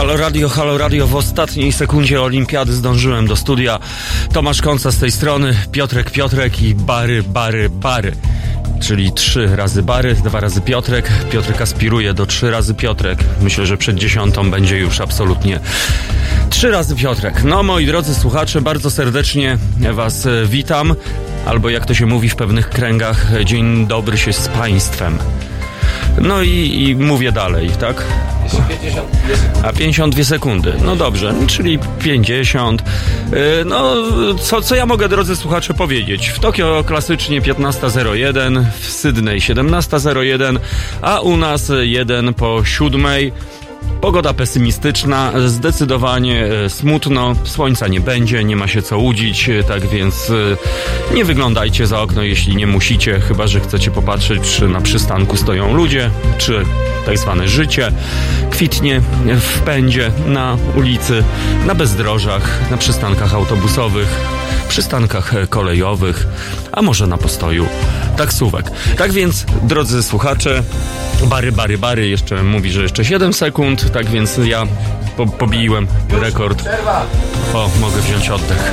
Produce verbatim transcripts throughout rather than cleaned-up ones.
Halo Radio, Halo Radio. W ostatniej sekundzie olimpiady zdążyłem do studia. Tomasz Konca z tej strony, Piotrek Piotrek i Bary, Bary, Bary. Czyli trzy razy Bary, dwa razy Piotrek. Piotrek aspiruje do trzy razy Piotrek. Myślę, że przed dziesiątą będzie już absolutnie trzy razy Piotrek. No, moi drodzy słuchacze, bardzo serdecznie was witam. Albo jak to się mówi w pewnych kręgach, dzień dobry się z państwem. No i, i mówię dalej, tak? pięćdziesiąt dwie sekundy. A pięćdziesiąt dwie sekundy. No dobrze, czyli pięćdziesiąt. Yy, no, co, co ja mogę, drodzy słuchacze, powiedzieć? W Tokio klasycznie piętnasta zero jeden, w Sydney siedemnasta zero jeden, a u nas jeden po siódmej. Pogoda pesymistyczna, zdecydowanie smutno, słońca nie będzie, nie ma się co łudzić, tak więc nie wyglądajcie za okno, jeśli nie musicie, chyba że chcecie popatrzeć, czy na przystanku stoją ludzie, czy tak zwane życie kwitnie w pędzie na ulicy, na bezdrożach, na przystankach autobusowych, przystankach kolejowych, a może na postoju taksówek. Tak więc, drodzy słuchacze, Bary, Bary, Bary jeszcze mówi, że jeszcze siedem sekund, tak więc ja po, pobiłem rekord. O, mogę wziąć oddech.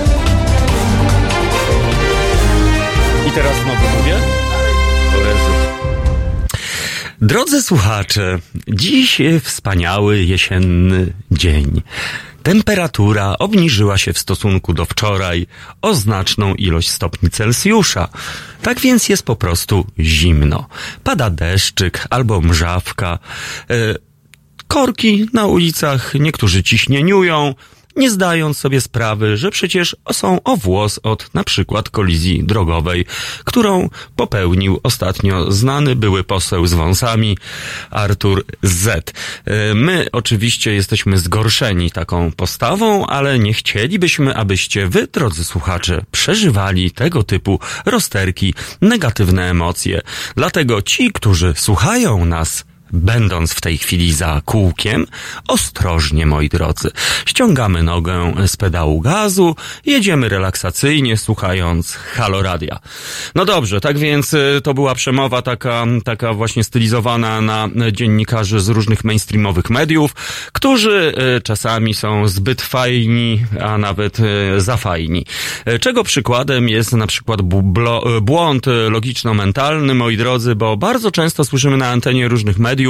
I teraz znowu mówię? O Jezu. Drodzy słuchacze, dziś wspaniały jesienny dzień. Temperatura obniżyła się w stosunku do wczoraj o znaczną ilość stopni Celsjusza. Tak więc jest po prostu zimno. Pada deszczyk albo mrzawka. E, korki na ulicach niektórzy ciśnieniują, nie zdając sobie sprawy, że przecież są o włos od na przykład kolizji drogowej, którą popełnił ostatnio znany były poseł z wąsami Artur Z. My oczywiście jesteśmy zgorszeni taką postawą, ale nie chcielibyśmy, abyście wy, drodzy słuchacze, przeżywali tego typu rozterki, negatywne emocje. Dlatego ci, którzy słuchają nas, będąc w tej chwili za kółkiem, ostrożnie, moi drodzy. Ściągamy nogę z pedału gazu, jedziemy relaksacyjnie, słuchając Halo Radia. No dobrze, tak więc to była przemowa taka, taka właśnie stylizowana na dziennikarzy z różnych mainstreamowych mediów, którzy czasami są zbyt fajni, a nawet za fajni. Czego przykładem jest na przykład blo- błąd logiczno-mentalny, moi drodzy, bo bardzo często słyszymy na antenie różnych mediów: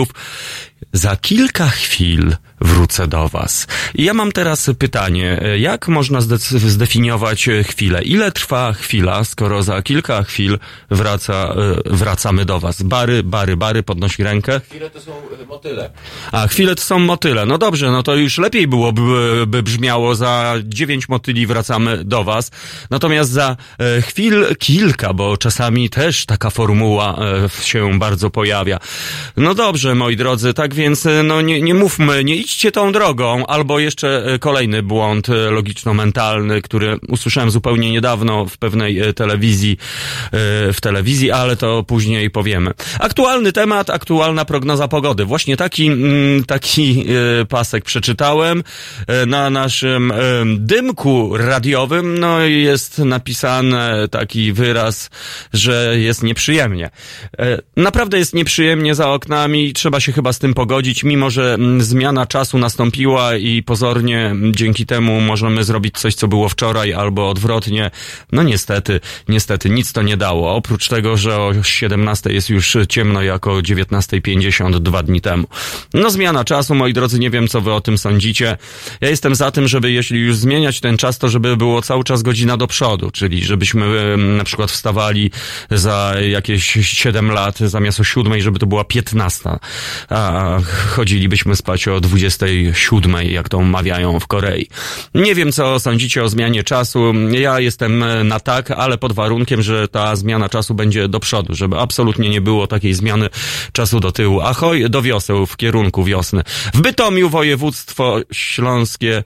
za kilka chwil wrócę do was. I ja mam teraz pytanie, jak można zde- zdefiniować chwilę? Ile trwa chwila, skoro za kilka chwil wraca, wracamy do was? Bary, Bary, Bary, podnosi rękę. Chwile to są motyle. A, chwile to są motyle. No dobrze, no to już lepiej byłoby by brzmiało: za dziewięć motyli wracamy do was. Natomiast za e, chwil kilka, bo czasami też taka formuła e, się bardzo pojawia. No dobrze, moi drodzy, tak więc no nie, nie mówmy, nie idźcie tą drogą. Albo jeszcze kolejny błąd logiczno-mentalny, który usłyszałem zupełnie niedawno w pewnej telewizji, w telewizji, ale to później powiemy. Aktualny temat, aktualna prognoza pogody. Właśnie taki, taki pasek przeczytałem na naszym dymku radiowym. No jest napisane taki wyraz, że jest nieprzyjemnie. Naprawdę jest nieprzyjemnie za oknami, trzeba się chyba z tym pogodzić, mimo że zmiana czasu nastąpiła i pozornie dzięki temu możemy zrobić coś, co było wczoraj, albo odwrotnie. No niestety, niestety nic to nie dało. Oprócz tego, że o siedemnastej jest już ciemno, jak o dziewiętnasta pięćdziesiąt dwa dni temu. No zmiana czasu, moi drodzy, nie wiem, co wy o tym sądzicie. Ja jestem za tym, żeby jeśli już zmieniać ten czas, to żeby było cały czas godzina do przodu, czyli żebyśmy na przykład wstawali za jakieś siedem lat, zamiast o siódmej, żeby to była piętnasta, a chodzilibyśmy spać o dwudziestej siódmej, jak to mawiają w Korei. Nie wiem, co sądzicie o zmianie czasu. Ja jestem na tak, ale pod warunkiem, że ta zmiana czasu będzie do przodu, żeby absolutnie nie było takiej zmiany czasu do tyłu. Ahoj, do wioseł, w kierunku wiosny. W Bytomiu, województwo śląskie,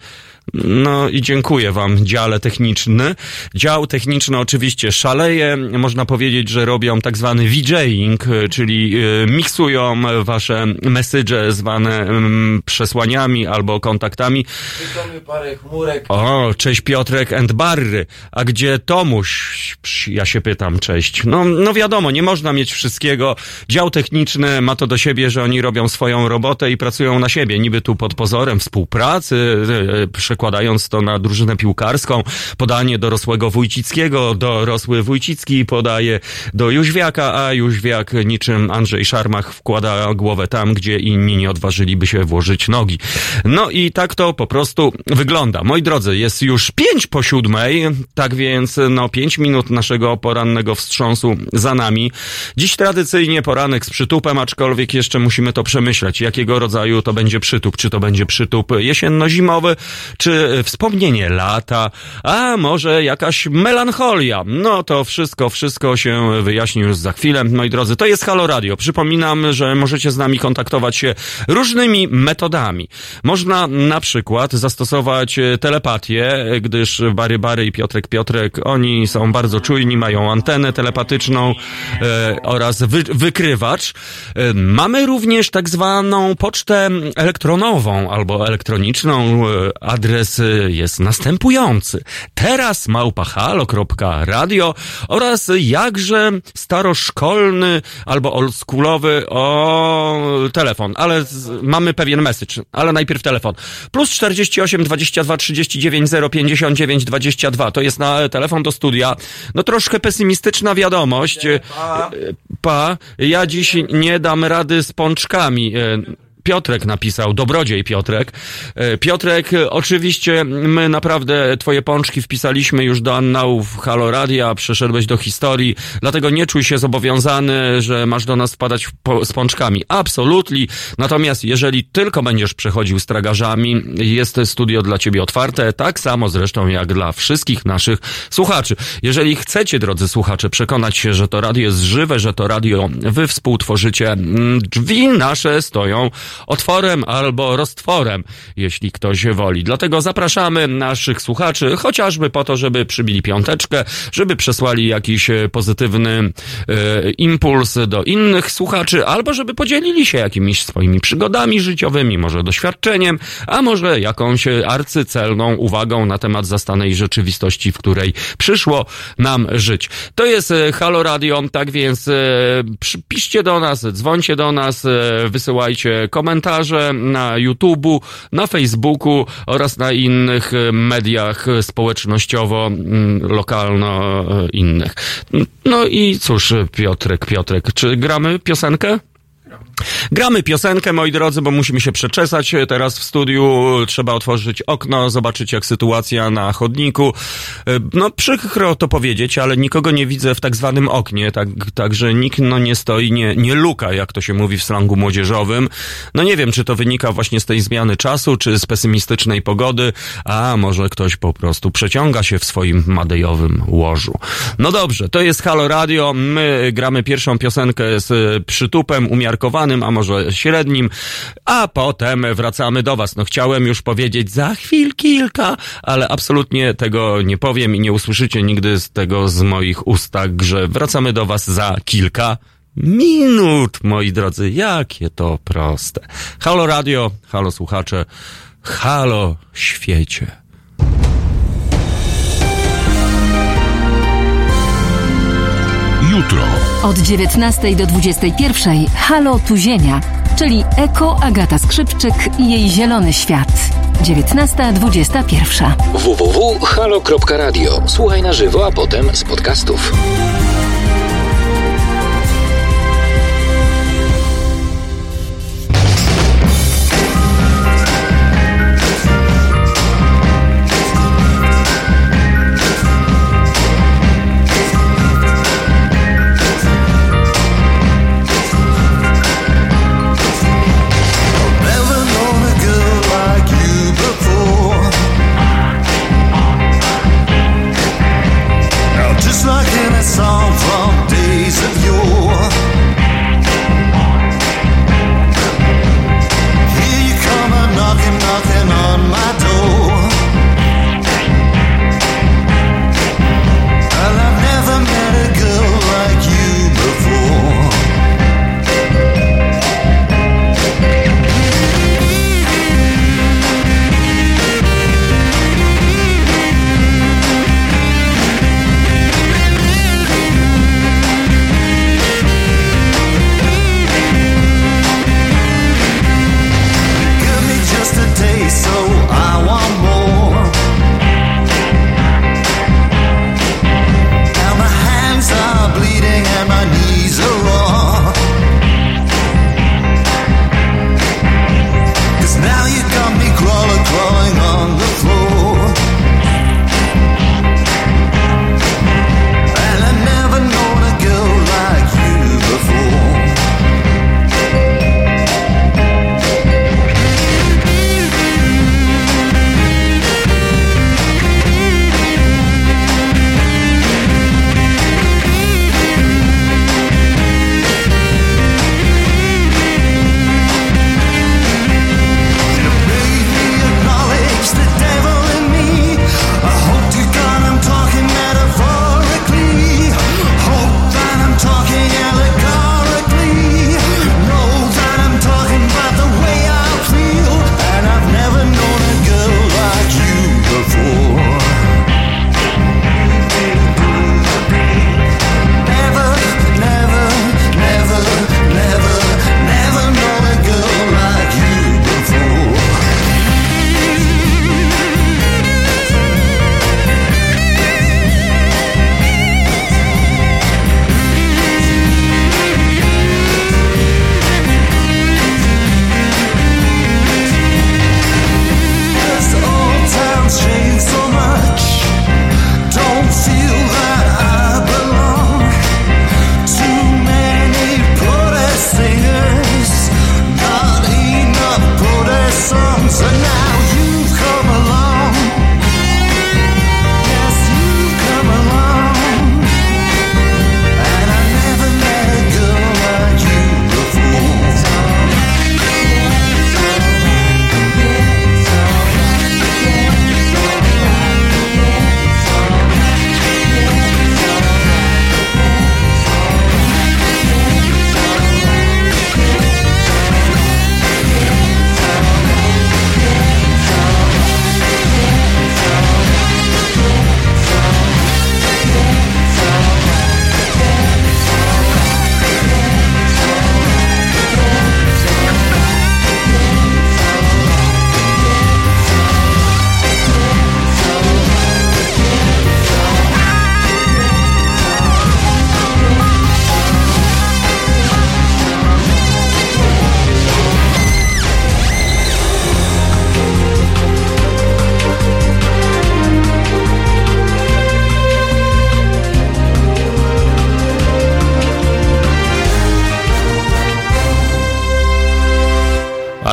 No i dziękuję wam, dziale techniczny. Dział techniczny oczywiście szaleje. Można powiedzieć, że robią tak zwany VJing, czyli miksują wasze message zwane przesłaniami albo kontaktami. Wykamy parę chmurek. O, cześć Piotrek and Barry. A gdzie Tomuś? Ja się pytam, cześć. No, no wiadomo, nie można mieć wszystkiego. Dział techniczny ma to do siebie, że oni robią swoją robotę i pracują na siebie. Niby tu pod pozorem współpracy, przekładając to na drużynę piłkarską, podanie dorosłego Wójcickiego, dorosły Wójcicki podaje do Jóźwiaka, a Jóźwiak niczym Andrzej Szarmach wkłada głowę tam, gdzie inni nie odważyliby się włożyć nogi. No i tak to po prostu wygląda. Moi drodzy, jest już pięć po siódmej, tak więc no pięć minut naszego porannego wstrząsu za nami. Dziś tradycyjnie poranek z przytupem, aczkolwiek jeszcze musimy to przemyśleć, jakiego rodzaju to będzie przytup. Czy to będzie przytup jesienno-zimowy, czy wspomnienie lata, a może jakaś melancholia. No to wszystko, wszystko się wyjaśni już za chwilę. Moi drodzy, to jest Halo Radio. Przypominam, że możecie z nami kontaktować się różnymi metodami. Można na przykład zastosować telepatię, gdyż Bary Bary i Piotrek Piotrek, oni są bardzo czujni, mają antenę telepatyczną e, oraz wy, wykrywacz. E, mamy również tak zwaną pocztę elektronową albo elektroniczną. E, adres jest następujący. Teraz małpa halo kropka radio oraz jakże staroszkolny albo oldschoolowy o telefon, ale z, mamy pewien message, ale najpierw telefon. Plus czterdzieści osiem dwadzieścia dwa trzydzieści dziewięć zero pięćdziesiąt dziewięć dwadzieścia dwa. To jest na telefon do studia. No troszkę pesymistyczna wiadomość. Pa. pa. Ja dziś nie dam rady z pączkami. Piotrek napisał, dobrodziej Piotrek. Piotrek, oczywiście my naprawdę twoje pączki wpisaliśmy już do annałów Halo Radia, przeszedłeś do historii, dlatego nie czuj się zobowiązany, że masz do nas wpadać po, z pączkami. Absolutnie. Natomiast jeżeli tylko będziesz przechodził z tragarzami, jest studio dla ciebie otwarte, tak samo zresztą jak dla wszystkich naszych słuchaczy. Jeżeli chcecie, drodzy słuchacze, przekonać się, że to radio jest żywe, że to radio wy współtworzycie, drzwi nasze stoją otworem albo roztworem, jeśli ktoś woli. Dlatego zapraszamy naszych słuchaczy, chociażby po to, żeby przybili piąteczkę, żeby przesłali jakiś pozytywny e, impuls do innych słuchaczy, albo żeby podzielili się jakimiś swoimi przygodami życiowymi, może doświadczeniem, a może jakąś arcycelną uwagą na temat zastanej rzeczywistości, w której przyszło nam żyć. To jest Halo Radio, tak więc e, piszcie do nas, dzwońcie do nas, e, wysyłajcie komentarze na YouTube'u, na Facebooku oraz na innych mediach społecznościowo lokalno innych. No i cóż, Piotrek, Piotrek, czy gramy piosenkę? Gramy piosenkę, moi drodzy, bo musimy się przeczesać teraz w studiu, trzeba otworzyć okno, zobaczyć jak sytuacja na chodniku. No przykro to powiedzieć, ale nikogo nie widzę w tak zwanym oknie, tak, także nikt no nie stoi, nie, nie luka, jak to się mówi w slangu młodzieżowym. No nie wiem, czy to wynika właśnie z tej zmiany czasu, czy z pesymistycznej pogody, a może ktoś po prostu przeciąga się w swoim madejowym łożu. No dobrze, to jest Halo Radio, my gramy pierwszą piosenkę z przytupem umiarkowanym, a może średnim, a potem wracamy do was. No chciałem już powiedzieć za chwil kilka, ale absolutnie tego nie powiem i nie usłyszycie nigdy z tego z moich ust, także wracamy do was za kilka minut, moi drodzy. Jakie to proste. Halo Radio, halo słuchacze, halo świecie. Jutro. Od dziewiętnastej do dwudziestej pierwszej Halo tu Ziemia, czyli Eko Agata Skrzypczyk i jej zielony świat. dziewiętnasta dwadzieścia jeden. w w w kropka halo kropka radio. Słuchaj na żywo, a potem z podcastów. Here you come a knocking, knocking on my door.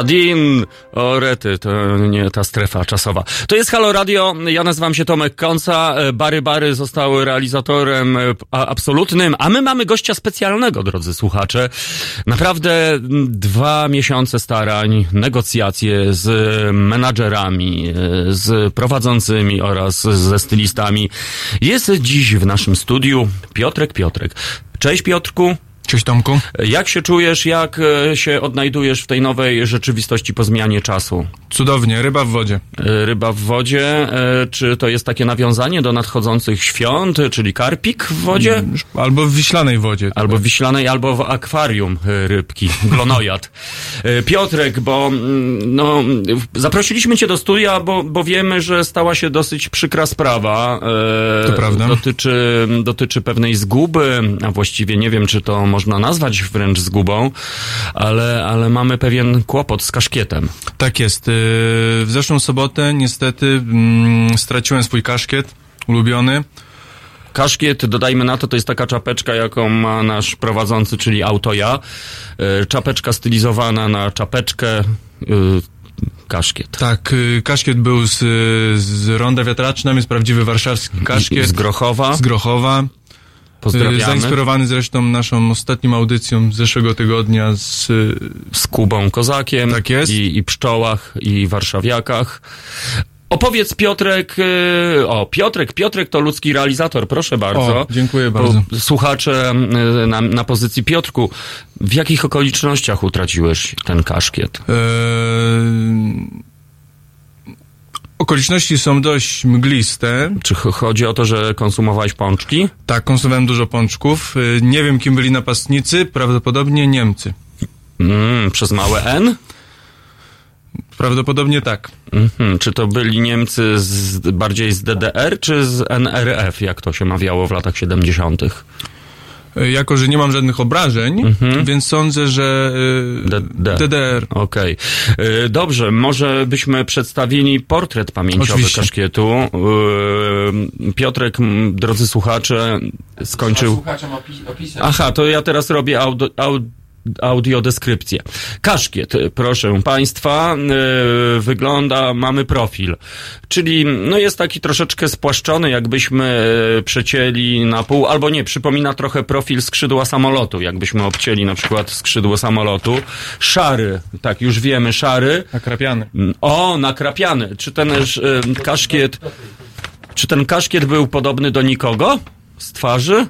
Aladdin, o rety, to nie ta strefa czasowa. To jest Halo Radio, ja nazywam się Tomek Końca, Bary Bary został realizatorem absolutnym, a my mamy gościa specjalnego, drodzy słuchacze. Naprawdę dwa miesiące starań, negocjacje z menadżerami, z prowadzącymi oraz ze stylistami. Jest dziś w naszym studiu Piotrek Piotrek. Cześć Piotrku. Cześć Tomku. Jak się czujesz, jak się odnajdujesz w tej nowej rzeczywistości po zmianie czasu? Cudownie, ryba w wodzie. Ryba w wodzie, czy to jest takie nawiązanie do nadchodzących świąt, czyli karpik w wodzie? Albo w wiślanej wodzie. Albo w wiślanej, albo w akwarium rybki, glonojad. Piotrek, bo no, zaprosiliśmy cię do studia, bo, bo wiemy, że stała się dosyć przykra sprawa. To prawda. Dotyczy, dotyczy pewnej zguby, a właściwie nie wiem, czy to można nazwać wręcz zgubą, ale, ale mamy pewien kłopot z kaszkietem. Tak jest. W zeszłą sobotę niestety mm, straciłem swój kaszkiet ulubiony. Kaszkiet, dodajmy na to, to jest taka czapeczka, jaką ma nasz prowadzący, czyli Auto Ja. Czapeczka stylizowana na czapeczkę, kaszkiet. Tak, kaszkiet był z, z Ronda Wiatraczna, jest prawdziwy warszawski kaszkiet. Z Grochowa. Z Grochowa. Pozdrawiamy. Zainspirowany zresztą naszą ostatnią audycją z zeszłego tygodnia z... Z Kubą Kozakiem. Tak jest. I, i Pszczołach, i Warszawiakach. Opowiedz Piotrek, o Piotrek, Piotrek to ludzki realizator, proszę bardzo. O, dziękuję bardzo. Słuchacze na, na pozycji Piotrku, w jakich okolicznościach utraciłeś ten kaszkiet? Eee... Okoliczności są dość mgliste. Czy chodzi o to, że konsumowałeś pączki? Tak, konsumowałem dużo pączków. Nie wiem, kim byli napastnicy, prawdopodobnie Niemcy. Mm, przez małe N? Prawdopodobnie tak. Mm-hmm. Czy to byli Niemcy z, bardziej z D D R, czy z N R F, jak to się mawiało w latach siedemdziesiątych? Jako, że nie mam żadnych obrażeń, mm-hmm. więc sądzę, że y, D D. D D R. Okej. Okay. Dobrze, może byśmy przedstawili portret pamięciowy Oczywiście. Kaszkietu. Yy, Piotrek, drodzy słuchacze, skończył... Słuchaczom opis- opisem. Aha, to ja teraz robię audio... audio audiodeskrypcję. Kaszkiet, proszę Państwa, yy, wygląda, mamy profil, czyli no jest taki troszeczkę spłaszczony, jakbyśmy yy, przecięli na pół, albo nie, przypomina trochę profil skrzydła samolotu, jakbyśmy obcięli na przykład skrzydło samolotu. Szary, tak już wiemy, szary. Nakrapiany. O, nakrapiany. Czy ten yy, kaszkiet, czy ten kaszkiet był podobny do nikogo z twarzy?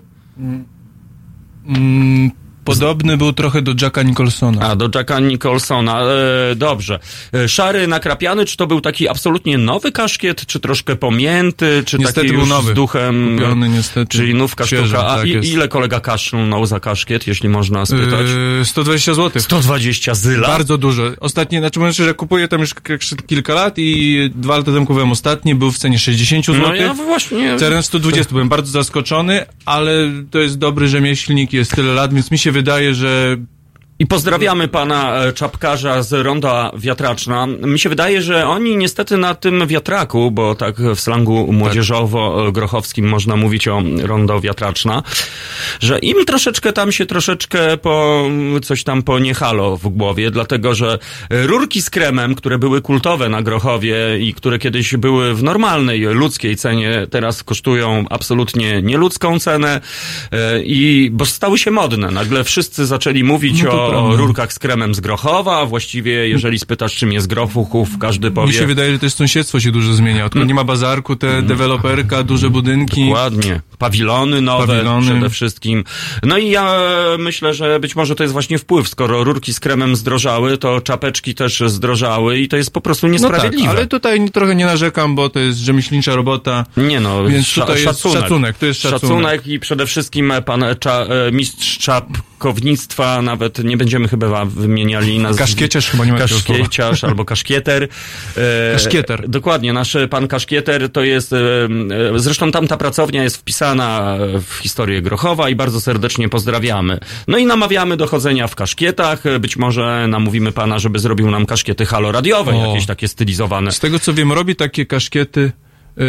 Mm. Podobny był trochę do Jacka Nicholsona. A, do Jacka Nicholsona. E, dobrze. E, szary, nakrapiany, czy to był taki absolutnie nowy kaszkiet, czy troszkę pomięty, czy niestety taki był już nowy. Z duchem... Kupiony, niestety. Czyli nówka Świeży, sztuka. A tak i, jest. ile kolega kaszlnął za kaszkiet, jeśli można spytać? Yy, sto dwadzieścia złotych. sto dwadzieścia zyla? Bardzo dużo. Ostatnie, znaczy mówię, że kupuję tam już k- kilka lat i dwa lata temu kupiłem ostatni, był w cenie sześćdziesiąt złotych. No ja właśnie... Teraz sto dwadzieścia, byłem bardzo zaskoczony, ale to jest dobry rzemieślnik, jest tyle lat, więc mi się wydaje, że I pozdrawiamy pana czapkarza z Ronda Wiatraczna. Mi się wydaje, że oni niestety na tym wiatraku, bo tak w slangu młodzieżowo-grochowskim można mówić o Rondo Wiatraczna, że im troszeczkę tam się troszeczkę po, coś tam poniechalo w głowie, dlatego że rurki z kremem, które były kultowe na Grochowie i które kiedyś były w normalnej, ludzkiej cenie, teraz kosztują absolutnie nieludzką cenę i bo stały się modne. Nagle wszyscy zaczęli mówić no o o rurkach z kremem z Grochowa, a właściwie jeżeli spytasz, czym jest Grochów, każdy powie... Mi się wydaje, że też sąsiedztwo się dużo zmienia. Odkąd nie ma bazarku, te deweloperka, duże budynki. Dokładnie. Pawilony nowe Pawilony. Przede wszystkim. No i ja myślę, że być może to jest właśnie wpływ. Skoro rurki z kremem zdrożały, to czapeczki też zdrożały i to jest po prostu niesprawiedliwe. No tak, ale tutaj trochę nie narzekam, bo to jest rzemieślnicza robota. Nie no, więc sza- tutaj szacunek. jest szacunek. To jest szacunek. Szacunek i przede wszystkim pan cza- mistrz czapkownictwa, nawet nie będziemy chyba wymieniali nazw... Kaszkieciarz chyba nie ma takiego słowa. Kaszkieciarz albo kaszkieter. E, Kaszkieter. Dokładnie, nasz pan kaszkieter to jest, e, zresztą tamta pracownia jest wpisana w historię Grochowa i bardzo serdecznie pozdrawiamy. No i namawiamy do chodzenia w kaszkietach, być może namówimy pana, żeby zrobił nam kaszkiety haloradiowe, O. jakieś takie stylizowane. Z tego co wiem, robi takie kaszkiety Yy,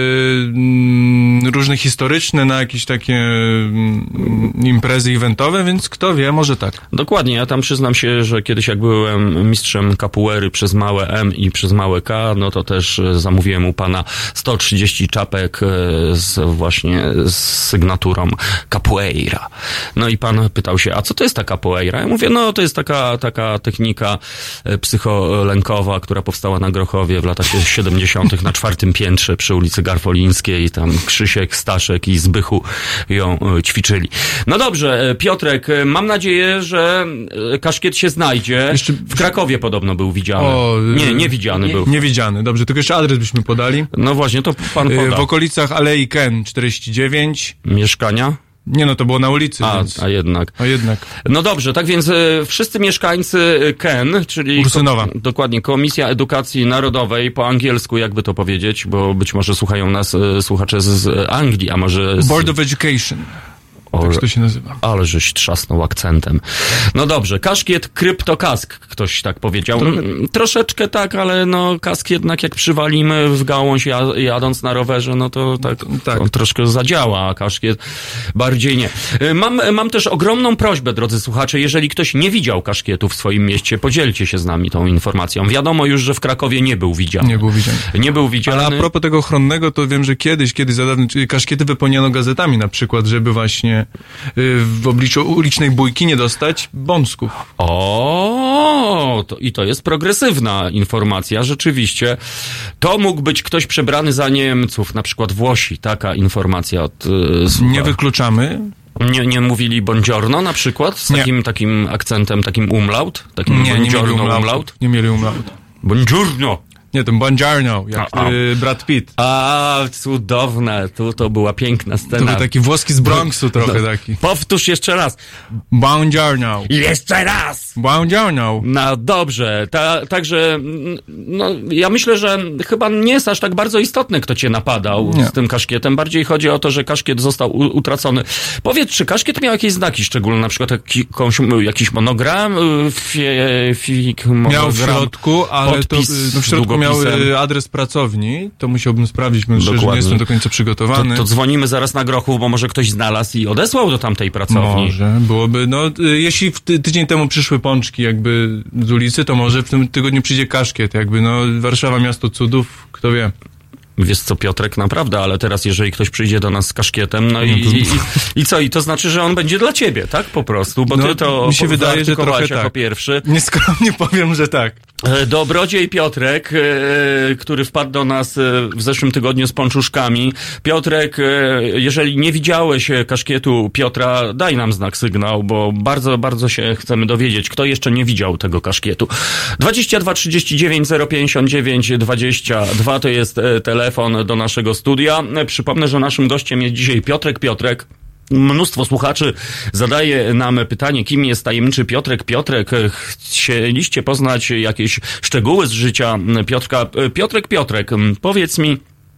mm, różne historyczne, na jakieś takie mm, imprezy eventowe, więc kto wie, może tak. Dokładnie, ja tam przyznam się, że kiedyś jak byłem mistrzem capoeiry przez małe M i przez małe K, no to też zamówiłem u pana sto trzydzieści czapek z właśnie z sygnaturą capoeira. No i pan pytał się, a co to jest ta capoeira? Ja mówię, no to jest taka, taka technika psycholękowa, która powstała na Grochowie w latach siedemdziesiątych na czwartym piętrze przy ulicy Garwolińskiej. Tam Krzysiek, Staszek i Zbychu ją ćwiczyli. No dobrze, Piotrek, mam nadzieję, że kaszkiet się znajdzie. Jeszcze... W Krakowie podobno był widziany. O, nie, nie widziany nie, był. Niewidziany, dobrze, tylko jeszcze adres byśmy podali. No właśnie, to pan poda. W okolicach Alei Ken czterdzieści dziewięć. Mieszkania? Nie, no to było na ulicy. A, więc... a jednak. A jednak. No dobrze, tak więc y, wszyscy mieszkańcy Ken, czyli Ursynowa. Ko- dokładnie Komisja Edukacji Narodowej, po angielsku jakby to powiedzieć, bo być może słuchają nas y, słuchacze z, z Anglii, a może z... Board of Education. O, tak to się nazywa. Ale żeś trzasnął akcentem. No dobrze, kaszkiet, kryptokask, ktoś tak powiedział. Trochę... Troszeczkę tak, ale no kask jednak jak przywalimy w gałąź jadąc na rowerze, no to tak, tak. To troszkę zadziała, a kaszkiet bardziej nie. Mam, mam też ogromną prośbę, drodzy słuchacze, jeżeli ktoś nie widział kaszkietu w swoim mieście, podzielcie się z nami tą informacją. Wiadomo już, że w Krakowie nie był widziany. Nie był widziany. Nie był widziany. Ale a propos tego chronnego, to wiem, że kiedyś, kiedyś za dawno, kaszkiety wypełniano gazetami na przykład, żeby właśnie w obliczu ulicznej bójki nie dostać bąsków. O, to, i to jest progresywna informacja, rzeczywiście. To mógł być ktoś przebrany za Niemców, na przykład Włosi, taka informacja od... Yy, nie wykluczamy. Nie, nie mówili buongiorno na przykład, z takim, takim akcentem, takim umlaut? Takim nie, nie mieli umlaut. umlaut? Nie mieli umlaut. Buongiorno. Nie, ten buongiorno, jak a, a. Y, Brad Pitt. A, cudowne, tu to była piękna scena. To był taki włoski z Bronxu trochę no, taki. Powtórz jeszcze raz. Buongiorno. Jeszcze raz. Buongiorno. No dobrze, Ta, także no, ja myślę, że chyba nie jest aż tak bardzo istotne, kto cię napadał nie. z tym kaszkietem. Bardziej chodzi o to, że kaszkiet został u, utracony. Powiedz, czy kaszkiet miał jakieś znaki szczególne, na przykład jakąś, jakiś monogram? Fie, fik, monogram miał w środku, ale to no w środku miał adres pracowni, to musiałbym sprawdzić, bo szczerze nie jestem do końca przygotowany. To, to dzwonimy zaraz na Grochów, bo może ktoś znalazł i odesłał do tamtej pracowni. Może, byłoby, no jeśli w ty, tydzień temu przyszły pączki jakby z ulicy, to może w tym tygodniu przyjdzie kaszkiet, jakby no Warszawa miasto cudów, kto wie. Wiesz co, Piotrek, naprawdę, ale teraz jeżeli ktoś przyjdzie do nas z kaszkietem, no i, i, i, i co? I to znaczy, że on będzie dla ciebie, tak? Po prostu, bo no, ty to mi się wydaje, że trochę jako tak. pierwszy. Nieskromnie powiem, że tak. Dobrodziej Piotrek, e, który wpadł do nas w zeszłym tygodniu z pączuszkami. Piotrek, e, jeżeli nie widziałeś kaszkietu Piotra, daj nam znak, sygnał, bo bardzo, bardzo się chcemy dowiedzieć, kto jeszcze nie widział tego kaszkietu. dwadzieścia dwa trzydzieści dziewięć zero pięćdziesiąt dziewięć dwadzieścia dwa to jest telefon do naszego studia. Przypomnę, że naszym gościem jest dzisiaj Piotrek Piotrek. Mnóstwo słuchaczy zadaje nam pytanie, kim jest tajemniczy Piotrek Piotrek. Chcieliście poznać jakieś szczegóły z życia Piotrka. Piotrek Piotrek, powiedz mi,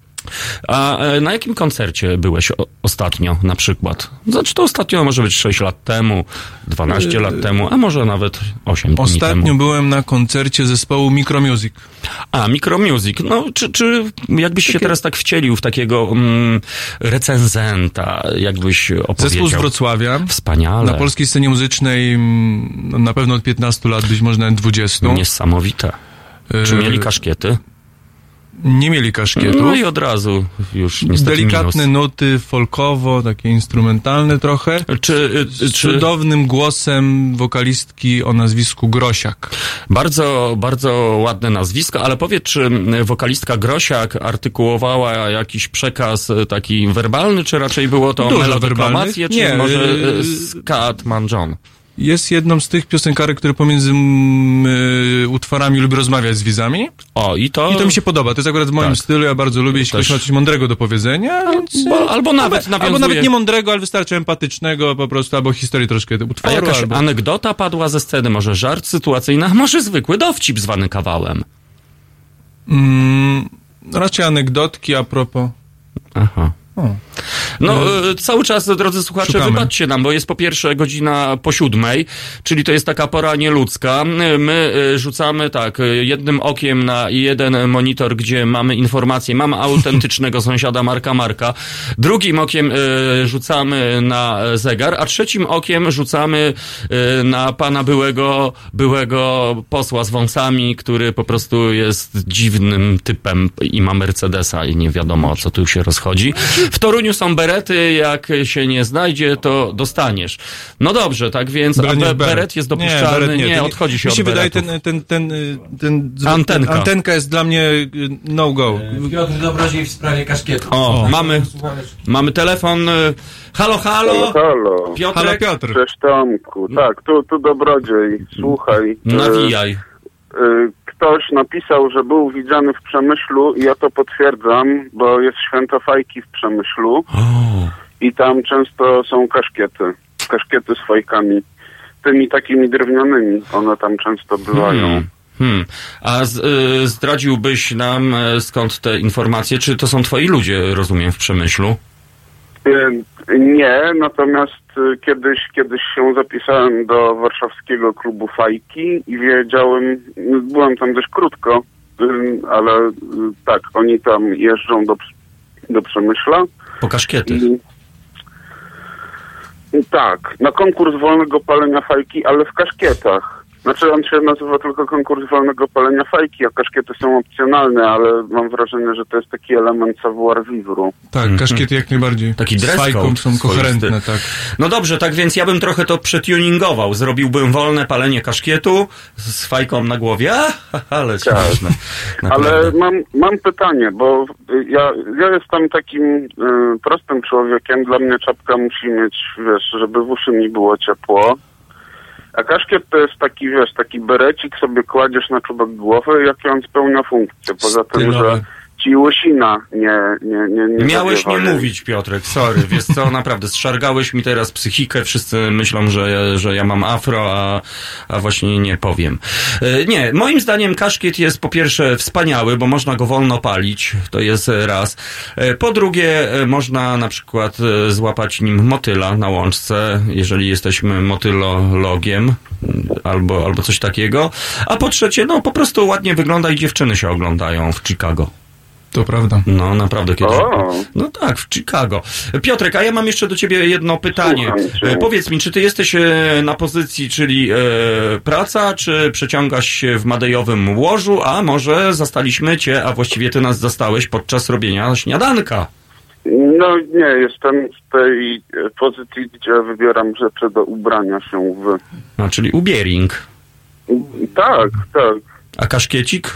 a na jakim koncercie byłeś o, ostatnio na przykład? Znaczy to ostatnio może być sześć lat temu, dwanaście lat temu, a może nawet osiem dni temu. Ostatnio byłem na koncercie zespołu Micromusic. A, Micromusic. No, czy, czy jakbyś Takie... się teraz tak wcielił w takiego mm, recenzenta, jakbyś opowiedział? Zespół z Wrocławia. Wspaniale. Na polskiej scenie muzycznej no, na pewno od piętnastu lat, być może nawet dwudziestu. Niesamowite. Czy mieli kaszkiety? Nie mieli kaszkietów. No i od razu już niestety delikatne minus. nuty folkowo, takie instrumentalne trochę. Czy, z czy... cudownym głosem wokalistki o nazwisku Grosiak. Bardzo, bardzo ładne nazwisko, ale powiedz, czy wokalistka Grosiak artykułowała jakiś przekaz taki werbalny, czy raczej było to melodeklamacje, czy Nie. może Scatman John? Jest jedną z tych piosenkarek, które pomiędzy mm, y, utworami lubi rozmawiać z widzami. O, i to... I to mi się podoba. To jest akurat w moim tak. stylu. Ja bardzo lubię, jeśli ktoś ma coś mądrego do powiedzenia. Więc, albo, albo nawet nawiązuje... Albo nawet nie mądrego, ale wystarczy empatycznego po prostu, albo historii troszkę utworu. A jakaś albo... anegdota padła ze sceny, może żart sytuacyjny, a może zwykły dowcip zwany kawałem? Mm, raczej anegdotki a propos... Aha. O. No, e, cały czas, drodzy słuchacze, Szukamy. wybaczcie nam, bo jest po pierwsze godzina po siódmej, czyli to jest taka pora nieludzka. My e, rzucamy tak, e, jednym okiem na jeden monitor, gdzie mamy informacje, mamy autentycznego sąsiada Marka Marka, drugim okiem e, rzucamy na zegar, a trzecim okiem rzucamy e, na pana byłego, byłego posła z wąsami, który po prostu jest dziwnym typem i ma Mercedesa i nie wiadomo, o co tu się rozchodzi. W Toruniu są berety, jak się nie znajdzie, to dostaniesz. No dobrze, tak więc, a be, beret jest dopuszczalny, nie, beret nie, nie to odchodzi się mi się od wydaje, beretów. ten, ten, ten, ten, ten Antenka. antenka jest dla mnie no-go. Piotr Dobrodziej w sprawie kaszkietu. O, O. mamy, mamy telefon. Halo, halo. Halo, halo. Piotrek, Halo Piotr. Cześć Tomku. Tak, tu, tu Dobrodziej. Słuchaj. nawijaj. e, e, Ktoś napisał, że był widziany w Przemyślu i ja to potwierdzam, bo jest święto fajki w Przemyślu O, i tam często są kaszkiety. Kaszkiety z fajkami. Tymi takimi drewnianymi. One tam często bywają. hmm. Hmm. A z, y, zdradziłbyś nam y, skąd te informacje? Czy to są twoi ludzie, rozumiem, w Przemyślu? E, Nie, natomiast e, kiedyś, kiedyś się zapisałem do warszawskiego klubu fajki i wiedziałem, byłem tam dość krótko, e, ale e, tak, oni tam jeżdżą do, do Przemyśla. Po kaszkiety. I, i tak, na konkurs wolnego palenia fajki, ale w kaszkietach. Znaczy on się nazywa tylko konkurs wolnego palenia fajki, a kaszkiety są opcjonalne, ale mam wrażenie, że to jest taki element savoir-vivre. Tak, kaszkiety jak najbardziej. Taki z dress fajką code są koherentne, swoisty. tak. No dobrze, tak więc ja bym trochę to przetuningował. Zrobiłbym wolne palenie kaszkietu z fajką na głowie. A, ale śmieszne. Ale Naprawdę. mam, mam pytanie, bo ja, ja jestem takim y, prostym człowiekiem. Dla mnie czapka musi mieć, wiesz, żeby w uszy mi było ciepło. A kaszkiet to jest taki, wiesz, taki berecik sobie kładziesz na czubek głowy, jakie on spełnia funkcję. Poza tym, Stylowy. że ci łysina nie, nie, nie, nie Miałeś nie zawiewa jej. mówić, Piotrek, sorry, wiesz co, naprawdę, zszargałeś mi teraz psychikę, wszyscy myślą, że, że ja mam afro, a, a właśnie nie powiem. E, Nie, moim zdaniem kaszkiet jest po pierwsze wspaniały, bo można go wolno palić, to jest raz. E, Po drugie, e, można na przykład e, złapać nim motyla na łączce, jeżeli jesteśmy motylologiem, m, albo, albo coś takiego. A po trzecie, no po prostu ładnie wygląda i dziewczyny się oglądają w Chicago. To prawda. No, naprawdę kiedyś. O. No tak, w Chicago. Piotrek, a ja mam jeszcze do ciebie jedno pytanie. Słucham cię. E, Powiedz mi, czy ty jesteś e, na pozycji, czyli e, praca, czy przeciągasz się w madejowym łożu, a może zastaliśmy cię, a właściwie ty nas zastałeś podczas robienia śniadanka? No nie, jestem w tej e, pozycji, gdzie wybieram rzeczy do ubrania się w... No, czyli ubiering. Tak, tak. A kaszkiecik?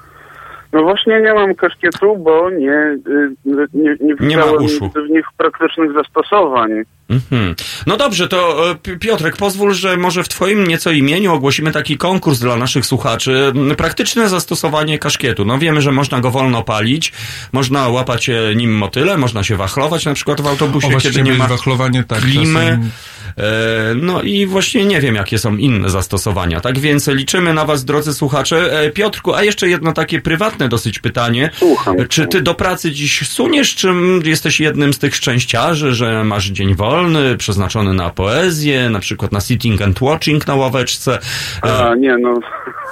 No właśnie nie mam kaszkietu, bo nie, y, nie, nie Nie ma widziałem uszu. nigdy w nich praktycznych zastosowań. Mhm. No dobrze, to e, P- Piotrek, pozwól, że może w twoim nieco imieniu ogłosimy taki konkurs dla naszych słuchaczy. M, Praktyczne zastosowanie kaszkietu. No wiemy, że można go wolno palić, można łapać e, nim motyle, można się wachlować na przykład w autobusie, O, kiedy nie ma wachlowanie, tak. klimy. czasem- E, No i właśnie nie wiem, jakie są inne zastosowania. Tak więc liczymy na was, drodzy słuchacze. E, Piotrku, a jeszcze jedno takie prywatne dosyć pytanie. Słucham. Czy ty do pracy dziś suniesz, czy jesteś jednym z tych szczęściarzy, że masz dzień wolny, przeznaczony na poezję, na przykład na sitting and watching na ławeczce? E, A nie, no...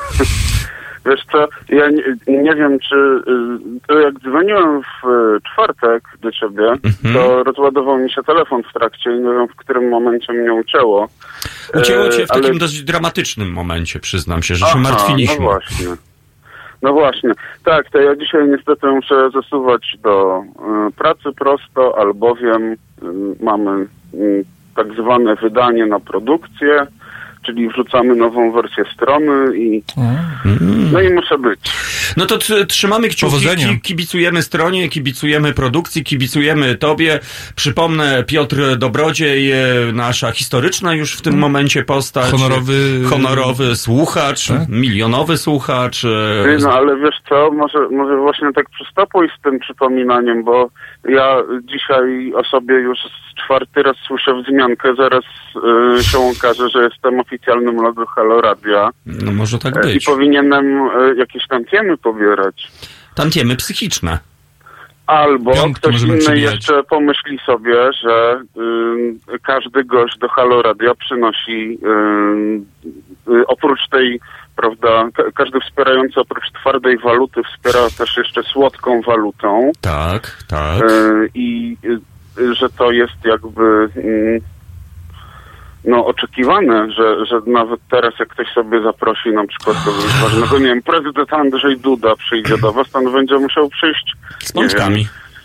Wiesz co, ja nie, nie wiem, czy... y, To jak dzwoniłem w y, czwartek do ciebie, Mhm. to rozładował mi się telefon w trakcie i nie wiem, w którym momencie mnie ucięło. Ucięło cię w E, ale- takim dość dramatycznym momencie, przyznam się, że się Aha, martwiliśmy. No właśnie. No właśnie. Tak, to ja dzisiaj niestety muszę zasuwać do y, pracy prosto, albowiem y, mamy y, tak zwane wydanie na produkcję, czyli wrzucamy nową wersję strony i Mm. no i muszę być. No to tr- trzymamy kciuki, Powodzenia. ki- kibicujemy stronie, kibicujemy produkcji, kibicujemy tobie. Przypomnę, Piotr Dobrodziej, e, nasza historyczna już w tym momencie postać. Honorowy- Honorowy słuchacz, Tak? milionowy słuchacz. e, Ty, no ale wiesz co, może, może właśnie tak przystopuj z tym przypominaniem, bo ja dzisiaj o sobie już czwarty raz słyszę wzmiankę, zaraz y, się okaże, że jestem oficjalnym logo Halo Radia. No może tak E, I być. powinienem e, jakieś tantiemy pobierać. Tantiemy psychiczne. Albo Piątki ktoś możemy inny przebijać. jeszcze pomyśli sobie, że y, każdy gość do Halo Radia przynosi y, y, oprócz tej, prawda, ka- każdy wspierający oprócz twardej waluty wspiera też jeszcze słodką walutą Tak, tak. y, i y, że to jest jakby y, no oczekiwane, że, że nawet teraz jak ktoś sobie zaprosi na przykład kogoś ważnego, nie wiem, prezydent Andrzej Duda przyjdzie do was, to on będzie musiał przyjść Z pączkami.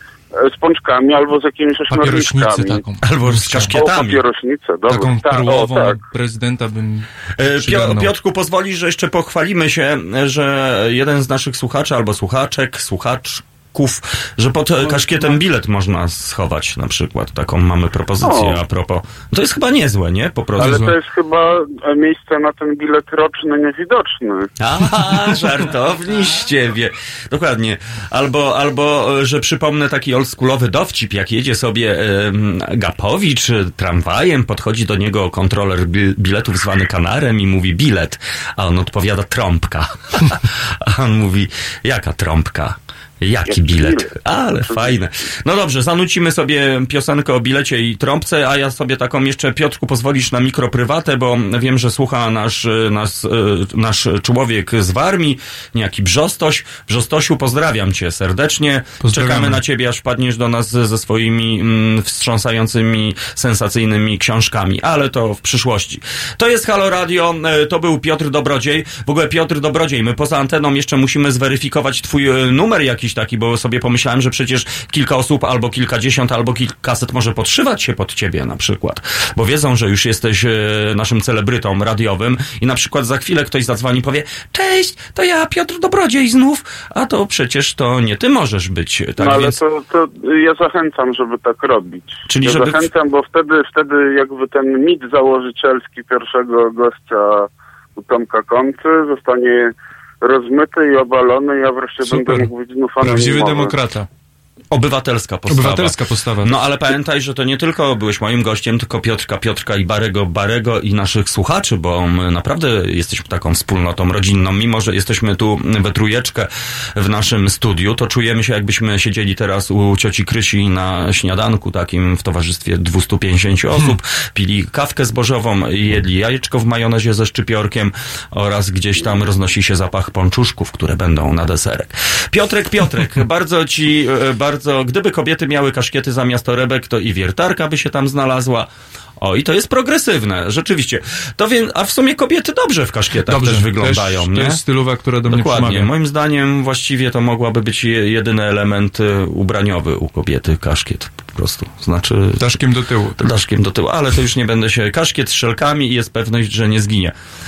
z pączkami albo z jakimiś Papierośnicę ośmiorniczkami. taką. Albo z O, kaszkietami. papierośnicę, dobra. Taką Tak, perłową o, tak. prezydenta bym E, Pio- przygarnął. Piotrku, pozwolisz, że jeszcze pochwalimy się, że jeden z naszych słuchaczy albo słuchaczek, słuchaczków, że pod e, kaszkietem bilet można schować na przykład. Taką mamy propozycję O. a propos. To jest chyba niezłe, nie? Po prostu. Ale złe. to jest chyba miejsce na ten bilet roczny niewidoczny. Aha, żartowni z ciebie. Dokładnie. Albo, albo, e, że przypomnę taki oldschoolowy dowcip, jak jedzie sobie em, Gapowicz e, tramwajem, podchodzi do niego kontroler bi- biletów zwany kanarem i mówi bilet, a on odpowiada trąbka. A on mówi, jaka trąbka? Jaki Jaki bilet? bilet? Ale fajne. No dobrze, zanucimy sobie piosenkę o bilecie i trąbce, a ja sobie taką jeszcze, Piotrku, pozwolisz na mikroprywatę, bo wiem, że słucha nasz, nasz, nasz człowiek z Warmii, niejaki Brzostoś. Brzostosiu, pozdrawiam cię serdecznie. Pozdrawiamy. Czekamy na ciebie, aż wpadniesz do nas ze swoimi mm, wstrząsającymi, sensacyjnymi książkami, ale to w przyszłości. To jest Halo Radio, e, to był Piotr Dobrodziej. W ogóle Piotr Dobrodziej, my poza anteną jeszcze musimy zweryfikować twój e, numer jakiś taki, bo sobie pomyślałem, że przecież kilka osób, albo kilkadziesiąt, albo kilkaset może podszywać się pod ciebie na przykład, bo wiedzą, że już jesteś e, naszym celebrytą radiowym i na przykład za chwilę ktoś zadzwoni i powie, cześć, to ja Piotr Dobrodziej znów, a to przecież to nie ty możesz być. Tak No ale więc... to, to ja zachęcam, żeby tak robić. Czyli ja żeby- zachęcam, bo wtedy, wtedy jakby ten mit założycielski pierwszego gościa u Tomka Kąty zostanie rozmyty i obalony, ja wreszcie Super. będę mógł być znów Prawdziwy anonimowy. demokrata. Obywatelska postawa. Obywatelska postawa. No ale pamiętaj, że to nie tylko byłeś moim gościem, tylko Piotrka, Piotrka i Barego, Barego i naszych słuchaczy, bo my naprawdę jesteśmy taką wspólnotą rodzinną. Mimo że jesteśmy tu we trójeczkę w naszym studiu, to czujemy się, jakbyśmy siedzieli teraz u cioci Krysi na śniadanku takim w towarzystwie dwieście pięćdziesiąt osób, pili kawkę zbożową, jedli jajeczko w majonezie ze szczypiorkiem oraz gdzieś tam roznosi się zapach pączuszków, które będą na deserek. Piotrek, Piotrek, bardzo ci, e, bardzo, gdyby kobiety miały kaszkiety zamiast torebek, to i wiertarka by się tam znalazła. O, i to jest progresywne, rzeczywiście. To wie, a w sumie kobiety dobrze w kaszkietach Dobrze, też wyglądają, też, nie? To jest stylowa, która do mnie Dokładnie. przemawia. Moim zdaniem właściwie to mogłaby być je- jedyny element e, ubraniowy u kobiety, kaszkiet po prostu. Znaczy... Daszkiem do tyłu. Daszkiem do tyłu, ale to już nie będę się... Kaszkiet z szelkami i jest pewność, że nie zginie.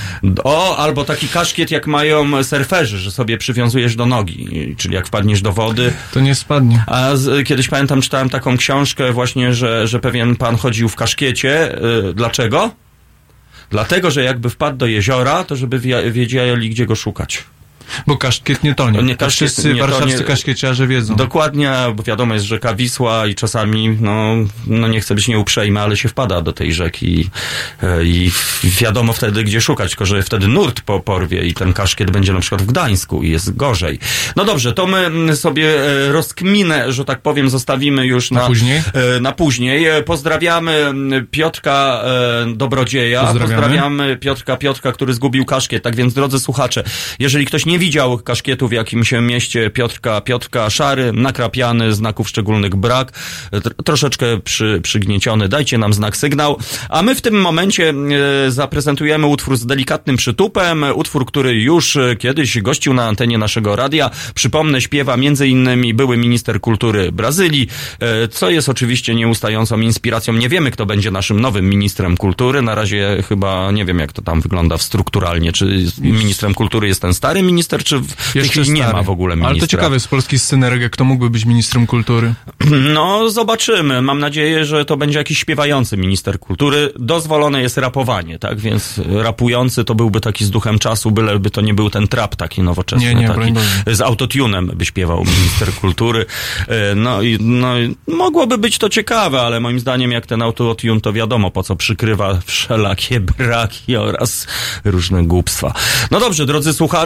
O, albo taki kaszkiet, jak mają surferzy, że sobie przywiązujesz do nogi, czyli jak wpadniesz do wody. To nie spadnie. A z, kiedyś pamiętam, czytałem taką książkę właśnie, że, że pewien pan chodził w kaszkiecie. Yy, dlaczego? Dlatego, że jakby wpadł do jeziora, to żeby wie, wiedzieli, gdzie go szukać. Bo kaszkiet nie tonie. Nie, To kaszkiet- wszyscy nie warszawscy tonie. kaszkieciarze wiedzą. Dokładnie, bo wiadomo jest rzeka Wisła i czasami, no, no nie chcę być nieuprzejmy, ale się wpada do tej rzeki i, i wiadomo wtedy, gdzie szukać, tylko że wtedy nurt po, porwie i ten kaszkiet będzie na przykład w Gdańsku i jest gorzej. No dobrze, to my sobie e, rozkminę, że tak powiem, zostawimy już na, Na później? e, na później. E, Pozdrawiamy Piotrka e, Dobrodzieja. Pozdrawiamy. Pozdrawiamy Piotrka, Piotrka, który zgubił kaszkiet. Tak więc, drodzy słuchacze, jeżeli ktoś nie widział kaszkietu w jakimś mieście Piotrka, Piotrka szary, nakrapiany, znaków szczególnych brak, tr- troszeczkę przy, przygnieciony, dajcie nam znak, sygnał. A my w tym momencie e, zaprezentujemy utwór z delikatnym przytupem, utwór, który już e, kiedyś gościł na antenie naszego radia. Przypomnę, śpiewa między innymi były minister kultury Brazylii, e, co jest oczywiście nieustającą inspiracją. Nie wiemy, kto będzie naszym nowym ministrem kultury. Na razie chyba nie wiem, jak to tam wygląda strukturalnie. Czy ministrem kultury jest ten stary minister, czy w tej Jeszcze chwili nie stary. ma w ogóle ministra? Ale to ciekawe, z polskiej scenerii, kto mógłby być ministrem kultury? No, zobaczymy. Mam nadzieję, że to będzie jakiś śpiewający minister kultury. Dozwolone jest rapowanie, tak? Więc rapujący to byłby taki z duchem czasu, byleby to nie był ten trap taki nowoczesny, Nie, nie, taki broń Boże. z autotunem by śpiewał minister kultury. E, No i no, i mogłoby być to ciekawe, ale moim zdaniem jak ten autotune, to wiadomo po co przykrywa wszelakie braki oraz różne głupstwa. No dobrze, drodzy słuchacze, jeżeli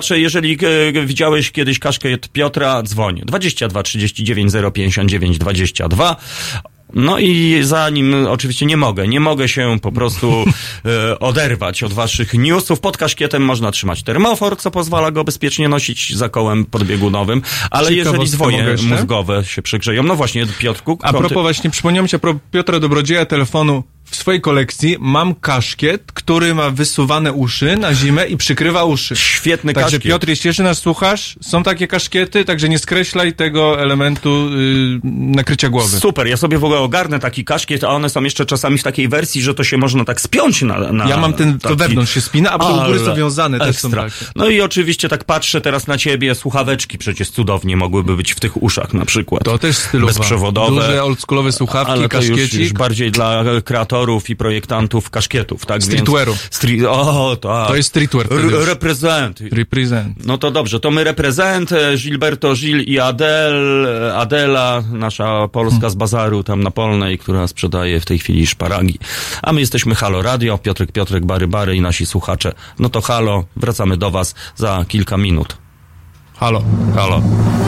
jeżeli e, widziałeś kiedyś kaszkiet Piotra, dzwoń. dwadzieścia dwa trzydzieści dziewięć zero pięćdziesiąt dziewięć dwadzieścia dwa. No i zanim, oczywiście nie mogę, nie mogę się po prostu e, oderwać od waszych newsów. Pod kaszkietem można trzymać termofor, co pozwala go bezpiecznie nosić za kołem podbiegunowym, ale jeżeli dwoje mózgowe się przegrzeją, no właśnie, Piotrku... A propos ty... właśnie, przypomniałem się a propos Piotra Dobrodzieja telefonu. W swojej kolekcji mam kaszkiet, który ma wysuwane uszy na zimę i przykrywa uszy. Świetny także kaszkiet. Także Piotr, jeśli jeszcze nas słuchasz, są takie kaszkiety, także nie skreślaj tego elementu yy, nakrycia głowy. Super, ja sobie w ogóle ogarnę taki kaszkiet, a one są jeszcze czasami w takiej wersji, że to się można tak spiąć na... na ja mam ten, taki... to wewnątrz się spina, a do góry są wiązane, też są takie. No i oczywiście tak patrzę teraz na ciebie, słuchaweczki przecież cudownie mogłyby być w tych uszach na przykład. To też stylowe. Bezprzewodowe. Duże, oldschoolowe słuchawki, ale to kaszkiecik. Już, już bardziej dla kreatorów i projektantów kaszkietów, tak? Streetwearu. Street, o, tak. To jest streetwear. R- reprezent. Represent. No to dobrze, to my reprezent, Gilberto Gil i Adele, Adela, nasza Polska hmm. z bazaru tam na Polnej, która sprzedaje w tej chwili szparagi. A my jesteśmy Halo Radio, Piotrek, Piotrek, Bary, Bary i nasi słuchacze. No to halo, wracamy do was za kilka minut. Halo. Halo.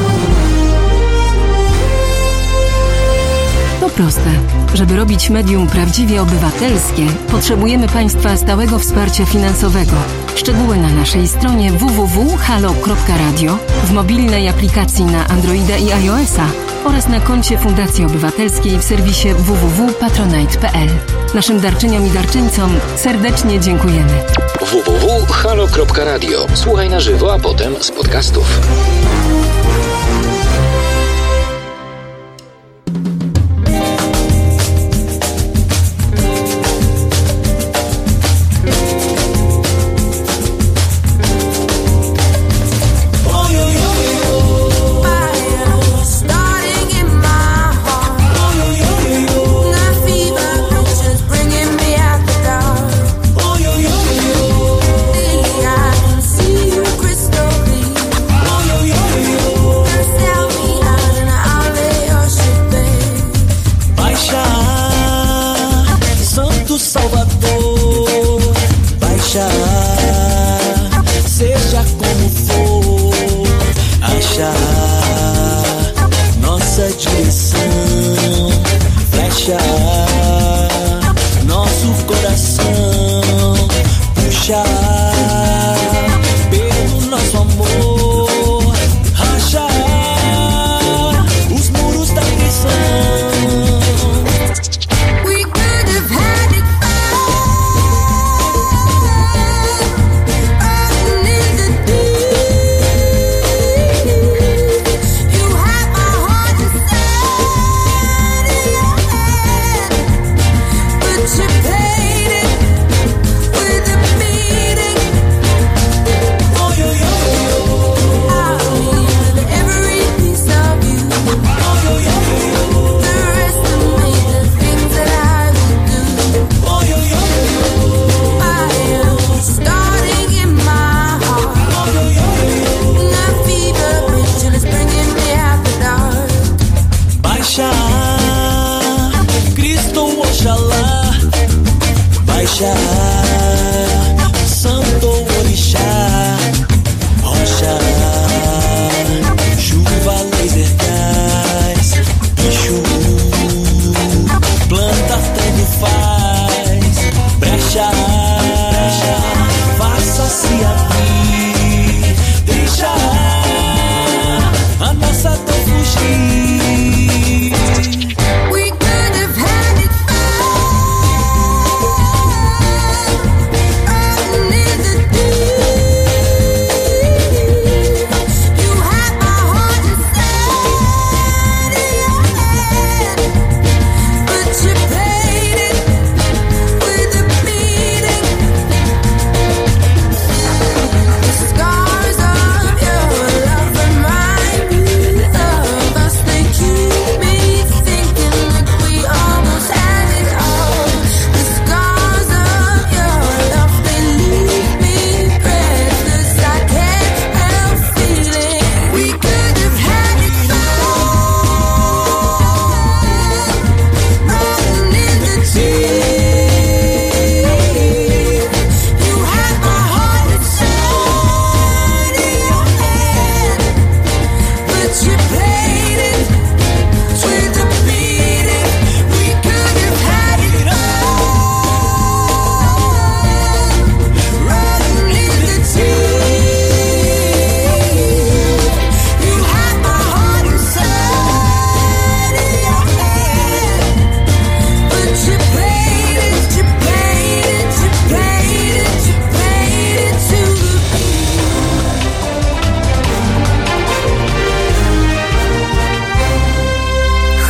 To proste. Żeby robić medium prawdziwie obywatelskie, potrzebujemy Państwa stałego wsparcia finansowego. Szczegóły na naszej stronie w w w kropka halo kropka radio, w mobilnej aplikacji na Androida i iOS-a oraz na koncie Fundacji Obywatelskiej w serwisie w w w kropka patronite kropka p l. Naszym darczyniom i darczyńcom serdecznie dziękujemy. w w w kropka halo kropka radio. Słuchaj na żywo, a potem z podcastów. Crystal clear.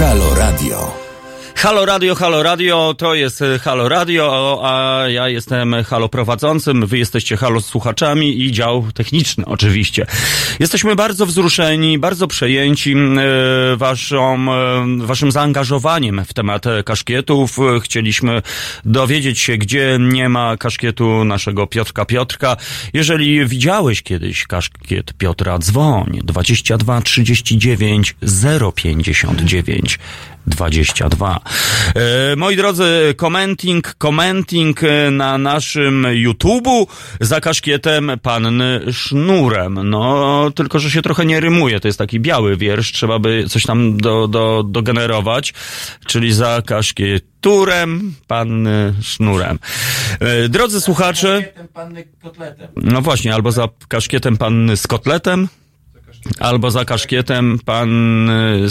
Halo Radio. Halo Radio, Halo Radio, to jest Halo Radio, a ja jestem Halo prowadzącym, wy jesteście Halo słuchaczami i dział techniczny oczywiście. Jesteśmy bardzo wzruszeni, bardzo przejęci e, waszą, e, waszym zaangażowaniem w temat kaszkietów. Chcieliśmy dowiedzieć się, gdzie nie ma kaszkietu naszego Piotrka Piotrka. Jeżeli widziałeś kiedyś kaszkiet Piotra, dzwoń dwadzieścia dwa trzydzieści dziewięć zero pięćdziesiąt dziewięć dwadzieścia dwa. E, moi drodzy, commenting, commenting na naszym YouTube'u za kaszkietem panny Sznurem. No, tylko że się trochę nie rymuje, to jest taki biały wiersz, trzeba by coś tam do, do, dogenerować, czyli za kaszkieturem panny Sznurem. E, drodzy słuchacze... Kaszkietem panny kotletem. No właśnie, albo za kaszkietem panny z kotletem, albo za kaszkietem pan...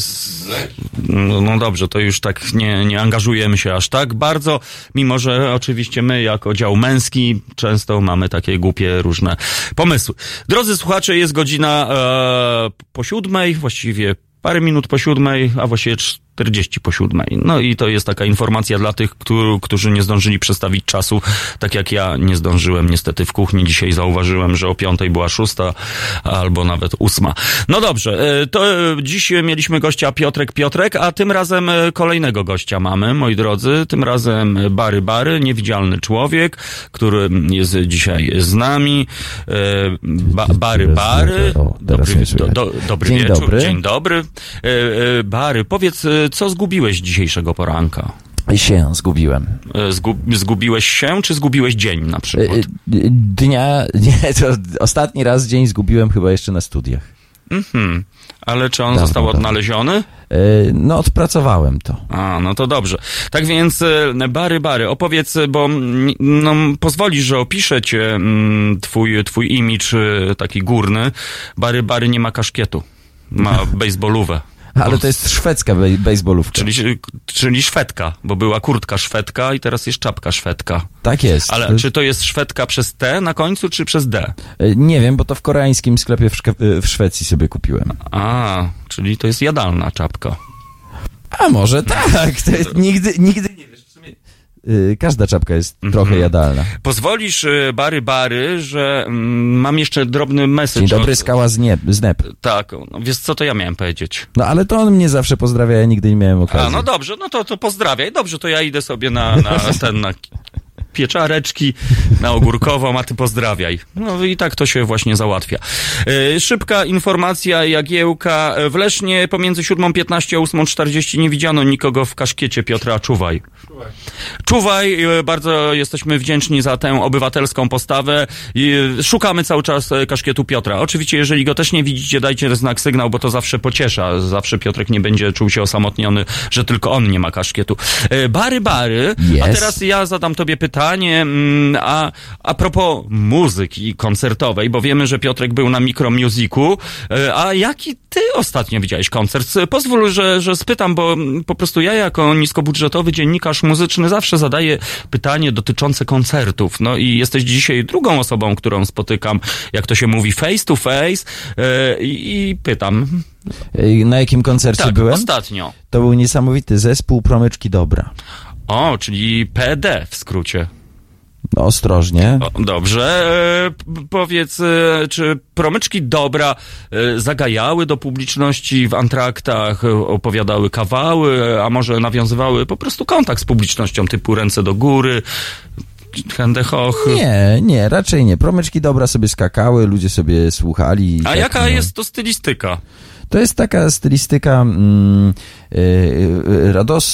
No, no dobrze, to już tak nie, nie angażujemy się aż tak bardzo, mimo że oczywiście my jako dział męski często mamy takie głupie różne pomysły. Drodzy słuchacze, jest godzina e, po siódmej, właściwie parę minut po siódmej, a właściwie czterdzieści po siódmej. No i to jest taka informacja dla tych, którzy, którzy nie zdążyli przestawić czasu, tak jak ja nie zdążyłem niestety w kuchni. Dzisiaj zauważyłem, że o piątej była szósta, albo nawet ósma. No dobrze, to dziś mieliśmy gościa Piotrek Piotrek, a tym razem kolejnego gościa mamy, moi drodzy. Tym razem Bary Bary, niewidzialny człowiek, który jest dzisiaj z nami. Ba, Bary Bary. Dobry, do, do, dobry Dzień wieczór. Dobry. Dzień dobry. Bary, powiedz, co zgubiłeś dzisiejszego poranka? Się zgubiłem. Zgub, zgubiłeś się, czy zgubiłeś dzień na przykład? Dnia, nie, to ostatni raz dzień zgubiłem chyba jeszcze na studiach. Mhm. Ale czy on Dawno, został dawno. odnaleziony? No, odpracowałem to. A, no to dobrze. Tak więc, Bary, Bary, opowiedz, bo no, pozwolisz, że opiszę cię, twój, twój imidż taki górny. Bary, Bary nie ma kaszkietu. Ma bejsbolówę. Ale to jest szwedzka bej- bejsbolówka. Czyli, czyli szwedka, bo była kurtka szwedka i teraz jest czapka szwedka. Tak jest. Ale czy to jest Szwedka przez T na końcu, czy przez D? Nie wiem, bo to w koreańskim sklepie w, Szke- w Szwecji sobie kupiłem. A, czyli to jest jadalna czapka. A może tak, to jest, nigdy, nigdy nie wiesz. W sumie, yy, każda czapka jest Mhm. trochę jadalna. Pozwolisz, y, Bary Bary, że mm, mam jeszcze drobny message. Dzień dobry, od- skała z nieb, z neb. Tak, no wiesz co, to ja miałem powiedzieć. No ale to on mnie zawsze pozdrawia, ja nigdy nie miałem okazji. A, no dobrze, no to, to pozdrawiaj. Dobrze, to ja idę sobie na, na ten, na pieczareczki, na ogórkową, a ty pozdrawiaj. No i tak to się właśnie załatwia. Yy, szybka informacja, Jagiełka. W Lesznie pomiędzy siódmą piętnaście a ósmą czterdzieści nie widziano nikogo w kaszkiecie Piotra. Czuwaj. Czuwaj. Czuwaj, yy, bardzo jesteśmy wdzięczni za tę obywatelską postawę. Yy, szukamy cały czas kaszkietu Piotra. Oczywiście, jeżeli go też nie widzicie, dajcie znak, sygnał, bo to zawsze pociesza. Zawsze Piotrek nie będzie czuł się osamotniony, że tylko on nie ma kaszkietu. Yy, Bary, Bary, Yes. a teraz ja zadam tobie pytanie, a, a propos muzyki koncertowej, bo wiemy, że Piotrek był na Mikromusicu, a jaki ty ostatnio widziałeś koncert? Pozwól, że, że spytam, bo po prostu ja jako niskobudżetowy dziennikarz muzyczny zawsze zadaję pytanie dotyczące koncertów. No i jesteś dzisiaj drugą osobą, którą spotykam, jak to się mówi, face to face i, i pytam. Na jakim koncercie Tak, byłem? ostatnio. To był niesamowity zespół Promyczki Dobra. O, czyli P D w skrócie. No, ostrożnie. O, dobrze. E, p- powiedz, e, czy Promyczki Dobra e, zagajały do publiczności w antraktach, e, opowiadały kawały, a może nawiązywały po prostu kontakt z publicznością, typu ręce do góry, hendechoch? Nie, nie, raczej nie. Promyczki Dobra sobie skakały, ludzie sobie słuchali. i A tak, jaka no. jest to stylistyka? To jest taka stylistyka mm, y, y,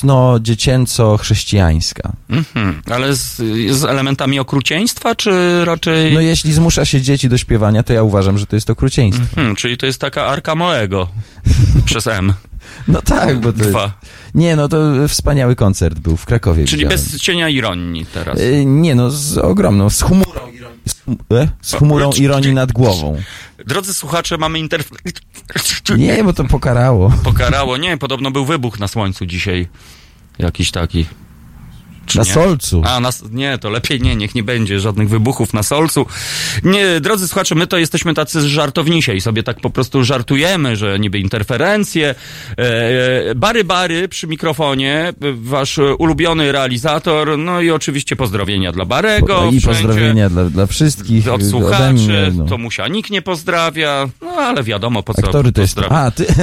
radosno-dziecięco-chrześcijańska. Mhm. Ale z, z elementami okrucieństwa, czy raczej... No jeśli zmusza się dzieci do śpiewania, to ja uważam, że to jest okrucieństwo. Mhm, czyli to jest taka Arka Moego przez M. No tak, bo to... Dwa. Nie, no to wspaniały koncert był w Krakowie. Czyli widziałem. bez cienia ironii teraz. Y, Nie, no z ogromną, z humorą ironii. Z, hum, e? z humorą ironii nad głową. Drodzy słuchacze, mamy inter... Nie, bo to pokarało. Pokarało. Nie, podobno był wybuch na słońcu dzisiaj. Jakiś taki. Czy na nie? Solcu. A, na, nie, to lepiej nie, niech nie będzie żadnych wybuchów na Solcu. Nie, drodzy słuchacze, my to jesteśmy tacy żartownisia i sobie tak po prostu żartujemy, że niby interferencje. E, bary, bary przy mikrofonie, wasz ulubiony realizator, no i oczywiście pozdrowienia dla Barego. Po, I wszędzie. pozdrowienia dla, dla wszystkich. Od ode słuchaczy, mnie, no. to Musia nikt nie pozdrawia, no ale wiadomo po co. A który to jest? pozdrawia. A, ty...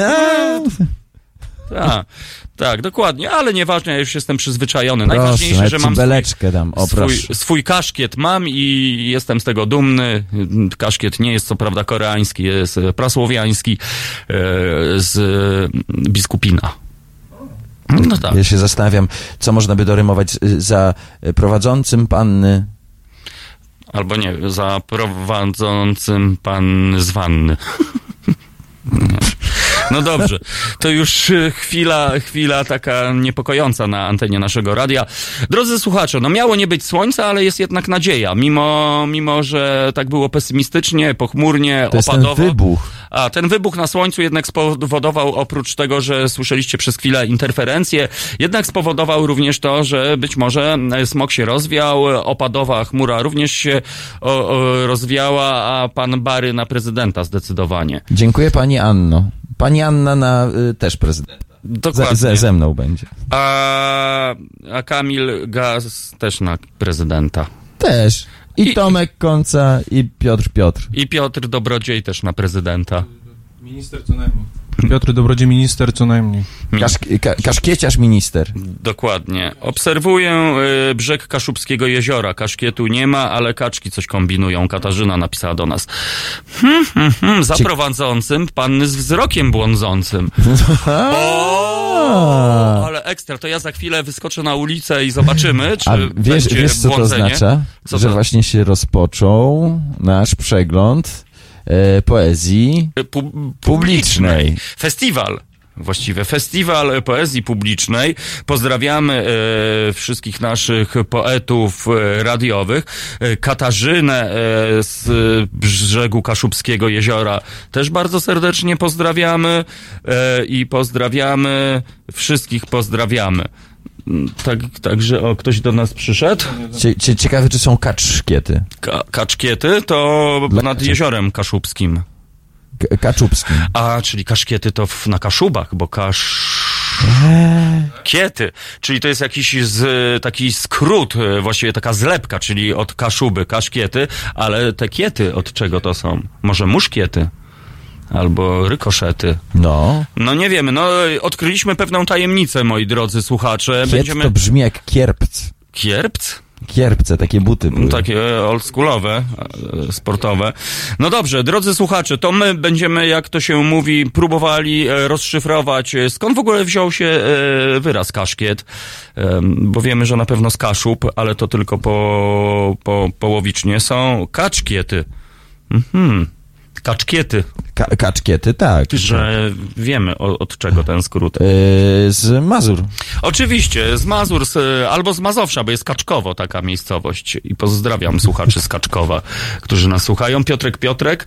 Tak, tak, dokładnie, ale nieważne, ja już jestem przyzwyczajony. Proszę, Najważniejsze, nawet że ci mam beleczkę dam, o swój, proszę. swój kaszkiet mam i jestem z tego dumny. Kaszkiet nie jest co prawda koreański, jest prasłowiański e, z biskupina. No tak. Ja się zastanawiam, co można by dorymować za prowadzącym panny. Albo nie, za prowadzącym pan z wanny. No dobrze, to już chwila, chwila taka niepokojąca na antenie naszego radia. Drodzy słuchacze, no miało nie być słońca, ale jest jednak nadzieja. Mimo, mimo że tak było pesymistycznie, pochmurnie, To jest opadowo. ten wybuch. A ten wybuch na słońcu jednak spowodował, oprócz tego, że słyszeliście przez chwilę interferencje, jednak spowodował również to, że być może smog się rozwiał, opadowa chmura również się o, o, rozwiała, a pan Bary na prezydenta zdecydowanie. Dziękuję pani Anno. Pani Anna na y, też prezydenta. Dokładnie. Ze, ze, ze mną będzie. A, a Kamil Gaz też na prezydenta. Też. I, I- Tomek Końca, i Piotr Piotr. I Piotr Dobrodziej też na prezydenta. Minister co najmniej. Piotr Dobrodziej, minister co najmniej. Kasz, ka, kaszkieciarz minister. Dokładnie. Obserwuję y, brzeg Kaszubskiego jeziora. Kaszkietu nie ma, ale kaczki coś kombinują. Katarzyna napisała do nas. Hmm, hmm, hmm, za prowadzącym panny z wzrokiem błądzącym. O, ale ekstra. To ja za chwilę wyskoczę na ulicę i zobaczymy, czy A wiesz, będzie wiesz co to błądzenie. oznacza? Co Że to? właśnie się rozpoczął nasz przegląd e, poezji Pu- publicznej. Festiwal. Właściwie festiwal poezji publicznej. Pozdrawiamy e, wszystkich naszych poetów e, radiowych. E, Katarzynę e, z brzegu Kaszubskiego jeziora też bardzo serdecznie pozdrawiamy e, i pozdrawiamy wszystkich pozdrawiamy. Tak, także o, ktoś do nas przyszedł. Cie, cie, ciekawe, czy są kaczkiety. Ka- kaczkiety to Dla nad kaczek. jeziorem Kaszubskim. K- kaczubskim. A, czyli kaszkiety to w, na Kaszubach, bo kasz... Kiety, czyli to jest jakiś z, taki skrót, e, właściwie taka zlepka, czyli od Kaszuby, kaszkiety, ale te kiety od czego to są? Może muszkiety? Albo rykoszety. No. No nie wiemy, no odkryliśmy pewną tajemnicę, moi drodzy słuchacze. Kiet to brzmi jak kierpc. Kierpc? Kierpce, takie buty były. No, takie oldschoolowe, e, sportowe. No dobrze, drodzy słuchacze, to my będziemy, jak to się mówi, próbowali e, rozszyfrować, e, skąd w ogóle wziął się e, wyraz kaszkiet, e, bo wiemy, że na pewno z Kaszub, ale to tylko po, po, połowicznie są kaczkiety. Mhm. Kaczkiety, Ka- kaczkiety, tak. że wiemy o, od czego ten skrót. Yy, z Mazur. Oczywiście, z Mazur, z, albo z Mazowsza, bo jest Kaczkowo taka miejscowość. I pozdrawiam słuchaczy z Kaczkowa, którzy nas słuchają. Piotrek, Piotrek.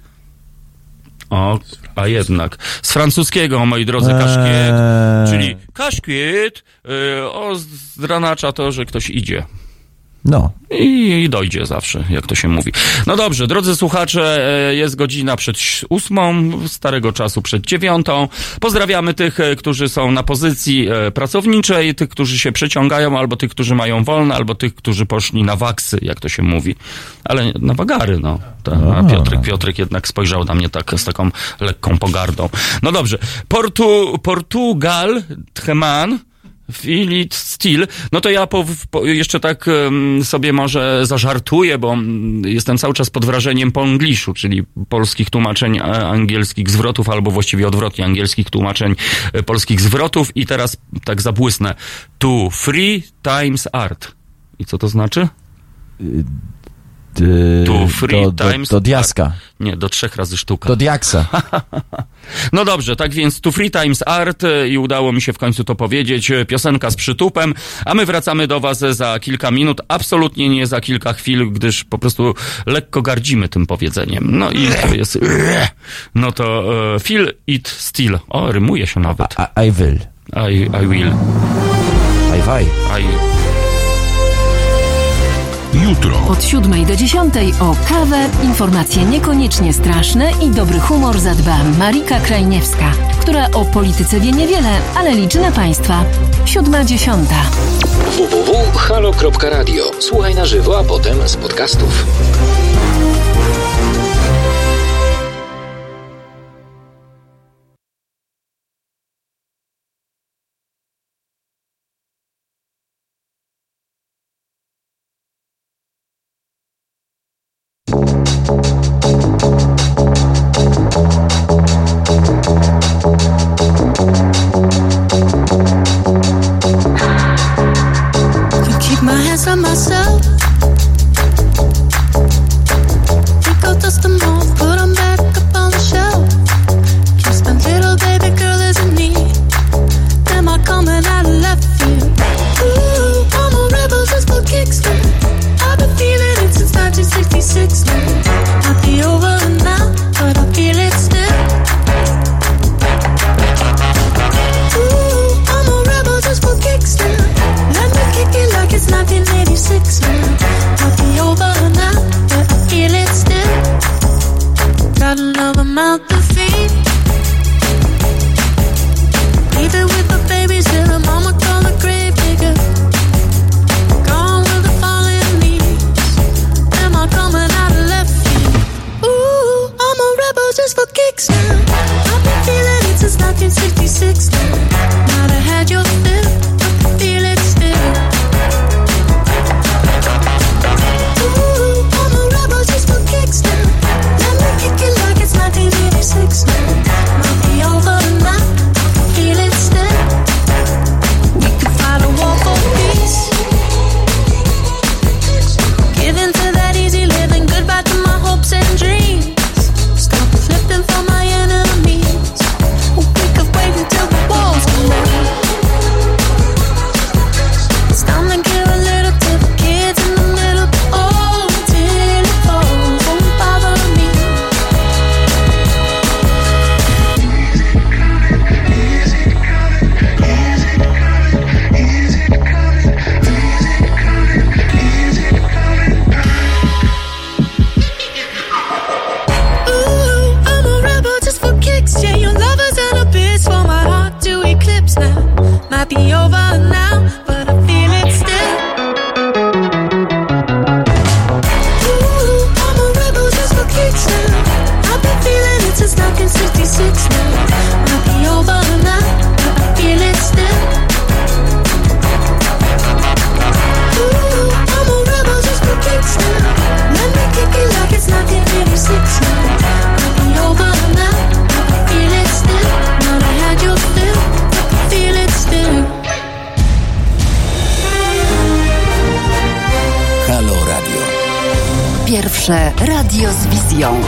O, a jednak. Z francuskiego, moi drodzy, kaszkiet. Eee. Czyli kaszkiet y, ozdranacza to, że ktoś idzie. No. I, I dojdzie zawsze, jak to się mówi. No dobrze, drodzy słuchacze, e, jest godzina przed ósmą, starego czasu przed dziewiątą. Pozdrawiamy tych, e, którzy są na pozycji e, pracowniczej, tych, którzy się przeciągają, albo tych, którzy mają wolne, albo tych, którzy poszli na waksy, jak to się mówi. Ale na wagary, no. Ta, a Piotrek, Piotrek jednak spojrzał na mnie tak z taką lekką pogardą. No dobrze. Portu, Portugal, Tcheman, Philip Steel, no to ja po, po, jeszcze tak um, sobie może zażartuję, bo um, jestem cały czas pod wrażeniem po angliszu, czyli polskich tłumaczeń a, angielskich zwrotów, albo właściwie odwrotnie, angielskich tłumaczeń e, polskich zwrotów i teraz tak zabłysnę. To three times art. I co to znaczy? Yy, To three do, do, times do diaska. Nie, do trzech razy sztuka. Do diaksa. No dobrze, tak więc to three times art i udało mi się w końcu to powiedzieć. Piosenka z przytupem, a my wracamy do was za kilka minut, absolutnie nie za kilka chwil, gdyż po prostu lekko gardzimy tym powiedzeniem. No i to jest... No to uh, feel it still. O, rymuje się nawet. I, I will. I, I will. I will. I... jutro. Od siódmej do dziesiątej o kawę, informacje niekoniecznie straszne i dobry humor zadba Marika Krajniewska, która o polityce wie niewiele, ale liczy na Państwa. Siódma, dziesiąta. w w w kropka halo kropka radio. Słuchaj na żywo, a potem z podcastów. Radio z wizją.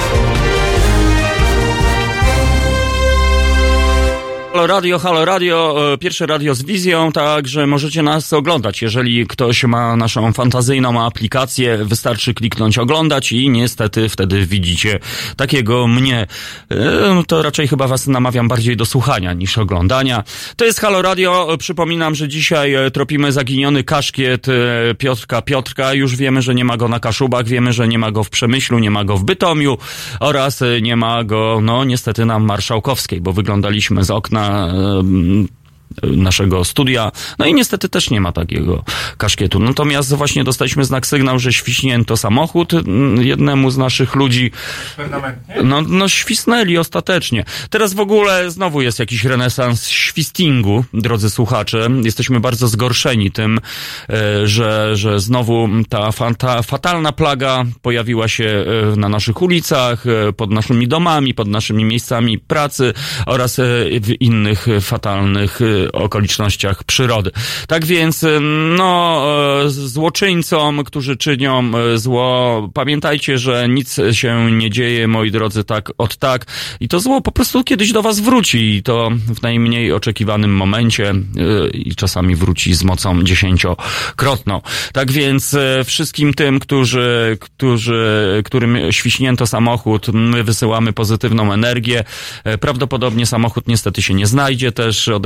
Halo Radio, Halo Radio, pierwsze radio z wizją, także możecie nas oglądać. Jeżeli ktoś ma naszą fantazyjną aplikację, wystarczy kliknąć oglądać i niestety wtedy widzicie takiego mnie. To raczej chyba was namawiam bardziej do słuchania niż oglądania. To jest Halo Radio. Przypominam, że dzisiaj tropimy zaginiony kaszkiet Piotrka Piotrka. Już wiemy, że nie ma go na Kaszubach, wiemy, że nie ma go w Przemyślu, nie ma go w Bytomiu oraz nie ma go, no niestety na Marszałkowskiej, bo wyglądaliśmy z okna naszego studia. No i niestety też nie ma takiego kaszkietu. Natomiast właśnie dostaliśmy znak sygnał, że świśnięto samochód jednemu z naszych ludzi. No, no świsnęli ostatecznie. Teraz w ogóle znowu jest jakiś renesans świstingu, drodzy słuchacze. Jesteśmy bardzo zgorszeni tym, że, że znowu ta, ta fatalna plaga pojawiła się na naszych ulicach, pod naszymi domami, pod naszymi miejscami pracy oraz w innych fatalnych okolicznościach przyrody. Tak więc, no, złoczyńcom, którzy czynią zło, pamiętajcie, że nic się nie dzieje, moi drodzy, tak od tak. I to zło po prostu kiedyś do was wróci i to w najmniej oczekiwanym momencie i czasami wróci z mocą dziesięciokrotną. Tak więc wszystkim tym, którzy, którzy, którym świśnięto samochód, my wysyłamy pozytywną energię. Prawdopodobnie samochód niestety się nie znajdzie też, od razu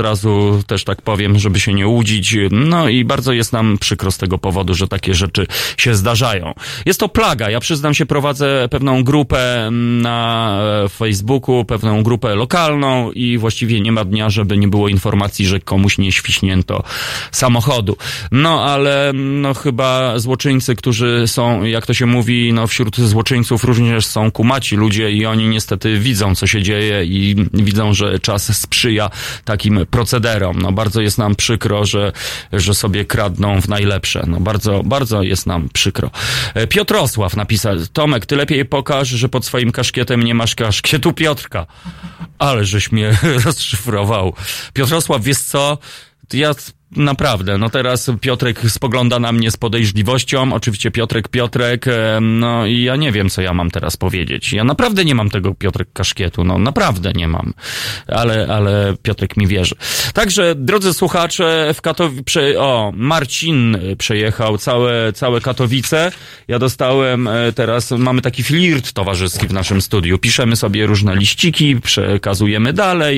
razu też tak powiem, żeby się nie łudzić. No i bardzo jest nam przykro z tego powodu, że takie rzeczy się zdarzają. Jest to plaga. Ja przyznam się, prowadzę pewną grupę na Facebooku, pewną grupę lokalną i właściwie nie ma dnia, żeby nie było informacji, że komuś nie świśnięto samochodu. No ale no chyba złoczyńcy, którzy są, jak to się mówi, no wśród złoczyńców również są kumaci ludzie i oni niestety widzą, co się dzieje i widzą, że czas sprzyja takim procederom. No bardzo jest nam przykro, że, że sobie kradną w najlepsze. No bardzo, bardzo jest nam przykro. Piotrosław napisał: Tomek, ty lepiej pokaż, że pod swoim kaszkietem nie masz kaszkietu Piotrka. Ale żeś mnie rozszyfrował. Piotrosław, wiesz co? Ja naprawdę, no teraz Piotrek spogląda na mnie z podejrzliwością. Oczywiście Piotrek, Piotrek, no i ja nie wiem, co ja mam teraz powiedzieć. Ja naprawdę nie mam tego, Piotrek, kaszkietu, no naprawdę nie mam. Ale, ale Piotrek mi wierzy. Także, drodzy słuchacze, w Katowice, o, Marcin przejechał całe, całe Katowice. Ja dostałem teraz, mamy taki flirt towarzyski w naszym studiu. Piszemy sobie różne liściki, przekazujemy dalej,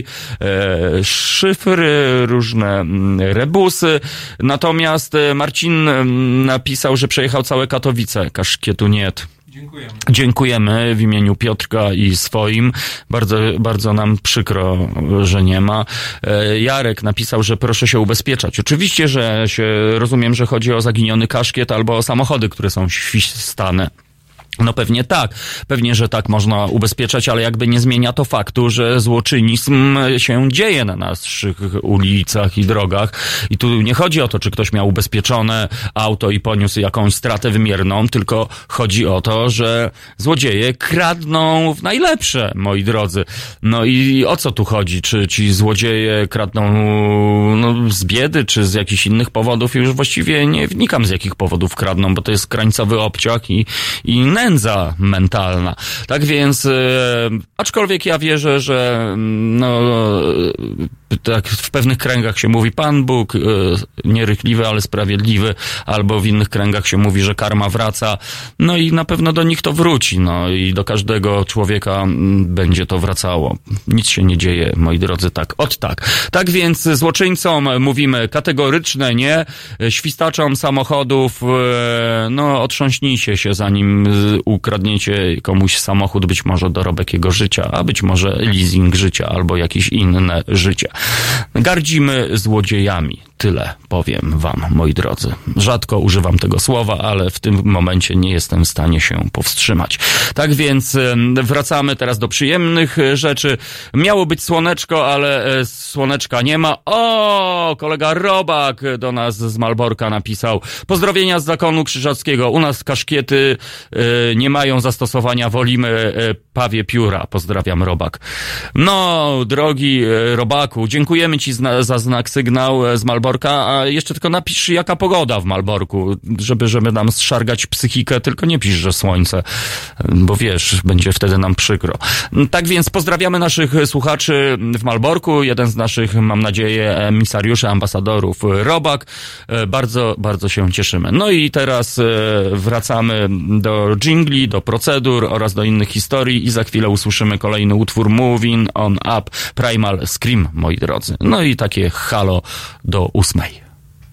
e, szyfry, różne rebusy. Natomiast Marcin napisał, że przejechał całe Katowice. Kaszkietu nie. Dziękujemy. Dziękujemy w imieniu Piotrka i swoim. Bardzo, bardzo nam przykro, że nie ma. Jarek napisał, że proszę się ubezpieczać. Oczywiście, że się rozumiem, że chodzi o zaginiony kaszkiet albo o samochody, które są świstane. No pewnie tak, pewnie, że tak można ubezpieczać, ale jakby nie zmienia to faktu, że złoczynizm się dzieje na naszych ulicach i drogach i tu nie chodzi o to, czy ktoś miał ubezpieczone auto i poniósł jakąś stratę wymierną, tylko chodzi o to, że złodzieje kradną w najlepsze, moi drodzy. No i o co tu chodzi? Czy ci złodzieje kradną no, z biedy, czy z jakichś innych powodów? Już właściwie nie wnikam, z jakich powodów kradną, bo to jest krańcowy obciach i, i nędza mentalna. Tak więc, e, aczkolwiek ja wierzę, że no, tak w pewnych kręgach się mówi Pan Bóg, e, nierychliwy, ale sprawiedliwy, albo w innych kręgach się mówi, że karma wraca. No i na pewno do nich to wróci, no i do każdego człowieka będzie to wracało. Nic się nie dzieje, moi drodzy, tak, od tak. Tak więc złoczyńcom mówimy kategoryczne nie, świstaczom samochodów, e, no otrząśnijcie się, zanim ukradniecie komuś samochód, być może dorobek jego życia, a być może leasing życia albo jakieś inne życie. Gardzimy złodziejami. Tyle powiem wam, moi drodzy. Rzadko używam tego słowa, ale w tym momencie nie jestem w stanie się powstrzymać. Tak więc wracamy teraz do przyjemnych rzeczy. Miało być słoneczko, ale słoneczka nie ma. O, kolega Robak do nas z Malborka napisał: pozdrowienia z zakonu krzyżackiego. U nas kaszkiety y, nie mają zastosowania, wolimy y, pawie pióra. Pozdrawiam, Robak. No, drogi y, Robaku, dziękujemy ci zna, za znak sygnał z Malborka, a jeszcze tylko napisz, jaka pogoda w Malborku, żeby, żeby nam zszargać psychikę, tylko nie pisz, że słońce, bo wiesz, będzie wtedy nam przykro. Tak więc pozdrawiamy naszych słuchaczy w Malborku, jeden z naszych, mam nadzieję, emisariuszy, ambasadorów, Robak. Bardzo, bardzo się cieszymy. No i teraz wracamy do dżingli, do procedur oraz do innych historii i za chwilę usłyszymy kolejny utwór Moving on Up, Primal Scream, moi drodzy. No i takie halo do ósmej.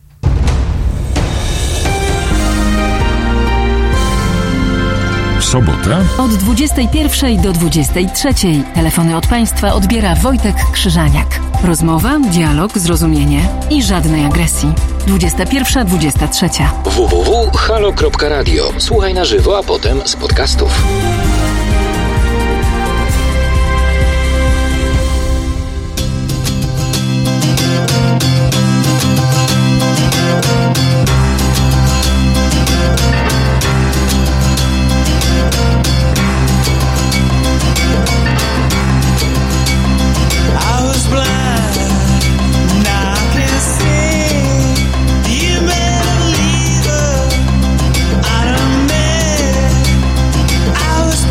Sobota? Od dwudziestej pierwszej do dwudziestej trzeciej telefony od Państwa odbiera Wojtek Krzyżaniak. Rozmowa, dialog, zrozumienie i żadnej agresji. dwudziesta pierwsza dwudziesta trzecia. w w w kropka halo kropka radio. Słuchaj na żywo, a potem z podcastów. I was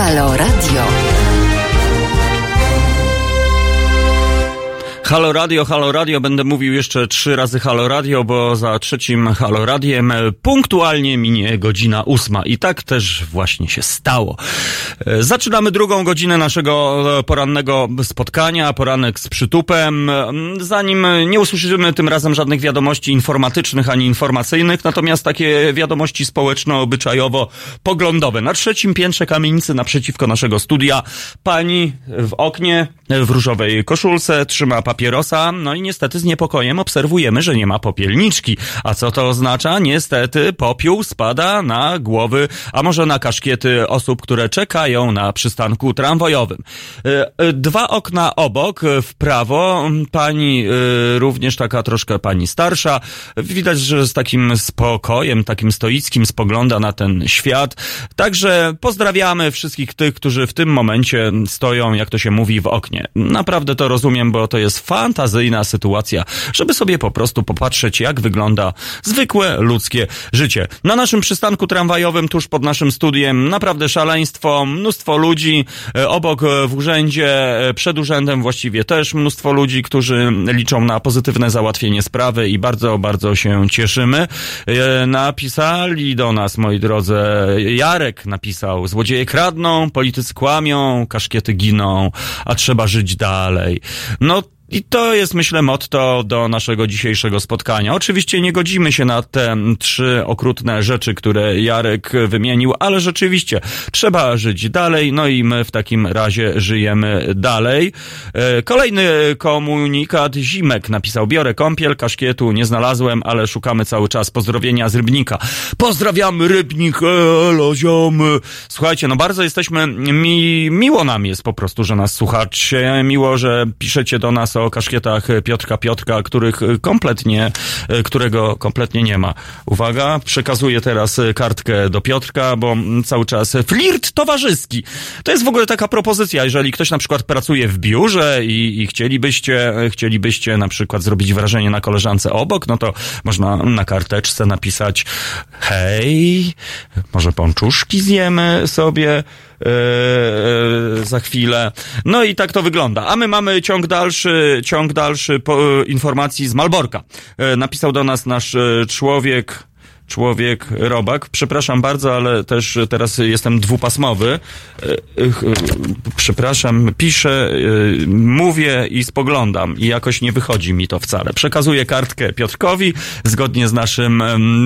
Halo Radio. Halo Radio, Halo Radio, będę mówił jeszcze trzy razy Halo Radio, bo za trzecim Halo Radiem punktualnie minie godzina ósma i tak też właśnie się stało. Zaczynamy drugą godzinę naszego porannego spotkania, poranek z przytupem. Zanim nie usłyszymy tym razem żadnych wiadomości informatycznych ani informacyjnych, natomiast takie wiadomości społeczno-obyczajowo-poglądowe. Na trzecim piętrze kamienicy naprzeciwko naszego studia pani w oknie w różowej koszulce trzyma papierosa, no i niestety z niepokojem obserwujemy, że nie ma popielniczki. A co to oznacza? Niestety popiół spada na głowy, a może na kaszkiety osób, które czekają na przystanku tramwajowym. Dwa okna obok, w prawo, pani również taka troszkę pani starsza. Widać, że z takim spokojem, takim stoickim spogląda na ten świat. Także pozdrawiamy wszystkich tych, którzy w tym momencie stoją, jak to się mówi, w oknie. Naprawdę to rozumiem, bo to jest fantazyjna sytuacja, żeby sobie po prostu popatrzeć, jak wygląda zwykłe ludzkie życie. Na naszym przystanku tramwajowym, tuż pod naszym studiem, naprawdę szaleństwo, mnóstwo ludzi, obok w urzędzie, przed urzędem właściwie też mnóstwo ludzi, którzy liczą na pozytywne załatwienie sprawy i bardzo, bardzo się cieszymy. Napisali do nas, moi drodzy, Jarek napisał: złodzieje kradną, politycy kłamią, kaszkiety giną, a trzeba żyć dalej. No i to jest, myślę, motto do naszego dzisiejszego spotkania. Oczywiście nie godzimy się na te trzy okrutne rzeczy, które Jarek wymienił, ale rzeczywiście trzeba żyć dalej, no i my w takim razie żyjemy dalej. Kolejny komunikat. Zimek napisał: biorę kąpiel, kaszkietu nie znalazłem, ale szukamy cały czas. Pozdrowienia z Rybnika. Pozdrawiamy Rybnik, elo ziomy. Słuchajcie, no bardzo jesteśmy, mi, miło nam jest po prostu, że nas słuchacie, miło, że piszecie do nas o kaszkietach Piotrka Piotrka, których kompletnie, którego kompletnie nie ma. Uwaga, przekazuję teraz kartkę do Piotrka, bo cały czas flirt towarzyski. To jest w ogóle taka propozycja, jeżeli ktoś na przykład pracuje w biurze i, i chcielibyście, chcielibyście na przykład zrobić wrażenie na koleżance obok, no to można na karteczce napisać: hej, może pączuszki zjemy sobie Yy, za chwilę. No i tak to wygląda. A my mamy ciąg dalszy, ciąg dalszy po, informacji z Malborka. Yy, napisał do nas nasz yy, człowiek, człowiek Robak. Przepraszam bardzo, ale też teraz jestem dwupasmowy. Przepraszam, piszę, mówię i spoglądam i jakoś nie wychodzi mi to wcale. Przekazuję kartkę Piotrkowi zgodnie z naszym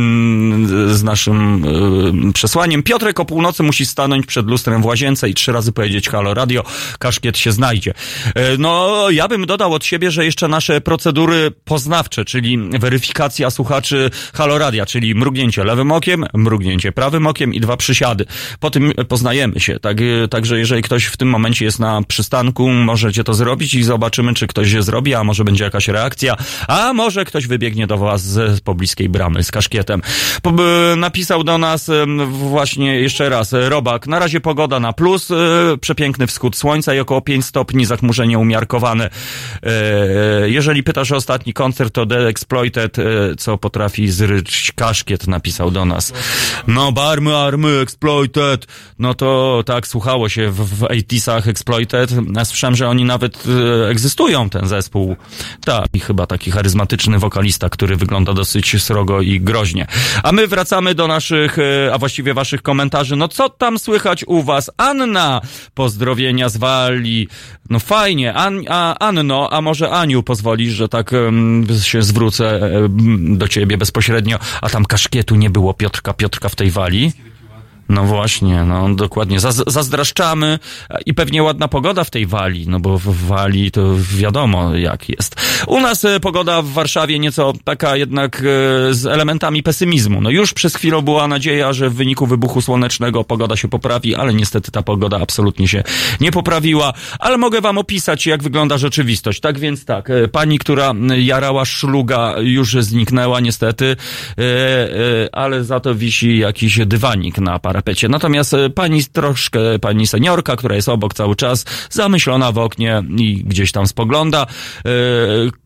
z naszym przesłaniem. Piotrek o północy musi stanąć przed lustrem w łazience i trzy razy powiedzieć: halo radio, kaszkiet się znajdzie. No, ja bym dodał od siebie, że jeszcze nasze procedury poznawcze, czyli weryfikacja słuchaczy halo radia, czyli mrugnięcie lewym okiem, mrugnięcie prawym okiem i dwa przysiady. Po tym poznajemy się. Tak, także jeżeli ktoś w tym momencie jest na przystanku, możecie to zrobić i zobaczymy, czy ktoś je zrobi, a może będzie jakaś reakcja, a może ktoś wybiegnie do was z pobliskiej bramy z kaszkietem. Po, napisał do nas właśnie jeszcze raz Robak: na razie pogoda na plus, przepiękny wschód słońca i około pięć stopni, zachmurzenie umiarkowane. Jeżeli pytasz o ostatni koncert, to The Exploited, co potrafi zryć kaszkiet, napisał do nas. No, barmy, army, Exploited. No to tak słuchało się w, w osiemdziesiątych Exploited. Ja słyszałem, że oni nawet e, egzystują, ten zespół. Tak, i chyba taki charyzmatyczny wokalista, który wygląda dosyć srogo i groźnie. A my wracamy do naszych, e, a właściwie waszych komentarzy. No co tam słychać u was? Anna, pozdrowienia z Walii. No fajnie. An, a, Anno, a może Aniu pozwolisz, że tak um, się zwrócę um, do ciebie bezpośrednio, a tam kaszkietu nie było Piotrka Piotrka w tej Walii? No właśnie, no dokładnie. Zaz- zazdraszczamy i pewnie ładna pogoda w tej Walii, no bo w Walii to wiadomo jak jest. U nas e, pogoda w Warszawie nieco taka jednak e, z elementami pesymizmu. No już przez chwilę była nadzieja, że w wyniku wybuchu słonecznego pogoda się poprawi, ale niestety ta pogoda absolutnie się nie poprawiła. Ale mogę wam opisać, jak wygląda rzeczywistość. Tak więc tak, e, pani, która jarała szluga, już zniknęła niestety, e, e, ale za to wisi jakiś dywanik na parapecie. Natomiast pani troszkę, pani seniorka, która jest obok cały czas, zamyślona w oknie i gdzieś tam spogląda.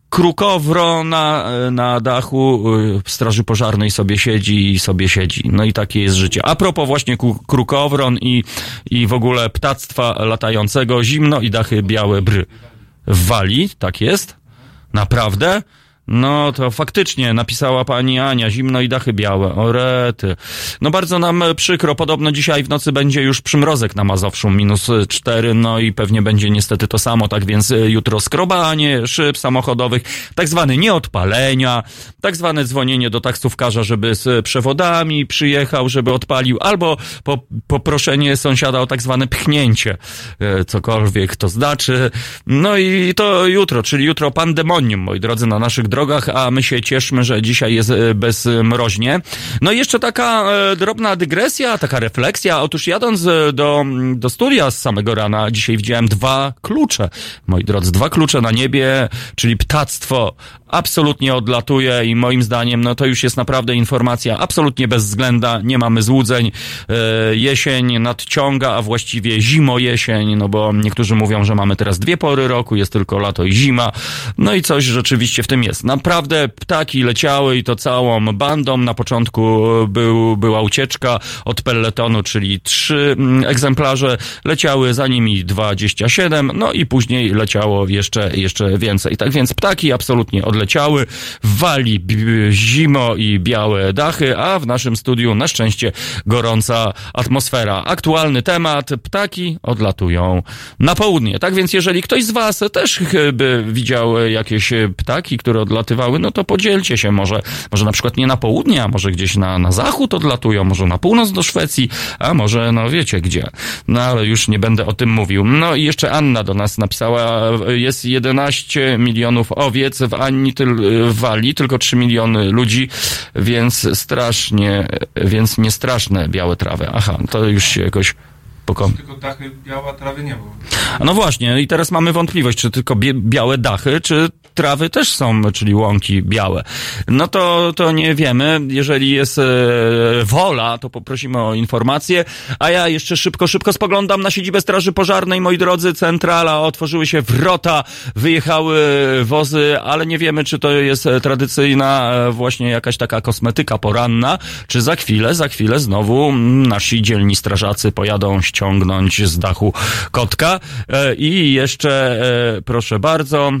krukowro na, na dachu straży pożarnej sobie siedzi i sobie siedzi. No i takie jest życie. A propos właśnie krukowron i, i w ogóle ptactwa latającego, zimno i dachy białe bry. W Walii, tak jest? Naprawdę? No to faktycznie napisała pani Ania, zimno i dachy białe, o rety. No bardzo nam przykro, podobno dzisiaj w nocy będzie już przymrozek na Mazowszu, minus cztery, no i pewnie będzie niestety to samo, tak więc jutro skrobanie szyb samochodowych, tak zwane nieodpalenia, tak zwane dzwonienie do taksówkarza, żeby z przewodami przyjechał, żeby odpalił, albo po, poproszenie sąsiada o tak zwane pchnięcie, cokolwiek to znaczy. No i to jutro, czyli jutro pandemonium, moi drodzy, na naszych drogach, a my się cieszmy, że dzisiaj jest bezmroźnie. No i jeszcze taka e, drobna dygresja, taka refleksja. Otóż jadąc do, do studia z samego rana, dzisiaj widziałem dwa klucze. Moi drodzy, dwa klucze na niebie, czyli ptactwo absolutnie odlatuje i moim zdaniem, no to już jest naprawdę informacja absolutnie bezwzględna, nie mamy złudzeń. E, jesień nadciąga, a właściwie zimo-jesień, no bo niektórzy mówią, że mamy teraz dwie pory roku, jest tylko lato i zima. No i coś rzeczywiście w tym jest. Naprawdę ptaki leciały i to całą bandą. Na początku był, była ucieczka od pelletonu, czyli trzy egzemplarze. Leciały za nimi dwadzieścia siedem, no i później leciało jeszcze, jeszcze więcej. Tak więc ptaki absolutnie odleciały. W Walii zimo i białe dachy, a w naszym studiu na szczęście gorąca atmosfera. Aktualny temat. Ptaki odlatują na południe. Tak więc jeżeli ktoś z was też by widział jakieś ptaki, które odlatywały, no to podzielcie się, może, może na przykład nie na południe, a może gdzieś na, na zachód odlatują, może na północ do Szwecji, a może no wiecie gdzie. No ale już nie będę o tym mówił. No i jeszcze Anna do nas napisała, jest jedenaście milionów owiec w Anni, tyl, w Walii, tylko trzy miliony ludzi, więc strasznie, więc nie straszne białe trawy. Aha, to już się jakoś pokon... Tylko dachy biała, trawy nie było. No właśnie, i teraz mamy wątpliwość, czy tylko bie- białe dachy, czy trawy też są, czyli łąki białe. No to, to nie wiemy. Jeżeli jest e, wola, to poprosimy o informację. A ja jeszcze szybko, szybko spoglądam na siedzibę Straży Pożarnej, moi drodzy, centrala, otworzyły się wrota, wyjechały wozy, ale nie wiemy, czy to jest tradycyjna e, właśnie jakaś taka kosmetyka poranna, czy za chwilę, za chwilę znowu nasi dzielni strażacy pojadą ściągnąć z dachu kotka. E, I jeszcze, e, proszę bardzo,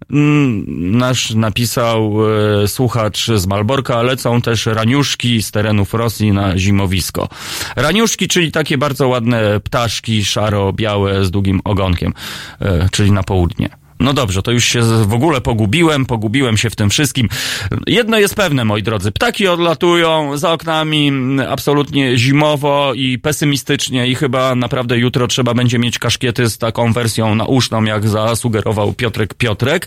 nasz napisał e, słuchacz z Malborka, lecą też raniuszki z terenów Rosji na zimowisko. Raniuszki, czyli takie bardzo ładne ptaszki, szaro-białe z długim ogonkiem, e, czyli na południe. No dobrze, to już się w ogóle pogubiłem, pogubiłem się w tym wszystkim. Jedno jest pewne, moi drodzy, ptaki odlatują za oknami absolutnie zimowo i pesymistycznie i chyba naprawdę jutro trzeba będzie mieć kaszkiety z taką wersją nauszną, jak zasugerował Piotrek Piotrek.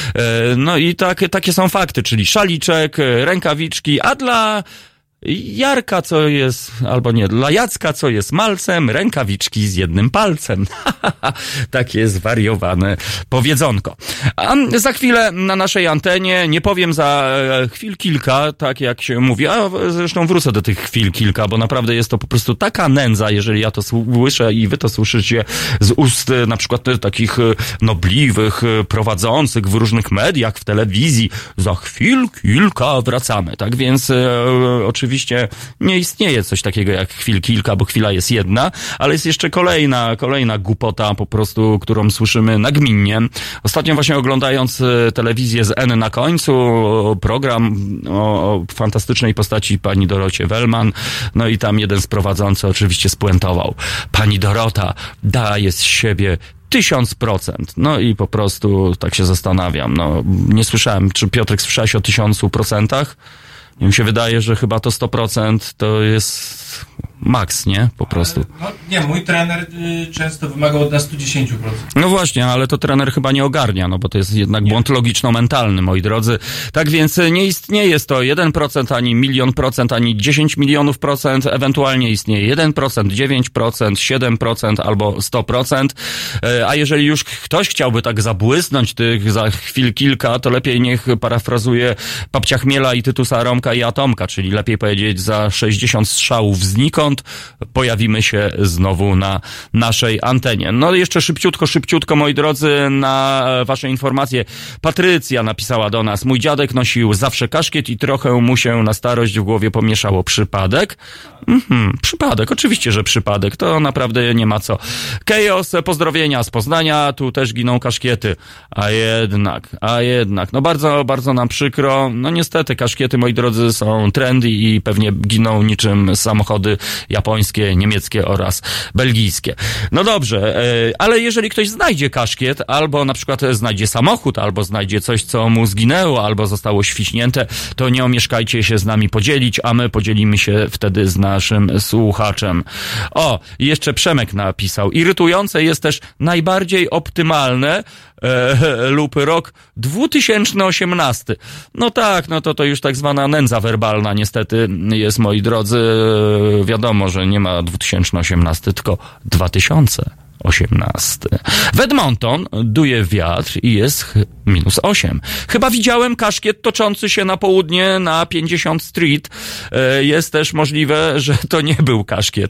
No i tak, takie są fakty, czyli szaliczek, rękawiczki, a dla Jarka, co jest, albo nie, dla Jacka, co jest malcem, rękawiczki z jednym palcem. Takie zwariowane powiedzonko. A za chwilę na naszej antenie, nie powiem za chwil kilka, tak jak się mówi, a zresztą wrócę do tych chwil kilka, bo naprawdę jest to po prostu taka nędza, jeżeli ja to słyszę i wy to słyszycie z ust na przykład takich nobliwych prowadzących w różnych mediach, w telewizji. Za chwil kilka wracamy. Tak więc e, oczywiście Oczywiście nie istnieje coś takiego jak chwil kilka, bo chwila jest jedna, ale jest jeszcze kolejna, kolejna głupota po prostu, którą słyszymy nagminnie. Ostatnio właśnie oglądając telewizję z N na końcu, program o, o fantastycznej postaci pani Dorocie Wellman, no i tam jeden z prowadzących oczywiście spuentował. Pani Dorota daje z siebie Tysiąc procent. No i po prostu tak się zastanawiam. No, nie słyszałem, czy Piotrek słyszałeś o tysiącu procentach? Mi się wydaje, że chyba to sto procent to jest maks, nie? Po prostu. Ale, no nie, mój trener y, często wymagał od nas sto dziesięć procent. No właśnie, ale to trener chyba nie ogarnia, no bo to jest jednak nie. Błąd logiczno-mentalny, moi drodzy. Tak więc nie istnieje to jeden procent, ani milion procent, ani dziesięć milionów procent, ewentualnie istnieje jeden procent, dziewięć procent, siedem procent albo sto procent. A jeżeli już ktoś chciałby tak zabłysnąć tych za chwil kilka, to lepiej niech parafrazuje Babcia Chmiela i Tytusa, Romka i Atomka, czyli lepiej powiedzieć za sześćdziesiąt strzałów znikąd, weekend pojawimy się znowu na naszej antenie. No jeszcze szybciutko, szybciutko, moi drodzy, na wasze informacje. Patrycja napisała do nas: mój dziadek nosił zawsze kaszkiet i trochę mu się na starość w głowie pomieszało. Przypadek? Mhm, przypadek, oczywiście, że przypadek. To naprawdę nie ma co. Chaos, pozdrowienia z Poznania, tu też giną kaszkiety. A jednak, a jednak, no bardzo, bardzo nam przykro. No niestety, kaszkiety, moi drodzy, są trendy i pewnie giną niczym samochody japońskie, niemieckie oraz belgijskie. No dobrze, ale jeżeli ktoś znajdzie kaszkiet, albo na przykład znajdzie samochód, albo znajdzie coś, co mu zginęło, albo zostało świśnięte, to nie omieszkajcie się z nami podzielić, a my podzielimy się wtedy z naszym słuchaczem. O, jeszcze Przemek napisał: irytujące jest też najbardziej optymalne e, lub rok dwa tysiące osiemnasty. No tak, no to to już tak zwana nędza werbalna niestety jest, moi drodzy. Wiadomo, że nie ma dwa tysiące osiemnasty, tylko dwa tysiące osiemnasty. W Edmonton duje wiatr i jest minus osiem. Chyba widziałem kaszkiet toczący się na południe na pięćdziesiąt Street. Jest też możliwe, że to nie był kaszkiet.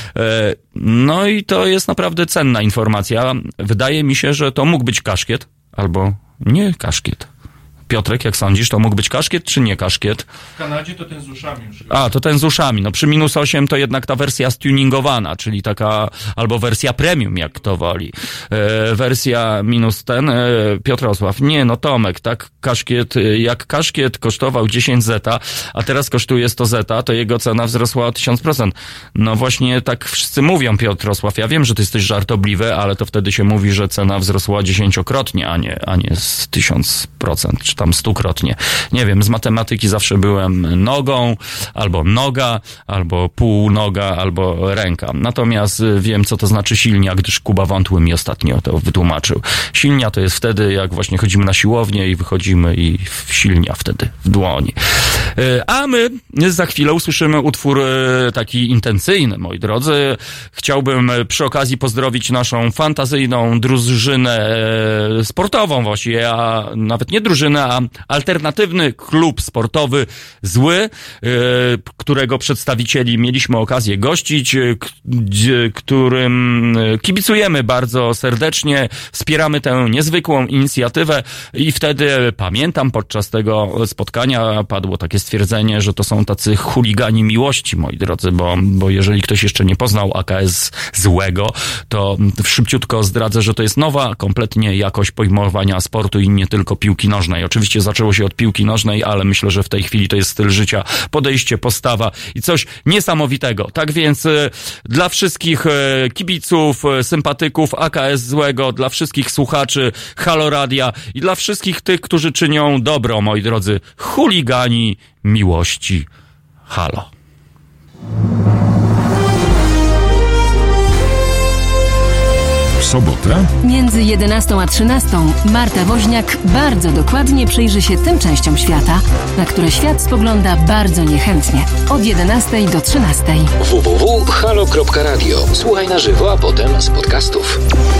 No i to jest naprawdę cenna informacja. Wydaje mi się, że to mógł być kaszkiet albo nie kaszkiet. Piotrek, jak sądzisz, to mógł być kaszkiet czy nie kaszkiet? W Kanadzie to ten z uszami już. A, to ten z uszami. No przy minus osiem to jednak ta wersja stuningowana, czyli taka, albo wersja premium, jak kto woli. E, wersja minus ten, e, Piotrosław, nie, no Tomek, tak, kaszkiet, jak kaszkiet kosztował dziesięć zeta, a teraz kosztuje sto zeta, to jego cena wzrosła o tysiąc procent. No właśnie tak wszyscy mówią, Piotrosław. Ja wiem, że ty jesteś żartobliwy, ale to wtedy się mówi, że cena wzrosła dziesięciokrotnie, a nie, a nie z tysiąc procent, czy tam stukrotnie. Nie wiem, z matematyki zawsze byłem nogą, albo noga, albo półnoga, albo ręka. Natomiast wiem, co to znaczy silnia, gdyż Kuba Wątły mi ostatnio to wytłumaczył. Silnia to jest wtedy, jak właśnie chodzimy na siłownię i wychodzimy i silnia wtedy w dłoni. A my za chwilę usłyszymy utwór taki intencyjny, moi drodzy. Chciałbym przy okazji pozdrowić naszą fantazyjną drużynę sportową właściwie, a nawet nie drużynę, a alternatywny klub sportowy Zły, którego przedstawicieli mieliśmy okazję gościć, którym kibicujemy bardzo serdecznie, wspieramy tę niezwykłą inicjatywę i wtedy pamiętam, podczas tego spotkania padło takie stwierdzenie, że to są tacy chuligani miłości, moi drodzy, bo, bo jeżeli ktoś jeszcze nie poznał A K S Złego, to szybciutko zdradzę, że to jest nowa kompletnie jakość pojmowania sportu i nie tylko piłki nożnej. Oczywiście zaczęło się od piłki nożnej, ale myślę, że w tej chwili to jest styl życia, podejście, postawa i coś niesamowitego. Tak więc y, dla wszystkich y, kibiców, y, sympatyków A K S Złego, dla wszystkich słuchaczy Halo Radia i dla wszystkich tych, którzy czynią dobro, moi drodzy, chuligani miłości. Halo. W sobotę? Między jedenastą a trzynastą Marta Woźniak bardzo dokładnie przyjrzy się tym częściom świata, na które świat spogląda bardzo niechętnie. Od jedenastej do trzynastej. w w w kropka halo kropka radio. Słuchaj na żywo, a potem z podcastów.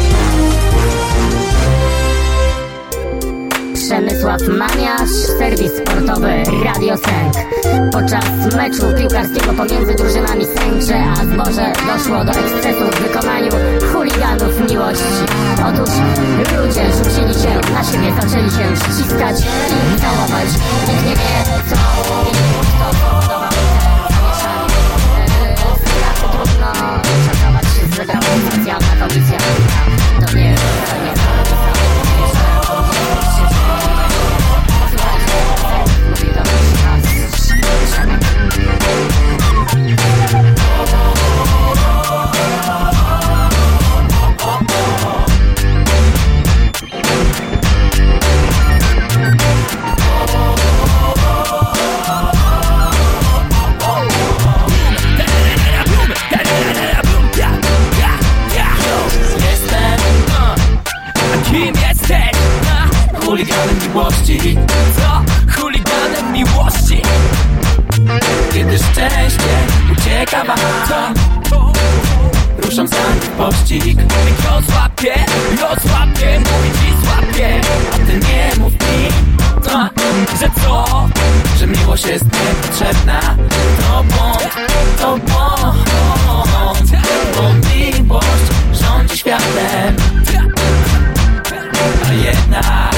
Przemysław Maniasz, serwis sportowy Radio Sęk. Podczas meczu piłkarskiego pomiędzy drużynami Sękrze a Zboże doszło do ekscesu w wykonaniu chuliganów miłości. Otóż ludzie rzucili się na siebie, zaczęli się ściskać i całować. Nikt nie wie, co i kto powodował te zamieszanie. Trudno szacować, zebrała specjalna komisja. To nie nie chuliganem miłości. Co? Chuliganem miłości. Kiedy szczęście ucieka wam, ruszam za nim w pościg. Ją złapię, ją złapię, mówi ci złapię, a ty nie mów mi, a, że co? że miłość jest niepotrzebna. To błąd, to błąd, bo miłość rządzi światem. A jednak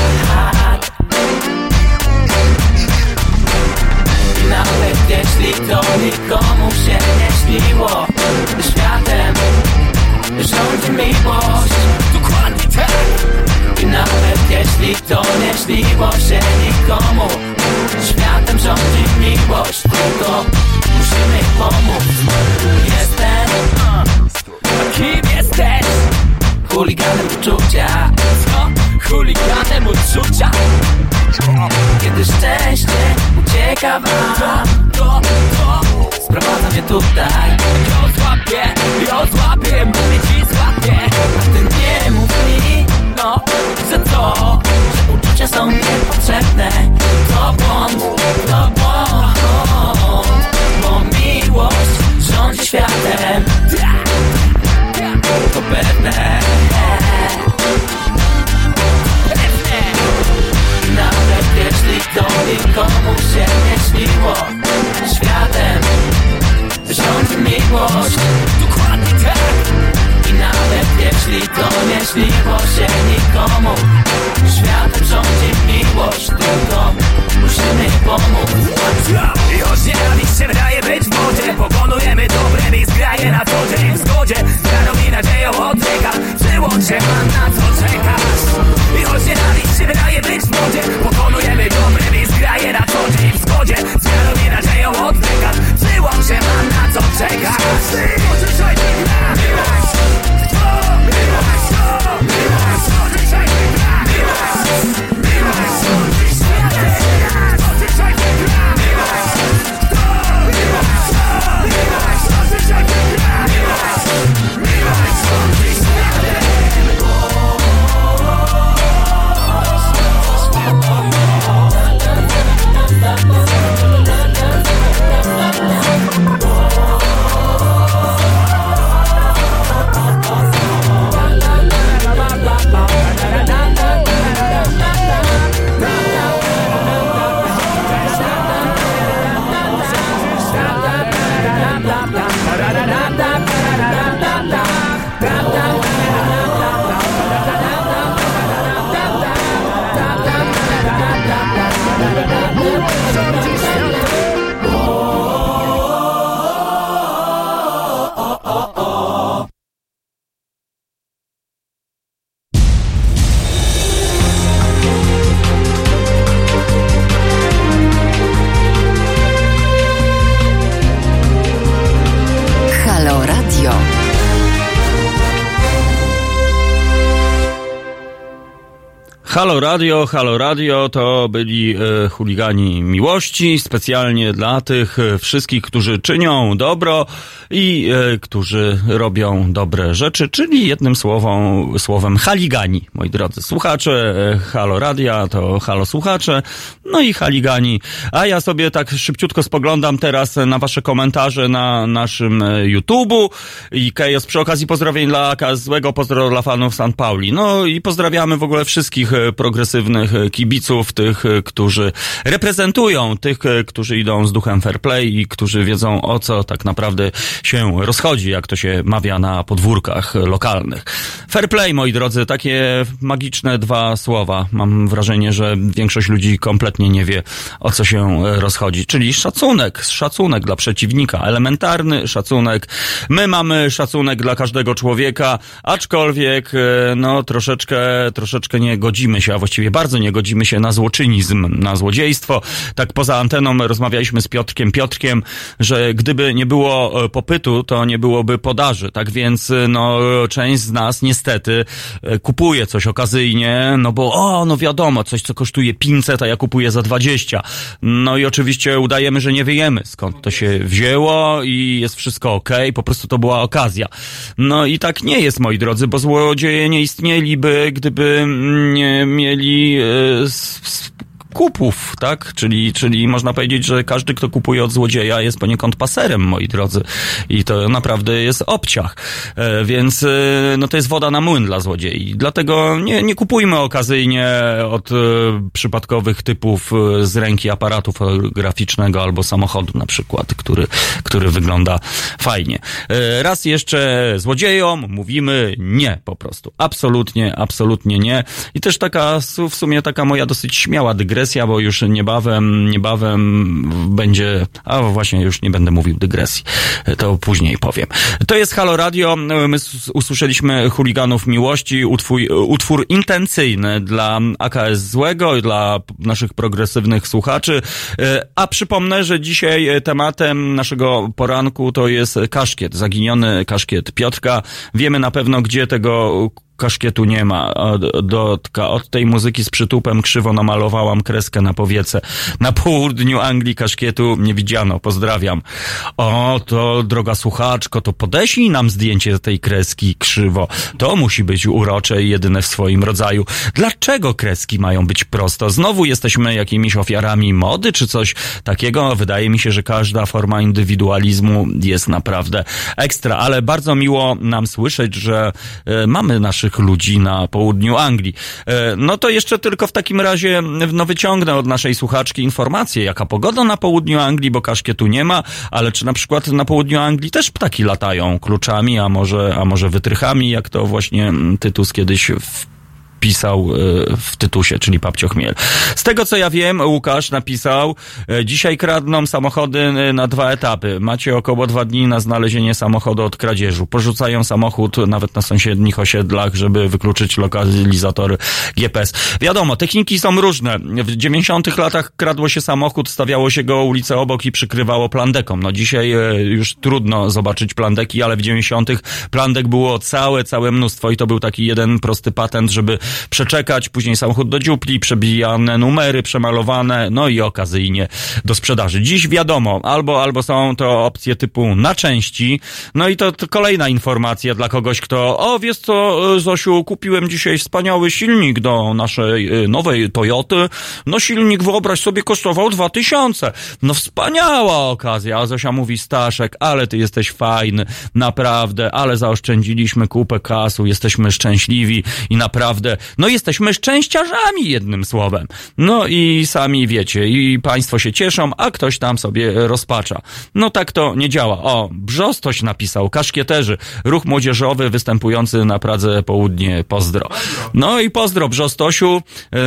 i nawet jeśli to nikomu się nie śniło, światem rządzi miłość. Dokładnie tak. I nawet jeśli to nie śniło się nikomu, światem rządzi miłość. Tylko musimy pomóc. Jestem, a kim jesteś? Chuliganem uczucia. Co? Chuliganem uczucia? Kiedy szczęście ucieka wam, to, to sprowadza mnie tutaj. Ją złapię, ją złapię, mówię ci złapię. A ty nie mów mi, no, że to, że uczucia są niepotrzebne. To błąd, to błąd, bo miłość rządzi światem. To pewne. Nawet jeśli to nikomu się nie śniło, światem rządzi miłość. Dokładnie tak. I nawet jeśli to nie śniło się nikomu, światem rządzi miłość. Tylko musimy pomóc. Już nienawiść się wydaje być w wodzie. Pokonujemy dobre i zgraje na co dzień w zgodzie. Z wiarą i nadzieją oddycha. Przyłącz się, mam na co czekasz. Już nienawiść się wydaje być w wodzie. Pokonujemy dobre i zgraje na co dzień w zgodzie. Z wiarą i nadzieją oddycha. Przyłącz się, mam na co czekasz. Pożyczaj mi gra. Miłość. Miłość. Miłość. Pożyczaj mi gra. Miłość. Miłość. Pożyczaj mi gra. Miłość. Miłość. Miłość. Pożyczaj mi gra. Miłość. Miłość. Rządzi światem. Halo Radio, Halo Radio to byli e, chuligani miłości, specjalnie dla tych e, wszystkich, którzy czynią dobro i e, którzy robią dobre rzeczy, czyli jednym słowem, słowem haligani, moi drodzy słuchacze. E, Halo Radia to halo słuchacze, no i haligani. A ja sobie tak szybciutko spoglądam teraz na wasze komentarze na naszym YouTube'u i Kejos przy okazji pozdrowień dla złego pozdro dla fanów San Pauli. No i pozdrawiamy w ogóle wszystkich progresywnych kibiców, tych, którzy reprezentują, tych, którzy idą z duchem fair play i którzy wiedzą, o co tak naprawdę się rozchodzi, jak to się mawia na podwórkach lokalnych. Fair play, moi drodzy, takie magiczne dwa słowa. Mam wrażenie, że większość ludzi kompletnie nie wie, o co się rozchodzi. Czyli szacunek, szacunek dla przeciwnika, elementarny szacunek. My mamy szacunek dla każdego człowieka, aczkolwiek no troszeczkę, troszeczkę nie godzimy się, a właściwie bardzo nie godzimy się na złoczynizm, na złodziejstwo. Tak poza anteną rozmawialiśmy z Piotrkiem Piotrkiem, że gdyby nie było popytu, to nie byłoby podaży. Tak więc no część z nas niestety kupuje coś okazyjnie, no bo o, no wiadomo, coś co kosztuje pięćset, a ja kupuję za dwadzieścia. No i oczywiście udajemy, że nie wiemy, skąd to się wzięło i jest wszystko okej, po prostu to była okazja. No i tak nie jest, moi drodzy, bo złodzieje nie istnieliby, gdyby nie mieli kupów, tak? Czyli, czyli można powiedzieć, że każdy, kto kupuje od złodzieja, jest poniekąd paserem, moi drodzy. I to naprawdę jest obciach. E, więc e, no to jest woda na młyn dla złodziei. Dlatego nie, nie kupujmy okazyjnie od e, przypadkowych typów e, z ręki aparatu fotograficznego albo samochodu na przykład, który, który wygląda fajnie. E, raz jeszcze złodziejom mówimy nie po prostu. Absolutnie, absolutnie nie. I też taka w sumie taka moja dosyć śmiała dygresja, bo już niebawem, niebawem będzie, a właśnie już nie będę mówił dygresji, to później powiem. To jest Halo Radio, my usłyszeliśmy Chuliganów Miłości, utwór, utwór intencyjny dla A K S Złego i dla naszych progresywnych słuchaczy, a przypomnę, że dzisiaj tematem naszego poranku to jest kaszkiet, zaginiony kaszkiet Piotrka. Wiemy na pewno, gdzie tego kaszkietu nie ma. Dotka. Od tej muzyki z przytupem krzywo namalowałam kreskę na powiece. Na południu Anglii kaszkietu nie widziano. Pozdrawiam. O, to droga słuchaczko, to podeślij nam zdjęcie tej kreski krzywo. To musi być urocze i jedyne w swoim rodzaju. Dlaczego kreski mają być prosto? Znowu jesteśmy jakimiś ofiarami mody, czy coś takiego? Wydaje mi się, że każda forma indywidualizmu jest naprawdę ekstra, ale bardzo miło nam słyszeć, że e, mamy naszych ludzi na południu Anglii. No to jeszcze tylko w takim razie no wyciągnę od naszej słuchaczki informację, jaka pogoda na południu Anglii, bo kaszkietu nie ma, ale czy na przykład na południu Anglii też ptaki latają kluczami, a może, a może wytrychami, jak to właśnie Tytus kiedyś w pisał w Tytusie, czyli Papcio Chmiel. Z tego co ja wiem, Łukasz napisał, dzisiaj kradną samochody na dwa etapy. Macie około dwa dni na znalezienie samochodu od kradzieżu. Porzucają samochód nawet na sąsiednich osiedlach, żeby wykluczyć lokalizatory G P S. Wiadomo, techniki są różne. W dziewięćdziesiątych latach kradło się samochód, stawiało się go ulicę obok i przykrywało plandeką. No dzisiaj już trudno zobaczyć plandeki, ale w dziewięćdziesiątych plandek było całe, całe mnóstwo i to był taki jeden prosty patent, żeby przeczekać, później samochód do dziupli, przebijane numery, przemalowane, no i okazyjnie do sprzedaży. Dziś wiadomo, albo, albo są to opcje typu na części, no i to, to kolejna informacja dla kogoś, kto, o wiesz co, Zosiu, kupiłem dzisiaj wspaniały silnik do naszej nowej Toyoty, no silnik, wyobraź sobie, kosztował dwa tysiące. No wspaniała okazja, a Zosia mówi, Staszek, ale ty jesteś fajny, naprawdę, ale zaoszczędziliśmy kupę kasu, jesteśmy szczęśliwi i naprawdę no jesteśmy szczęściarzami, jednym słowem. No i sami wiecie, i państwo się cieszą, a ktoś tam sobie rozpacza. No tak to nie działa. O, Brzostoś napisał, kaszkieterzy, ruch młodzieżowy występujący na Pradze Południe, pozdro. No i pozdro, Brzostosiu,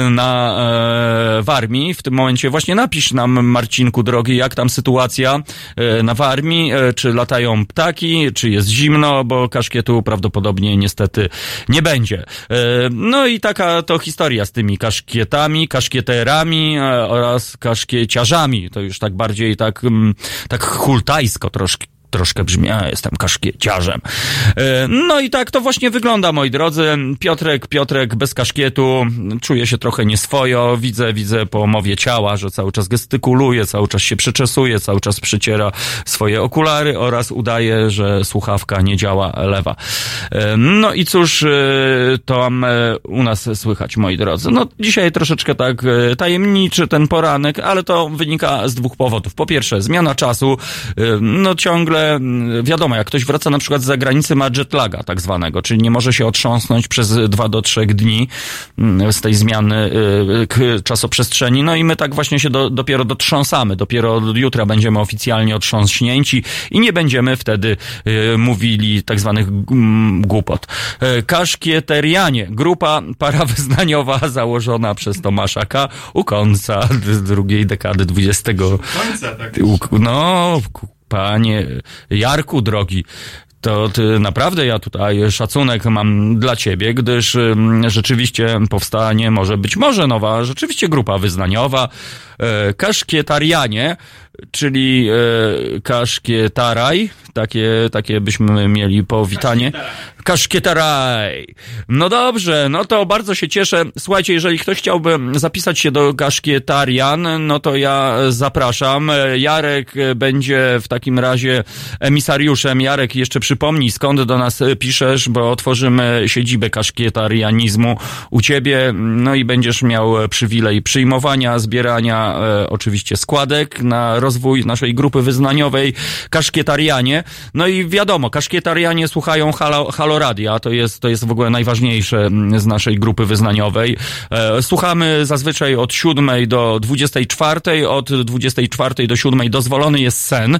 na e, Warmii. W tym momencie właśnie napisz nam, Marcinku drogi, jak tam sytuacja e, na Warmii, e, czy latają ptaki, czy jest zimno, bo kaszkietu prawdopodobnie niestety nie będzie. E, no i taka to historia z tymi kaszkietami, kaszkieterami e, oraz kaszkieciarzami. To już tak bardziej tak, m, tak hultajsko troszkę. Troszkę brzmi, ja jestem kaszkieciarzem. No i tak to właśnie wygląda, moi drodzy. Piotrek, Piotrek bez kaszkietu, czuje się trochę nieswojo, widzę, widzę po mowie ciała, że cały czas gestykuluje, cały czas się przyczesuje, cały czas przyciera swoje okulary oraz udaje, że słuchawka nie działa lewa. No i cóż tam u nas słychać, moi drodzy. No dzisiaj troszeczkę tak tajemniczy ten poranek, ale to wynika z dwóch powodów. Po pierwsze, zmiana czasu, no ciągle wiadomo, jak ktoś wraca na przykład z zagranicy, ma jetlaga tak zwanego, czyli nie może się otrząsnąć przez dwa do trzech dni z tej zmiany czasoprzestrzeni. No i my tak właśnie się do, dopiero dotrząsamy. Dopiero od jutra będziemy oficjalnie otrząśnięci i nie będziemy wtedy y, mówili tak zwanych mm, głupot. Y, Kaszkieterianie, grupa parawyznaniowa założona przez Tomasza K. u końca drugiej dekady dwudziestego. Końca, tak. No, panie Jarku drogi, to ty naprawdę, ja tutaj szacunek mam dla ciebie, gdyż y, rzeczywiście powstanie może być może nowa, rzeczywiście grupa wyznaniowa, y, kaszkietarianie, czyli e, kaszkietaraj, takie, takie byśmy mieli powitanie. Kaszkietaraj. No dobrze, no to bardzo się cieszę. Słuchajcie, jeżeli ktoś chciałby zapisać się do Kaszkietarian, no to ja zapraszam. Jarek będzie w takim razie emisariuszem. Jarek, jeszcze przypomnij, skąd do nas piszesz, bo otworzymy siedzibę kaszkietarianizmu u ciebie, no i będziesz miał przywilej przyjmowania, zbierania e, oczywiście składek na rozwój naszej grupy wyznaniowej Kaszkietarianie. No i wiadomo, Kaszkietarianie słuchają Halo, Halo Radia, to jest, to jest w ogóle najważniejsze z naszej grupy wyznaniowej. E, słuchamy zazwyczaj od siódmej do dwudziestej czwartej, od dwudziestej czwartej do siódmej dozwolony jest sen,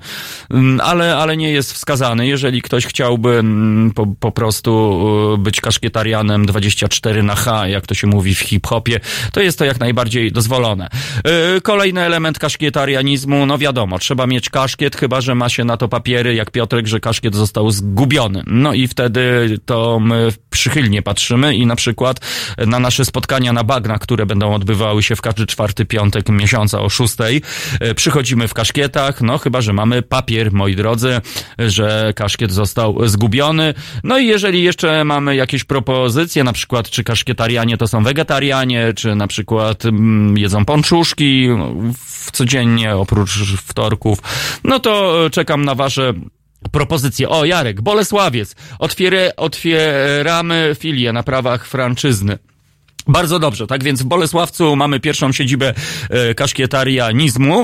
ale, ale nie jest wskazany. Jeżeli ktoś chciałby po, po prostu być kaszkietarianem dwadzieścia cztery na H, jak to się mówi w hip-hopie, to jest to jak najbardziej dozwolone. E, kolejny element kaszkietarianizmu, no wiadomo, trzeba mieć kaszkiet, chyba że ma się na to papiery, jak Piotrek, że kaszkiet został zgubiony. No i wtedy to my przychylnie patrzymy i na przykład na nasze spotkania na bagnach, które będą odbywały się w każdy czwarty piątek miesiąca o szóstej, przychodzimy w kaszkietach, no chyba że mamy papier, moi drodzy, że kaszkiet został zgubiony. No i jeżeli jeszcze mamy jakieś propozycje, na przykład czy kaszkietarianie to są wegetarianie, czy na przykład mm, jedzą pączuszki w codziennie oprócz wtorków, no to czekam na wasze propozycje. O, Jarek, Bolesławiec. Otwier- otwieramy filię na prawach franczyzny. Bardzo dobrze, tak więc w Bolesławcu mamy pierwszą siedzibę e, kaszkietarianizmu.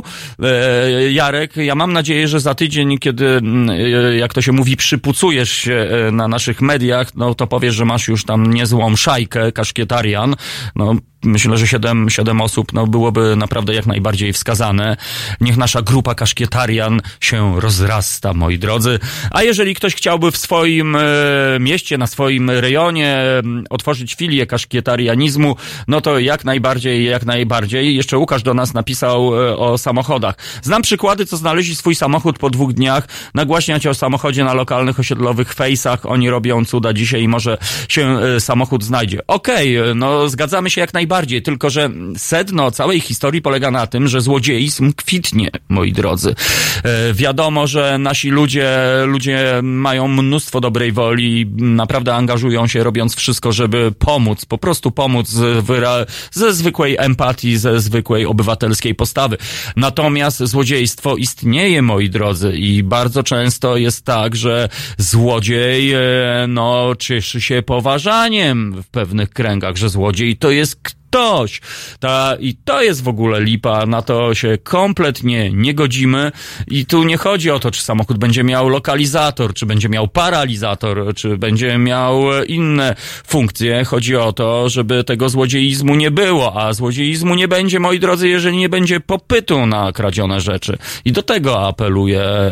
E, Jarek, ja mam nadzieję, że za tydzień, kiedy, e, jak to się mówi, przypucujesz się e, na naszych mediach, no to powiesz, że masz już tam niezłą szajkę kaszkietarian. No, myślę, że siedem, siedem osób, no byłoby naprawdę jak najbardziej wskazane. Niech nasza grupa kaszkietarian się rozrasta, moi drodzy. A jeżeli ktoś chciałby w swoim e, mieście, na swoim rejonie e, otworzyć filię kaszkietarianizmu, no to jak najbardziej, jak najbardziej. Jeszcze Łukasz do nas napisał e, o samochodach. Znam przykłady, co znaleźli swój samochód po dwóch dniach. Nagłaśniać o samochodzie na lokalnych osiedlowych fejsach. Oni robią cuda dzisiaj i może się e, samochód znajdzie. Okej, okay, no zgadzamy się jak najbardziej. Bardziej, tylko że sedno całej historii polega na tym, że złodziejizm kwitnie, moi drodzy. E, wiadomo, że nasi ludzie, ludzie mają mnóstwo dobrej woli, naprawdę angażują się, robiąc wszystko, żeby pomóc, po prostu pomóc z wyra- ze zwykłej empatii, ze zwykłej obywatelskiej postawy. Natomiast złodziejstwo istnieje, moi drodzy, i bardzo często jest tak, że złodziej, e, no, cieszy się poważaniem w pewnych kręgach, że złodziej to jest ktoś. Ta, i to jest w ogóle lipa, na to się kompletnie nie godzimy i tu nie chodzi o to, czy samochód będzie miał lokalizator, czy będzie miał paralizator, czy będzie miał inne funkcje. Chodzi o to, żeby tego złodziejizmu nie było, a złodziejizmu nie będzie, moi drodzy, jeżeli nie będzie popytu na kradzione rzeczy. I do tego apeluję e,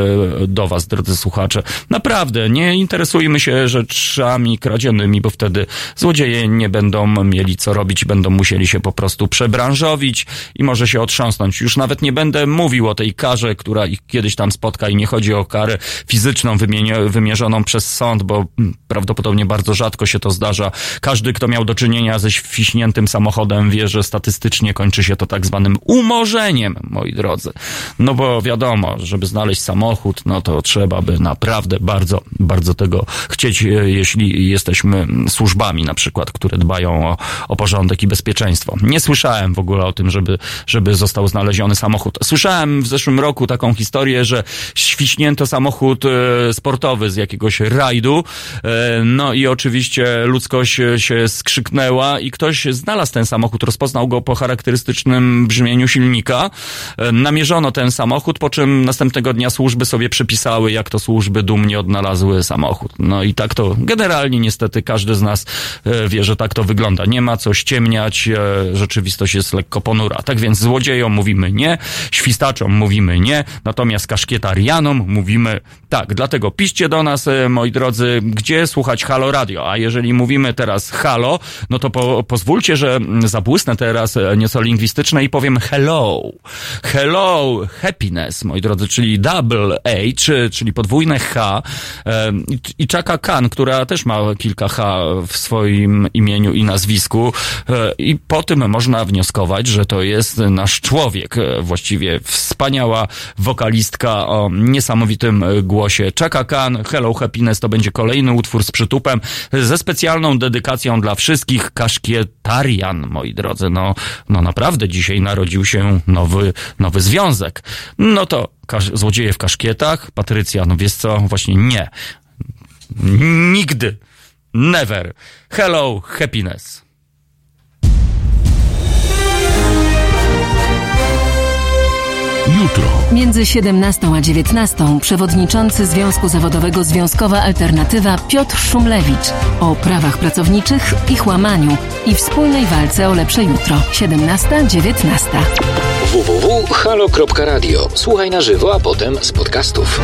do was, drodzy słuchacze. Naprawdę, nie interesujmy się rzeczami kradzionymi, bo wtedy złodzieje nie będą mieli co robić, będą musieli się po prostu przebranżowić i może się otrząsnąć. Już nawet nie będę mówił o tej karze, która ich kiedyś tam spotka i nie chodzi o karę fizyczną wymienio- wymierzoną przez sąd, bo prawdopodobnie bardzo rzadko się to zdarza. Każdy, kto miał do czynienia ze świśniętym samochodem, wie, że statystycznie kończy się to tak zwanym umorzeniem, moi drodzy. No bo wiadomo, żeby znaleźć samochód, no to trzeba by naprawdę bardzo, bardzo tego chcieć, jeśli jesteśmy służbami na przykład, które dbają o, o porządek i bezpieczeństwo. Nie słyszałem w ogóle o tym, żeby, żeby został znaleziony samochód. Słyszałem w zeszłym roku taką historię, że świśnięto samochód e, sportowy z jakiegoś rajdu, e, no i oczywiście ludzkość się skrzyknęła i ktoś znalazł ten samochód, rozpoznał go po charakterystycznym brzmieniu silnika. E, namierzono ten samochód, po czym następnego dnia służby sobie przypisały, jak to służby dumnie odnalazły samochód. No i tak to generalnie niestety każdy z nas e, wie, że tak to wygląda. Nie ma co ściemniać, e, rzeczywistość jest lekko ponura. Tak więc złodziejom mówimy nie, świstaczom mówimy nie, natomiast kaszkietarianom mówimy tak. Dlatego piszcie do nas, e, moi drodzy, gdzie słuchać Halo Radio. A jeżeli mówimy teraz halo, no to po, pozwólcie, że zabłysnę teraz nieco lingwistyczne i powiem hello. Hello, happiness, moi drodzy, czyli double H, czyli podwójne H. E, i, I Chaka Khan, która też ma kilka H w swoim imieniu i nazwisku, e, i po tym można wnioskować, że to jest nasz człowiek, właściwie wspaniała wokalistka o niesamowitym głosie. Chaka Khan, Hello Happiness to będzie kolejny utwór z przytupem, ze specjalną dedykacją dla wszystkich kaszkietarian, moi drodzy. No, no naprawdę dzisiaj narodził się nowy, nowy związek. No to kasz- złodzieje w kaszkietach, Patrycja, no wiesz co, właśnie nie. Nigdy. Never. Hello Happiness. Jutro. Między siedemnastą a dziewiętnastą przewodniczący Związku Zawodowego Związkowa Alternatywa Piotr Szumlewicz o prawach pracowniczych, ich łamaniu i wspólnej walce o lepsze jutro. siedemnasta dziewiętnasta. w w w kropka halo kropka radio. Słuchaj na żywo, a potem z podcastów.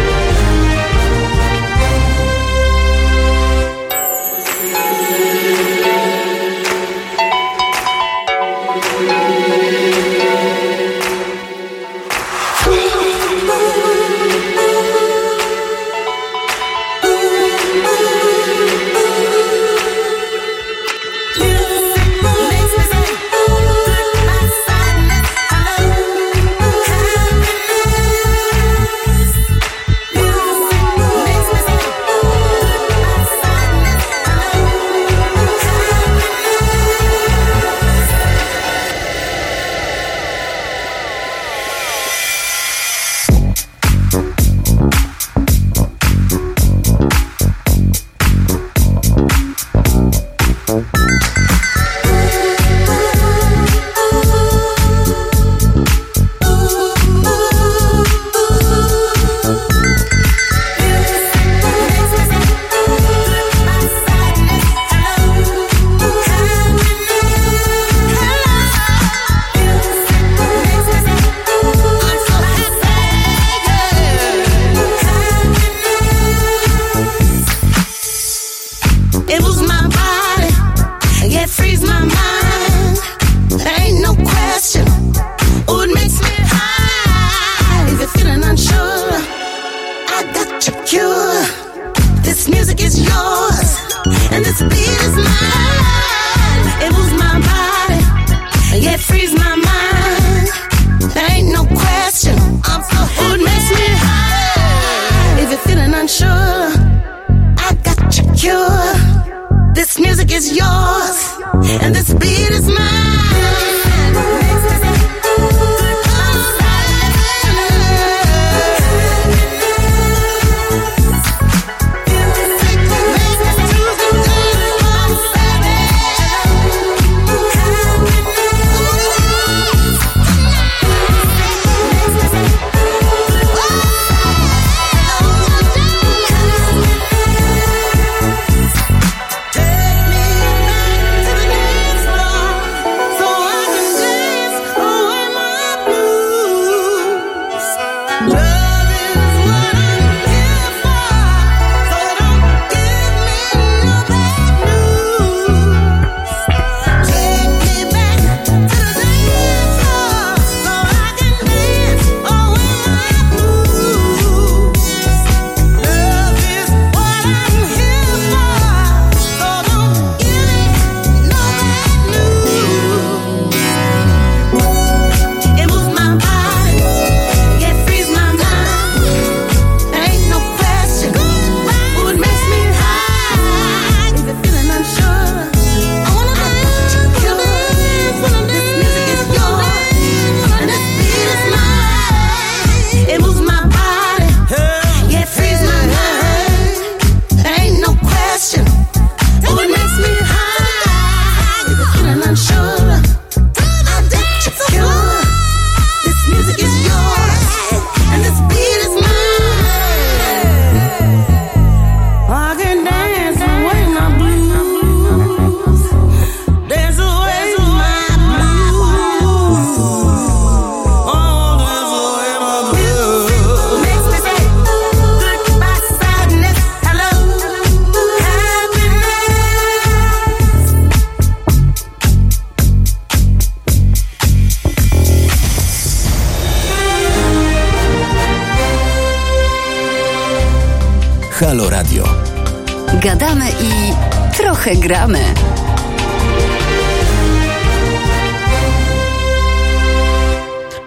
Halo Radio. Gadamy i trochę gramy.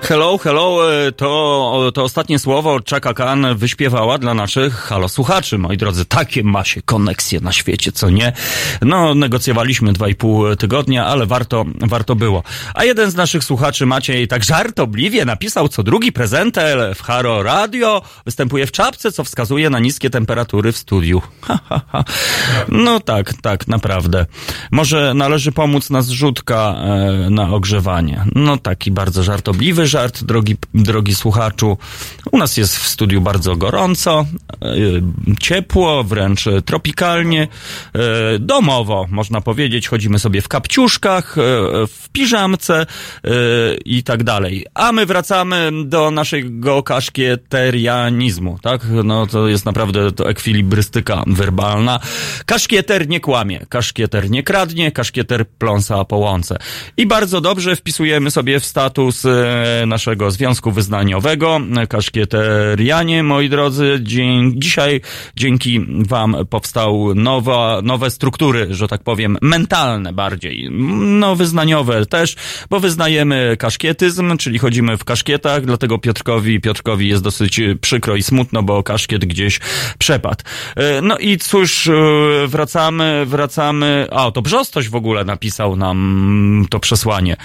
Hello, hello, to, to ostatnie słowo Chaka Khan wyśpiewała dla naszych halo słuchaczy, moi drodzy. Takie ma się koneksje na świecie, co nie? No, negocjowaliśmy dwa i pół tygodnia, ale warto, warto było. A jeden z naszych słuchaczy, Maciej, tak żartobliwie napisał, co drugi prezentel w Halo Radio występuje w czapce, co wskazuje na niskie temperatury w studiu. Ha, ha, ha. No tak, tak, naprawdę. Może należy pomóc na zrzutka e, na ogrzewanie. No taki bardzo żartobliwy żart, drogi, drogi słuchaczu. U nas jest w studiu bardzo gorąco, e, ciepło, wręcz tropikalnie, e, domowo, można powiedzieć. Chodzimy sobie w kapciuszkach, e, w piżamce e, i tak dalej. A my wracamy do naszego kaszkieterianizmu, tak? No to jest naprawdę to ekwilibrystyka werbalna. Kaszkieter nie kłamie, kaszkieter nie kradnie, kaszkieter pląsa po łące. I bardzo dobrze wpisujemy sobie w status e, naszego związku wyznaniowego. Kaszkieterianie, moi drodzy, dzień, dzisiaj dzięki wam powstał nowa, nowe struktury, że tak powiem, mentalne bardziej. No, wyznaniowe też, bo wyznajemy kaszkietyzm, czyli chodzimy w kaszkietach, dlatego Piotrkowi, Piotrkowi jest dosyć przykro i smutno, bo kaszkiet gdzieś przepadł. E, no i cóż, e, wracamy, wracamy, a to Brzostoś w ogóle napisał nam to przesłanie.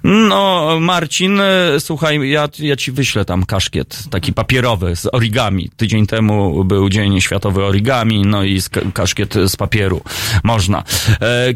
No, Marcin, słuchaj, ja, ja ci wyślę tam kaszkiet, taki papierowy, z origami. Tydzień temu był Dzień Światowy Origami, no i kaszkiet z papieru. Można. E,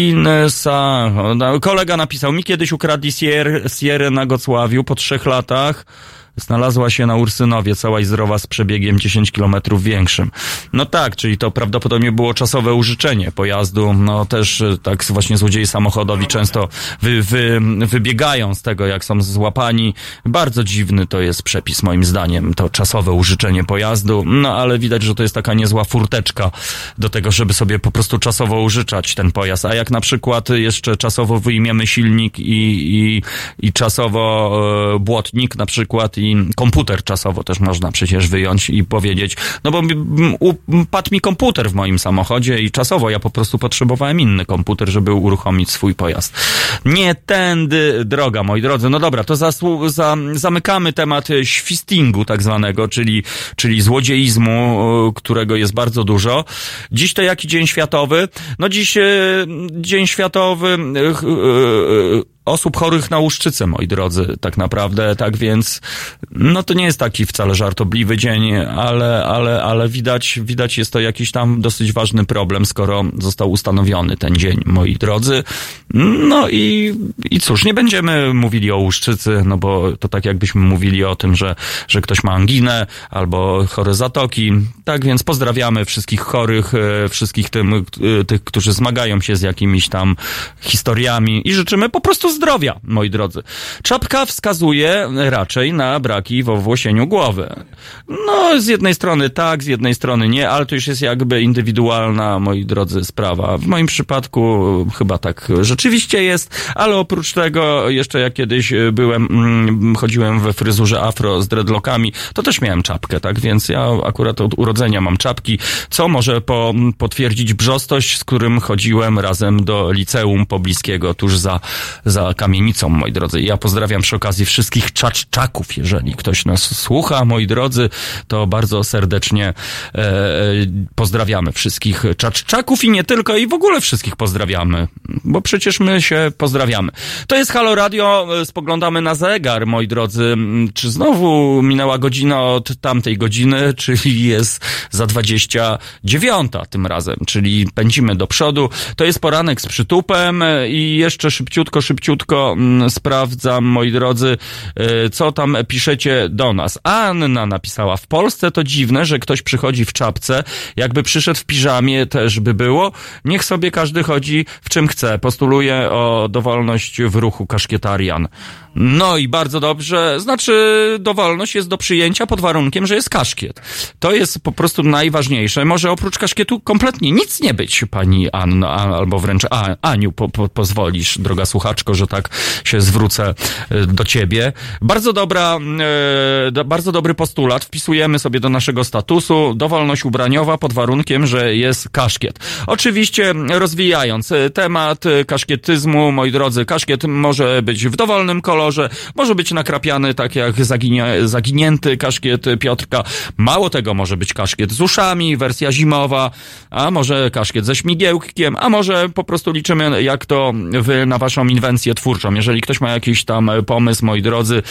Klinsa, kolega napisał, mi kiedyś ukradli sier, sierę na Gocławiu po trzech latach. Znalazła się na Ursynowie, cała i zdrowa, z przebiegiem dziesięć kilometrów większym. No tak, czyli to prawdopodobnie było czasowe użyczenie pojazdu. No też tak właśnie złodzieje samochodowi często wy, wy, wybiegają z tego, jak są złapani. Bardzo dziwny to jest przepis, moim zdaniem, to czasowe użyczenie pojazdu. No ale widać, że to jest taka niezła furteczka do tego, żeby sobie po prostu czasowo użyczać ten pojazd. A jak na przykład jeszcze czasowo wyjmiemy silnik i, i, i czasowo e, błotnik na przykład i komputer czasowo też można przecież wyjąć i powiedzieć, no bo upadł mi komputer w moim samochodzie i czasowo ja po prostu potrzebowałem inny komputer, żeby uruchomić swój pojazd. Nie tędy droga, moi drodzy. No dobra, to zasłu- za, zamykamy temat świstingu tak zwanego, czyli, czyli złodzieizmu, którego jest bardzo dużo. Dziś to jaki dzień światowy? No dziś e, dzień światowy e, e, osób chorych na łuszczycę, moi drodzy, tak naprawdę, tak więc, no to nie jest taki wcale żartobliwy dzień, ale, ale, ale widać, widać jest to jakiś tam dosyć ważny problem, skoro został ustanowiony ten dzień, moi drodzy. No i, i cóż, nie będziemy mówili o łuszczycy, no bo to tak jakbyśmy mówili o tym, że, że ktoś ma anginę albo chore zatoki. Tak więc pozdrawiamy wszystkich chorych, wszystkich tym, tych, którzy zmagają się z jakimiś tam historiami i życzymy po prostu zdrowia, moi drodzy. Czapka wskazuje raczej na braki w owłosieniu głowy. No, z jednej strony tak, z jednej strony nie, ale to już jest jakby indywidualna, moi drodzy, sprawa. W moim przypadku chyba tak rzeczywiście jest, ale oprócz tego jeszcze jak kiedyś byłem, chodziłem we fryzurze afro z dreadlockami, to też miałem czapkę, tak? Więc ja akurat od urodzenia mam czapki, co może po, potwierdzić Brzostość, z którym chodziłem razem do liceum pobliskiego, tuż za, za kamienicą, moi drodzy. Ja pozdrawiam przy okazji wszystkich czaczczaków, jeżeli ktoś nas słucha, moi drodzy, to bardzo serdecznie e, pozdrawiamy wszystkich czaczczaków i nie tylko, i w ogóle wszystkich pozdrawiamy, bo przecież my się pozdrawiamy. To jest Halo Radio, spoglądamy na zegar, moi drodzy, czy znowu minęła godzina od tamtej godziny, czyli jest za dwadzieścia dziewiąta tym razem, czyli pędzimy do przodu. To jest poranek z przytupem i jeszcze szybciutko, szybciutko sprawdzam, moi drodzy, co tam piszecie do nas. Anna napisała, w Polsce to dziwne, że ktoś przychodzi w czapce, jakby przyszedł w piżamie, też by było. Niech sobie każdy chodzi w czym chce. Postuluje o dowolność w ruchu kaszkietarian. No i bardzo dobrze, znaczy dowolność jest do przyjęcia pod warunkiem, że jest kaszkiet. To jest po prostu najważniejsze. Może oprócz kaszkietu kompletnie nic nie być, pani Anno, albo wręcz a, Aniu, po, po, pozwolisz, droga słuchaczko, że tak się zwrócę do ciebie. Bardzo dobra, e, bardzo dobry postulat. Wpisujemy sobie do naszego statusu dowolność ubraniowa pod warunkiem, że jest kaszkiet. Oczywiście rozwijając temat kaszkietyzmu, moi drodzy, kaszkiet może być w dowolnym kolorze, kolorze, może być nakrapiany tak jak zaginie, zaginięty kaszkiet Piotrka. Mało tego, może być kaszkiet z uszami, wersja zimowa, a może kaszkiet ze śmigiełkiem, a może po prostu liczymy, jak to wy na waszą inwencję twórczą. Jeżeli ktoś ma jakiś tam pomysł, moi drodzy,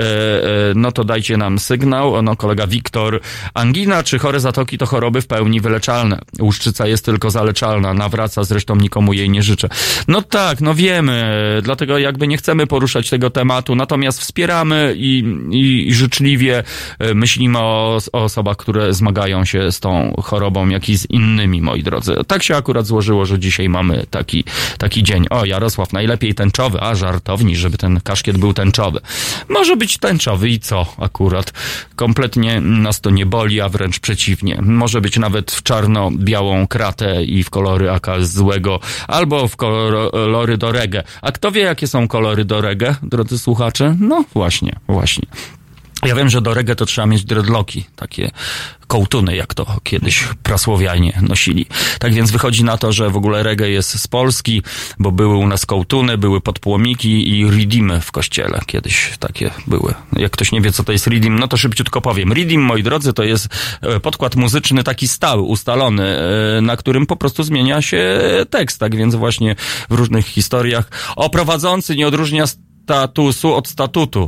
no to dajcie nam sygnał. No, kolega Wiktor, angina czy chore zatoki to choroby w pełni wyleczalne. Łuszczyca jest tylko zaleczalna, nawraca, zresztą nikomu jej nie życzę. No tak, no wiemy, dlatego jakby nie chcemy poruszać tego tematu, natomiast wspieramy i, i, i życzliwie myślimy o, o osobach, które zmagają się z tą chorobą, jak i z innymi, moi drodzy. Tak się akurat złożyło, że dzisiaj mamy taki, taki dzień. O, Jarosław, najlepiej tęczowy, a żartowni, żeby ten kaszkiet był tęczowy. Może być tęczowy i co akurat? Kompletnie nas to nie boli, a wręcz przeciwnie. Może być nawet w czarno-białą kratę i w kolory aka złego, albo w kolory do reggae. A kto wie, jakie są kolory do reggae, drodzy słuchacze? No właśnie, właśnie. Ja wiem, że do reggae to trzeba mieć dreadlocki, takie kołtuny, jak to kiedyś prasłowianie nosili. Tak więc wychodzi na to, że w ogóle reggae jest z Polski, bo były u nas kołtuny, były podpłomiki i redeemy w kościele. Kiedyś takie były. Jak ktoś nie wie, co to jest redeem, no to szybciutko powiem. Redeem, moi drodzy, to jest podkład muzyczny taki stały, ustalony, na którym po prostu zmienia się tekst. Tak więc właśnie w różnych historiach o prowadzący nie odróżnia statusu od statutu.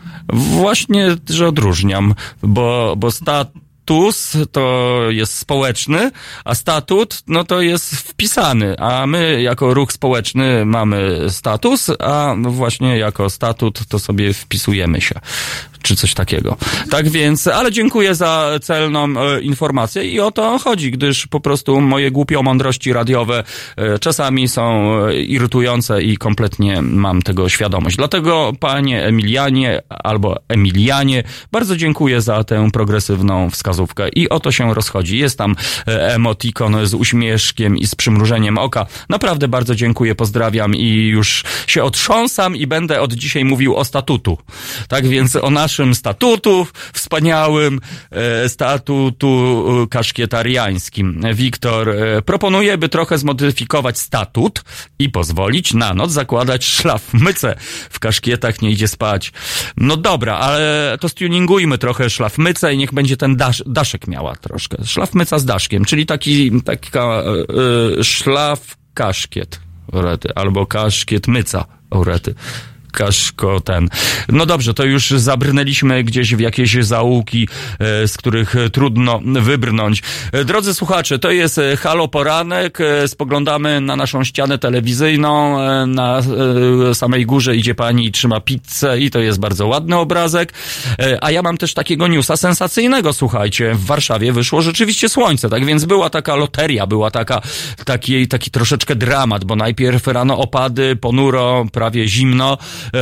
Właśnie, że odróżniam, bo, bo status to jest społeczny, a statut no to jest wpisany, a my jako ruch społeczny mamy status, a właśnie jako statut to sobie wpisujemy się. Czy coś takiego. Tak więc, ale dziękuję za celną e, informację i o to chodzi, gdyż po prostu moje głupiomądrości radiowe e, czasami są e, irytujące i kompletnie mam tego świadomość. Dlatego, panie Emilianie albo Emilianie, bardzo dziękuję za tę progresywną wskazówkę i o to się rozchodzi. Jest tam e, emotikon z uśmieszkiem i z przymrużeniem oka. Naprawdę bardzo dziękuję, pozdrawiam i już się otrząsam i będę od dzisiaj mówił o statutu. Tak więc o naszym statutu wspaniałym, e, statutu kaszkietariańskim. Wiktor e, proponuje, by trochę zmodyfikować statut i pozwolić na noc zakładać szlafmycę. W kaszkietach nie idzie spać. No dobra, ale to stuningujmy trochę szlafmycę i niech będzie ten dasz, daszek miała troszkę. Szlafmyca z daszkiem, czyli taki taka e, szlaf kaszkiet orety, albo kaszkiet myca orety. Kaszko ten. No dobrze, to już zabrnęliśmy gdzieś w jakieś zaułki, z których trudno wybrnąć. Drodzy słuchacze, to jest Halo Poranek. Spoglądamy na naszą ścianę telewizyjną. Na samej górze idzie pani i trzyma pizzę i to jest bardzo ładny obrazek. A ja mam też takiego newsa sensacyjnego, słuchajcie. W Warszawie wyszło rzeczywiście słońce, tak więc była taka loteria, była taka, taki, taki troszeczkę dramat, bo najpierw rano opady, ponuro, prawie zimno.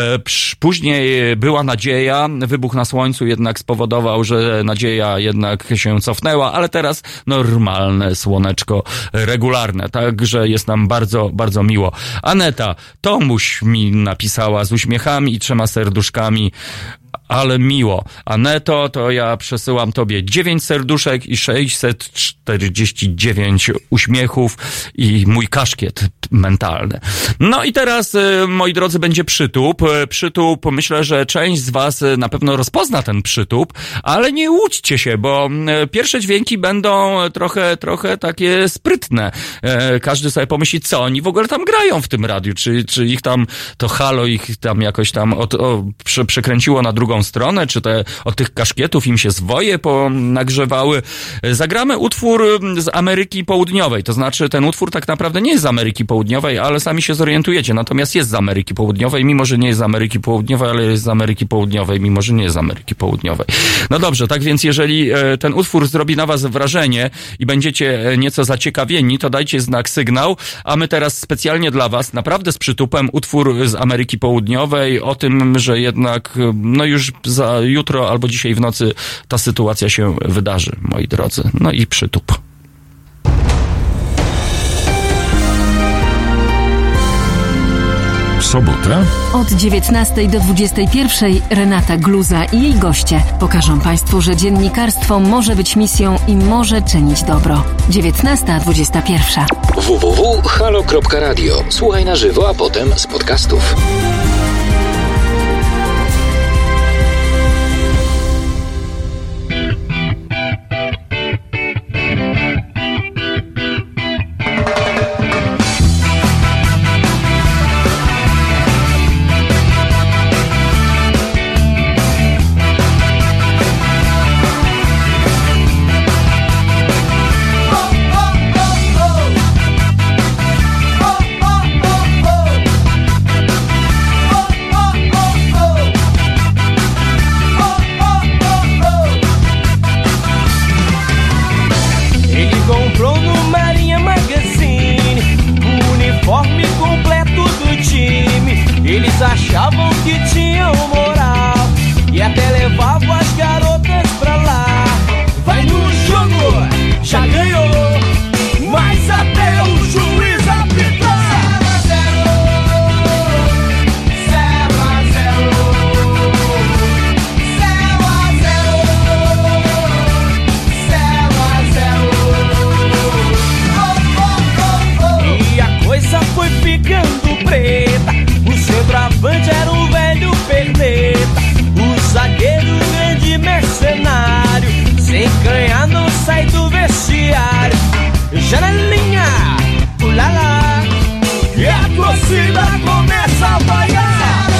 Później była nadzieja, wybuch na słońcu jednak spowodował, że nadzieja jednak się cofnęła, ale teraz normalne słoneczko regularne, także jest nam bardzo, bardzo miło. Aneta Tomuś mi napisała z uśmiechami i trzema serduszkami. Ale miło. Aneto, to ja przesyłam tobie dziewięć serduszek i sześćset czterdzieści dziewięć uśmiechów i mój kaszkiet mentalny. No i teraz, moi drodzy, będzie przytup. Przytup, myślę, że część z was na pewno rozpozna ten przytup, ale nie łudźcie się, bo pierwsze dźwięki będą trochę, trochę takie sprytne. Każdy sobie pomyśli, co oni w ogóle tam grają w tym radiu, czy, czy ich tam, to halo ich tam jakoś tam od, o, prze, przekręciło na drugą stronę, czy te od tych kaszkietów im się zwoje ponagrzewały. Zagramy utwór z Ameryki Południowej, to znaczy ten utwór tak naprawdę nie jest z Ameryki Południowej, ale sami się zorientujecie, natomiast jest z Ameryki Południowej, mimo że nie jest z Ameryki Południowej, ale jest z Ameryki Południowej, mimo że nie jest z Ameryki Południowej. No dobrze, tak więc jeżeli ten utwór zrobi na was wrażenie i będziecie nieco zaciekawieni, to dajcie znak sygnał, a my teraz specjalnie dla was, naprawdę z przytupem, utwór z Ameryki Południowej o tym, że jednak no już za jutro albo dzisiaj w nocy ta sytuacja się wydarzy, moi drodzy. No i przytup. W sobotę od dziewiętnastej do dwudziestej pierwszej Renata Gluza i jej goście pokażą państwu, że dziennikarstwo może być misją i może czynić dobro. dziewiętnasta dwudziesta pierwsza. w w w kropka halo kropka radio. Słuchaj na żywo, a potem z podcastów. comprou no Marinha Magazine o uniforme completo do time. Eles achavam que tinham moral e até levavam as garotas pra lá. Vai no jogo, já ganhou, mas até o juiz apitar. Foi ficando preta. O centroavante era um velho perneta, o zagueiro grande mercenário, sem ganhar não sai do vestiário. Janelinha, ulala, e a torcida começa a vaiar.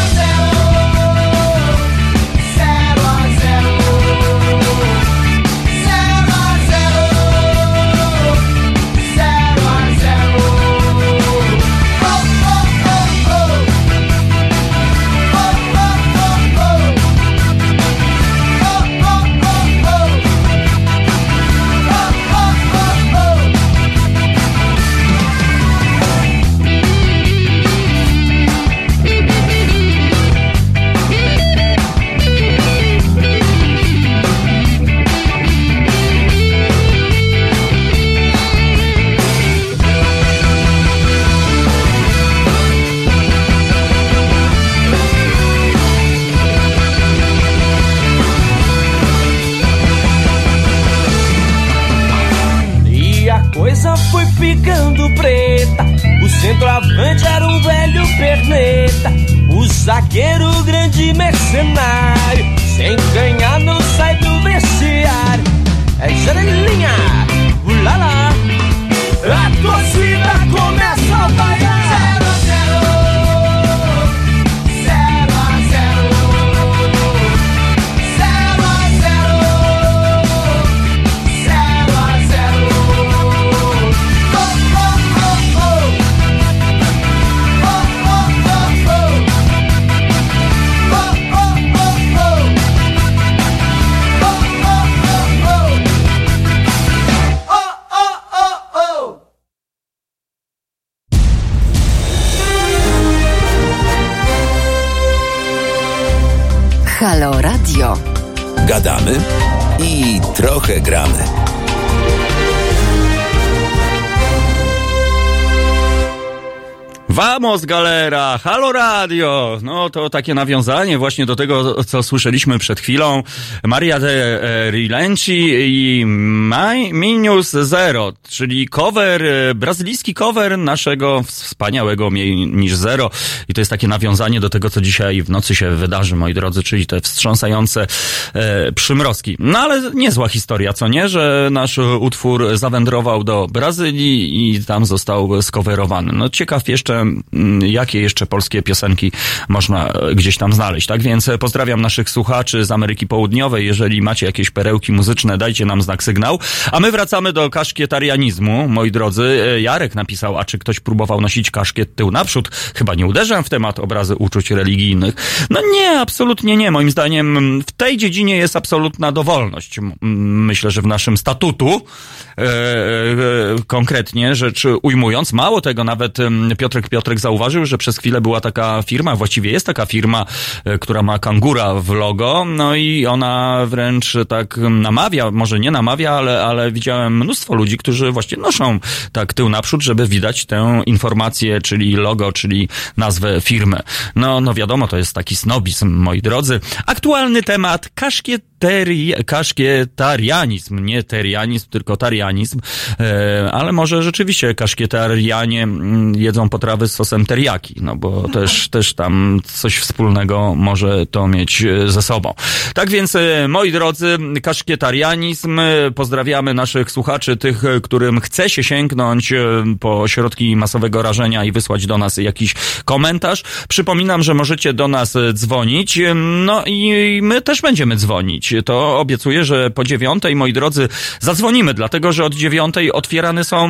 Foi ficando preta. O centroavante era um velho perneta, o zagueiro grande mercenário, sem ganhar não sai do vestiário. É janelinha, ulala, a torcida começa a vaiar. Halo Radio. Gadamy i trochę gramy. Vamos, galera! Halo Radio! No to takie nawiązanie właśnie do tego, co słyszeliśmy przed chwilą. Maria de Rilenci i Minus Zero, czyli cover, brazylijski cover naszego wspaniałego Mniej niż Zero. I to jest takie nawiązanie do tego, co dzisiaj w nocy się wydarzy, moi drodzy, czyli te wstrząsające e, przymrozki. No ale niezła historia, co nie? Że nasz utwór zawędrował do Brazylii i tam został skowerowany. No ciekaw jeszcze, jakie jeszcze polskie piosenki można gdzieś tam znaleźć. Tak więc pozdrawiam naszych słuchaczy z Ameryki Południowej. Jeżeli macie jakieś perełki muzyczne, dajcie nam znak sygnał. A my wracamy do kaszkietarianizmu, moi drodzy. Jarek napisał, a czy ktoś próbował nosić kaszkiet tył naprzód? Chyba nie uderzam w temat obrazy uczuć religijnych. No nie, absolutnie nie. Moim zdaniem w tej dziedzinie jest absolutna dowolność. Myślę, że w naszym statutu e, e, konkretnie rzecz ujmując, mało tego, nawet Piotrek Piotrek zauważył, że przez chwilę była taka firma, właściwie jest taka firma, która ma kangura w logo, no i ona wręcz tak namawia, może nie namawia, ale, ale widziałem mnóstwo ludzi, którzy właśnie noszą tak tył naprzód, żeby widać tę informację, czyli logo, czyli nazwę firmy. No, no wiadomo, to jest taki snobizm, moi drodzy. Aktualny temat, kaszkiet Teri, kaszkietarianizm, nie terianizm, tylko tarianizm, e, ale może rzeczywiście kaszkietarianie jedzą potrawy z sosem teriyaki, no bo też, też tam coś wspólnego może to mieć ze sobą. Tak więc, e, moi drodzy, kaszkietarianizm, pozdrawiamy naszych słuchaczy, tych, którym chce się sięgnąć po środki masowego rażenia i wysłać do nas jakiś komentarz. Przypominam, że możecie do nas dzwonić, no i my też będziemy dzwonić. To obiecuję, że po dziewiątej, moi drodzy, zadzwonimy, dlatego, że od dziewiątej otwierane są...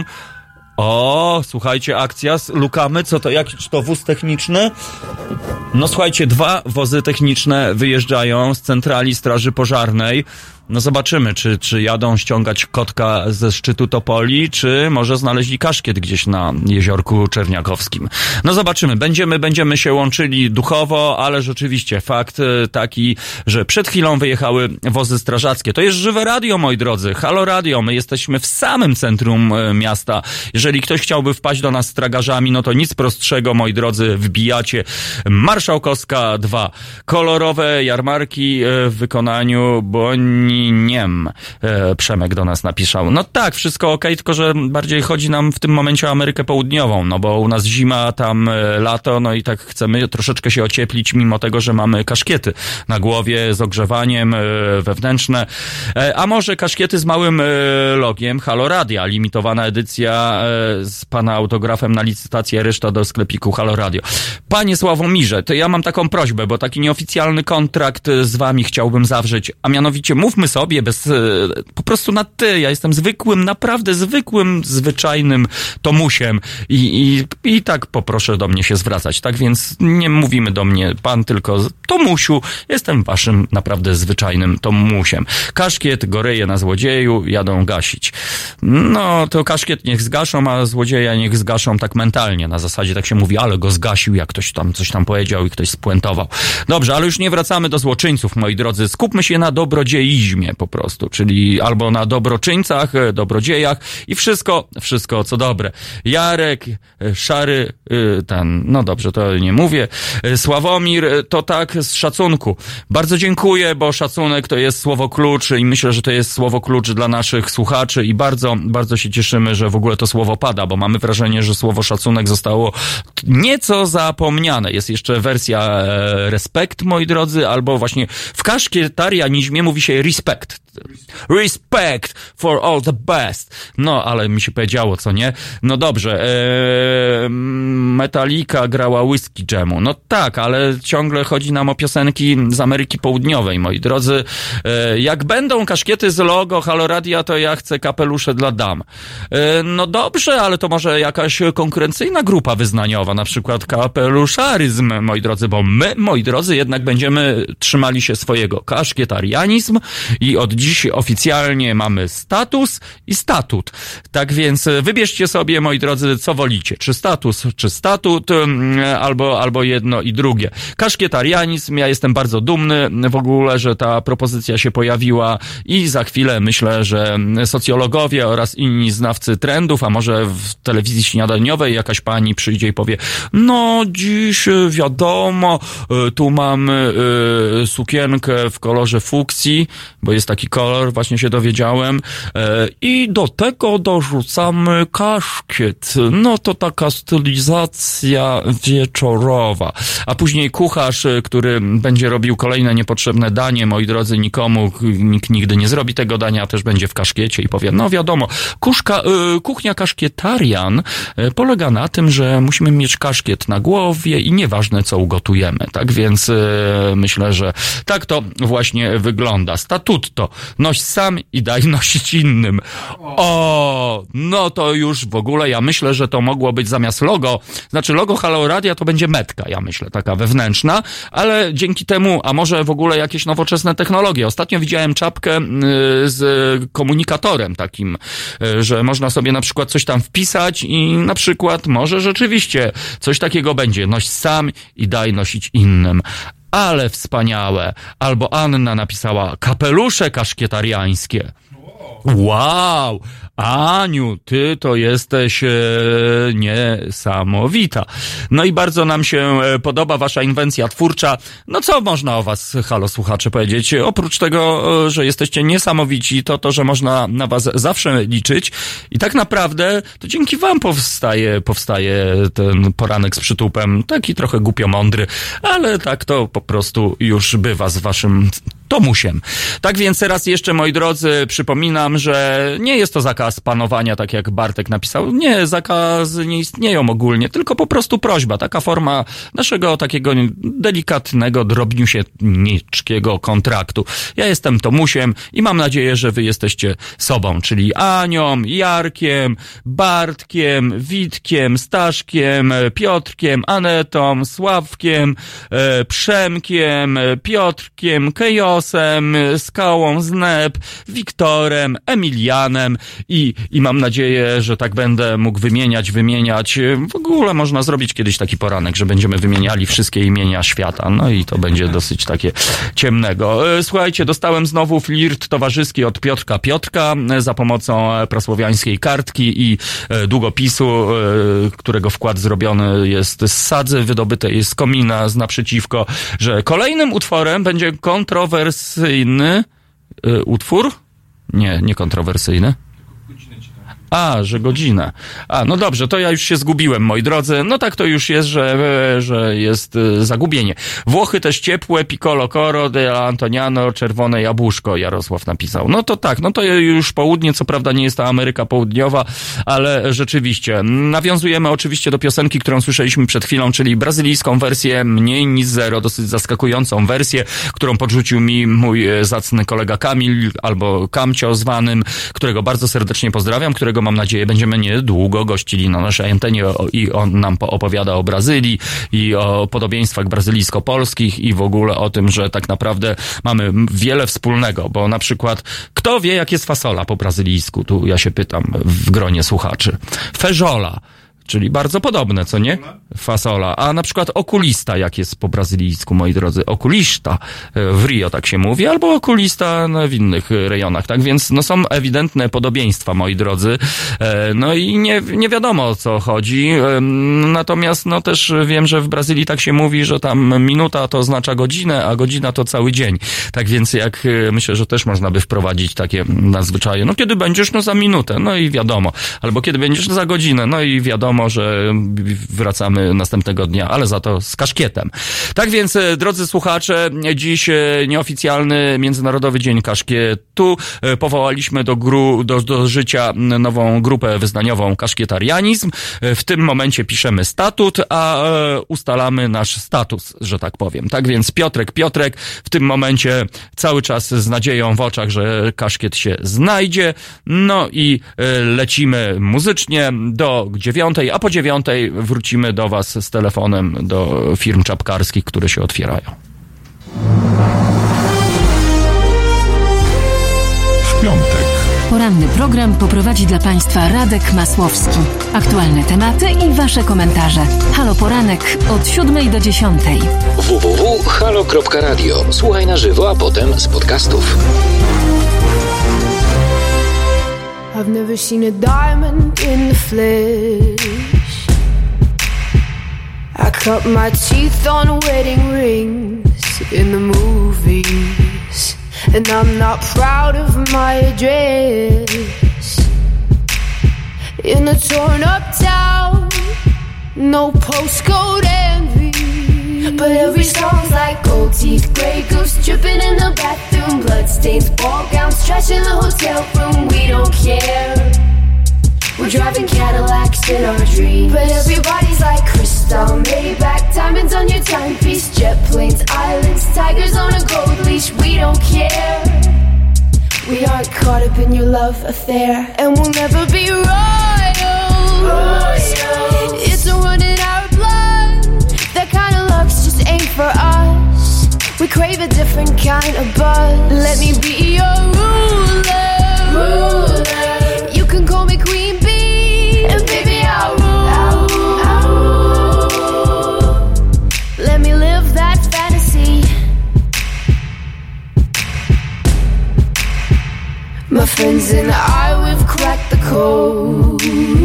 O, słuchajcie, akcja z Lukamy, co to, jakiś to wóz techniczny? No słuchajcie, dwa wozy techniczne wyjeżdżają z centrali Straży Pożarnej. No zobaczymy, czy, czy jadą ściągać kotka ze szczytu Topoli, czy może znaleźli kaszkiet gdzieś na jeziorku Czerniakowskim. No zobaczymy, będziemy, będziemy się łączyli duchowo, ale rzeczywiście fakt taki, że przed chwilą wyjechały wozy strażackie. To jest żywe radio, moi drodzy. Halo Radio, my jesteśmy w samym centrum miasta. Jeżeli ktoś chciałby wpaść do nas z tragarzami, no to nic prostszego, moi drodzy, wbijacie Marszałkowska dwa. Kolorowe jarmarki w wykonaniu Boniniem. Przemek do nas napisał. No tak, wszystko okej, tylko że bardziej chodzi nam w tym momencie o Amerykę Południową, no bo u nas zima, tam lato, no i tak chcemy troszeczkę się ocieplić, mimo tego, że mamy kaszkiety na głowie z ogrzewaniem wewnętrzne. A może kaszkiety z małym logiem Halo Radia, limitowana edycja z pana autografem na licytację, reszta do sklepiku Halo Radio. Panie Sławomirze, to ja mam taką prośbę, bo taki nieoficjalny kontrakt z wami chciałbym zawrzeć, a mianowicie mówmy sobie bez, po prostu na ty, ja jestem zwykłym, naprawdę zwykłym, zwyczajnym Tomusiem i, i, i tak poproszę do mnie się zwracać, tak więc nie mówimy do mnie pan, tylko Tomusiu, jestem waszym naprawdę zwyczajnym Tomusiem. Kaszkiet, goryje na złodzieju, jadą gasić. No, to kaszkiet niech zgaszą, a złodzieja niech zgaszą tak mentalnie, na zasadzie tak się mówi, ale go zgasił, jak ktoś tam coś tam powiedział i ktoś spuentował. Dobrze, ale już nie wracamy do złoczyńców, moi drodzy, skupmy się na dobrodzieizmie po prostu, czyli albo na dobroczyńcach, dobrodziejach i wszystko, wszystko co dobre. Jarek, Szary, ten, no dobrze, to nie mówię, Sławomir, to tak z szacunku. Bardzo dziękuję, bo szacunek to jest słowo klucz i myślę, że to jest słowo klucz dla naszych słuchaczy i bardzo, bardzo się cieszymy, że w ogóle to słowo pada, bo mamy wrażenie, że słowo szacunek zostało nieco zapomniane. Jest jeszcze wersja e, respekt, moi drodzy, albo właśnie w kaszkietarianizmie mówi się respect. Respect for all the best. No, ale mi się powiedziało, co nie? No dobrze. Eee, Metallica grała Whiskey Jamu. No tak, ale ciągle chodzi nam o piosenki z Ameryki Południowej, moi drodzy. Eee, jak będą kaszkiety z logo Halo Radia, to ja chcę kapelusze dla dam. Eee, no dobrze, ale to może jakaś konkurencyjna grupa wyznaniowa, na przykład kapeluszaryzm, moi drodzy, bo my, moi drodzy, jednak będziemy trzymali się swojego. Kaszkietarianizm i od dziś oficjalnie mamy status i statut. Tak więc wybierzcie sobie, moi drodzy, co wolicie. Czy status, czy statut, albo, albo jedno i drugie. Kaszkietarianizm, ja jestem bardzo dumny w ogóle, że ta propozycja się pojawiła i za chwilę myślę, że socjologowie oraz inni znawcy trendów, a może w telewizji śniadaniowej jakaś pani przyjdzie i powie, no dziś wiadomo, tu mamy y, sukienkę w kolorze fuksji, bo jest taki kolor, właśnie się dowiedziałem, e, i do tego dorzucamy kaszkiet. No to taka stylizacja wieczorowa. A później kucharz, który będzie robił kolejne niepotrzebne danie, moi drodzy, nikomu, nikt nigdy nie zrobi tego dania, też będzie w kaszkiecie i powie, no wiadomo, kuszka, y, kuchnia kaszkietarian y, polega na tym, że musimy mieć kaszkiet na głowie i nieważne co ugotujemy. Tak więc y, myślę, że tak to właśnie wygląda. Statutto. Noś sam i daj nosić innym. O, no to już w ogóle ja myślę, że to mogło być zamiast logo, znaczy logo Halo Radia to będzie metka, ja myślę, taka wewnętrzna, ale dzięki temu, a może w ogóle jakieś nowoczesne technologie. Ostatnio widziałem czapkę y, z komunikatorem takim, y, że można sobie na przykład coś tam wpisać i na przykład może rzeczywiście coś takiego będzie. Noś sam i daj nosić innym. Ale wspaniałe. Albo Anna napisała kapelusze kaszkietariańskie. Wow! Aniu, ty to jesteś e, niesamowita. No i bardzo nam się podoba wasza inwencja twórcza. No co można o was, halo słuchacze, powiedzieć? Oprócz tego, że jesteście niesamowici, to to, że można na was zawsze liczyć i tak naprawdę to dzięki wam powstaje, powstaje ten poranek z przytupem. Taki trochę głupio mądry, ale tak to po prostu już bywa z waszym Tomusiem. Tak więc raz jeszcze, moi drodzy, przypominam, że nie jest to zakaz panowania, tak jak Bartek napisał. Nie, zakazy nie istnieją ogólnie, tylko po prostu prośba. Taka forma naszego takiego delikatnego, drobniusieńkiego kontraktu. Ja jestem Tomusiem i mam nadzieję, że wy jesteście sobą, czyli Anią, Jarkiem, Bartkiem, Witkiem, Staszkiem, Piotrkiem, Anetą, Sławkiem, Przemkiem, Piotrkiem, Kejotkiem, Miklosem, z Kałą, z Neb, Wiktorem, Emilianem i, i mam nadzieję, że tak będę mógł wymieniać, wymieniać. W ogóle można zrobić kiedyś taki poranek, że będziemy wymieniali wszystkie imienia świata. No i to będzie dosyć takie ciemnego. Słuchajcie, dostałem znowu flirt towarzyski od Piotrka Piotrka za pomocą prasłowiańskiej kartki i długopisu, którego wkład zrobiony jest z sadzy wydobytej z komina z naprzeciwko, że kolejnym utworem będzie kontrowersyjny y, utwór? Nie, nie kontrowersyjny. A, że godzinę. A, no dobrze, to ja już się zgubiłem, moi drodzy. No tak to już jest, że, że jest y, zagubienie. Włochy też ciepłe, piccolo coro de Antoniano, czerwone jabłuszko, Jarosław napisał. No to tak, no to już południe, co prawda nie jest to Ameryka Południowa, ale rzeczywiście. Nawiązujemy oczywiście do piosenki, którą słyszeliśmy przed chwilą, czyli brazylijską wersję Mniej niż zero, dosyć zaskakującą wersję, którą podrzucił mi mój zacny kolega Kamil, albo Kamcio zwanym, którego bardzo serdecznie pozdrawiam, którego mam nadzieję będziemy niedługo gościli na naszej antenie i on nam opowiada o Brazylii i o podobieństwach brazylijsko-polskich i w ogóle o tym, że tak naprawdę mamy wiele wspólnego, bo na przykład kto wie, jak jest fasola po brazylijsku? Tu ja się pytam w gronie słuchaczy. Fejola. Czyli bardzo podobne, co nie? Fasola. A na przykład okulista, jak jest po brazylijsku, moi drodzy. Okulista w Rio tak się mówi, albo okulista w innych rejonach, tak? Więc no są ewidentne podobieństwa, moi drodzy. No i nie, nie wiadomo, o co chodzi. Natomiast no też wiem, że w Brazylii tak się mówi, że tam minuta to oznacza godzinę, a godzina to cały dzień. Tak więc jak myślę, że też można by wprowadzić takie nadzwyczaje. No kiedy będziesz? No za minutę. No i wiadomo. Albo kiedy będziesz? za godzinę. No i wiadomo, że wracamy następnego dnia, ale za to z kaszkietem. Tak więc, drodzy słuchacze, dziś nieoficjalny Międzynarodowy Dzień Kaszkietu. Powołaliśmy do, gru, do, do życia nową grupę wyznaniową Kaszkietarianizm. W tym momencie piszemy statut, a ustalamy nasz status, że tak powiem. Tak więc Piotrek, Piotrek w tym momencie cały czas z nadzieją w oczach, że kaszkiet się znajdzie. No i lecimy muzycznie do dziewiątej, a po dziewiątej wrócimy do was z telefonem do firm czapkarskich, które się otwierają. W piątek. Poranny program poprowadzi dla państwa Radek Masłowski. Aktualne tematy i wasze komentarze. Halo Poranek od siódmej do dziesiątej. w w w kropka halo kropka radio. Słuchaj na żywo, a potem z podcastów. I've never seen a diamond in the flesh. I cut my teeth on wedding rings in the movies, and I'm not proud of my address. In a torn up town, no postcode envy, but every song's like gold teeth, grey goose dripping in the bathroom, bloodstains, ball gowns, trash in the hotel room. We don't care. We're driving Cadillacs in our dreams, but everybody's like crystal, Maybach, diamonds on your timepiece, jet planes, islands, tigers on a gold leash. We don't care. We aren't caught up in your love affair, and we'll never be royals. Royals. It's a run in our blood. That kind of luck's just ain't for us. We crave a different kind of buzz. Let me be your ruler. Ruler. You can call me Queen Bee, and baby I'll rule. I'll rule. I'll rule. Let me live that fantasy. My friends and I, we've cracked the code.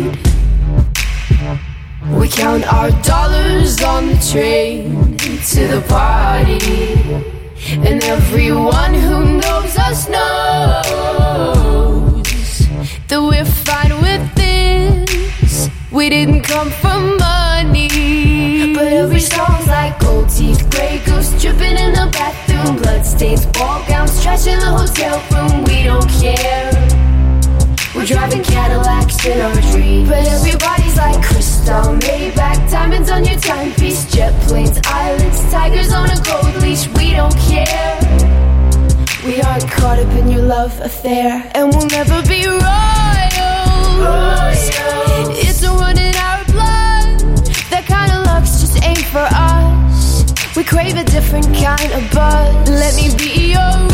We count our dollars on the train to the party, and everyone who knows us knows that we're fine with this. We didn't come for money, but every song's like gold teeth, grey goose dripping in the bathroom, bloodstains, ball gowns, trash in the hotel room. We don't care. We're driving Cadillacs in our dreams, but everybody's like crystal, Maybach, diamonds on your timepiece, jet planes, islands, tigers on a gold leash. We don't care. We aren't caught up in your love affair, and we'll never be royals. Royals. It's a run in our blood. That kind of luck's just ain't for us. We crave a different kind of buzz. Let me be your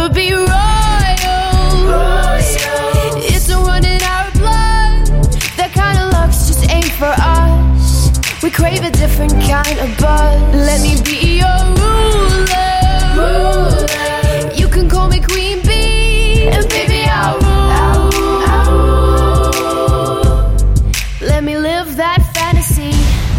never be royal. royal. It's a run in our blood. That kind of luck's just ain't for us. We crave a different kind of buzz. Let me be your ruler. ruler. You can call me Queen Bee, and baby I'll rule. I'll rule. Let me live that fantasy.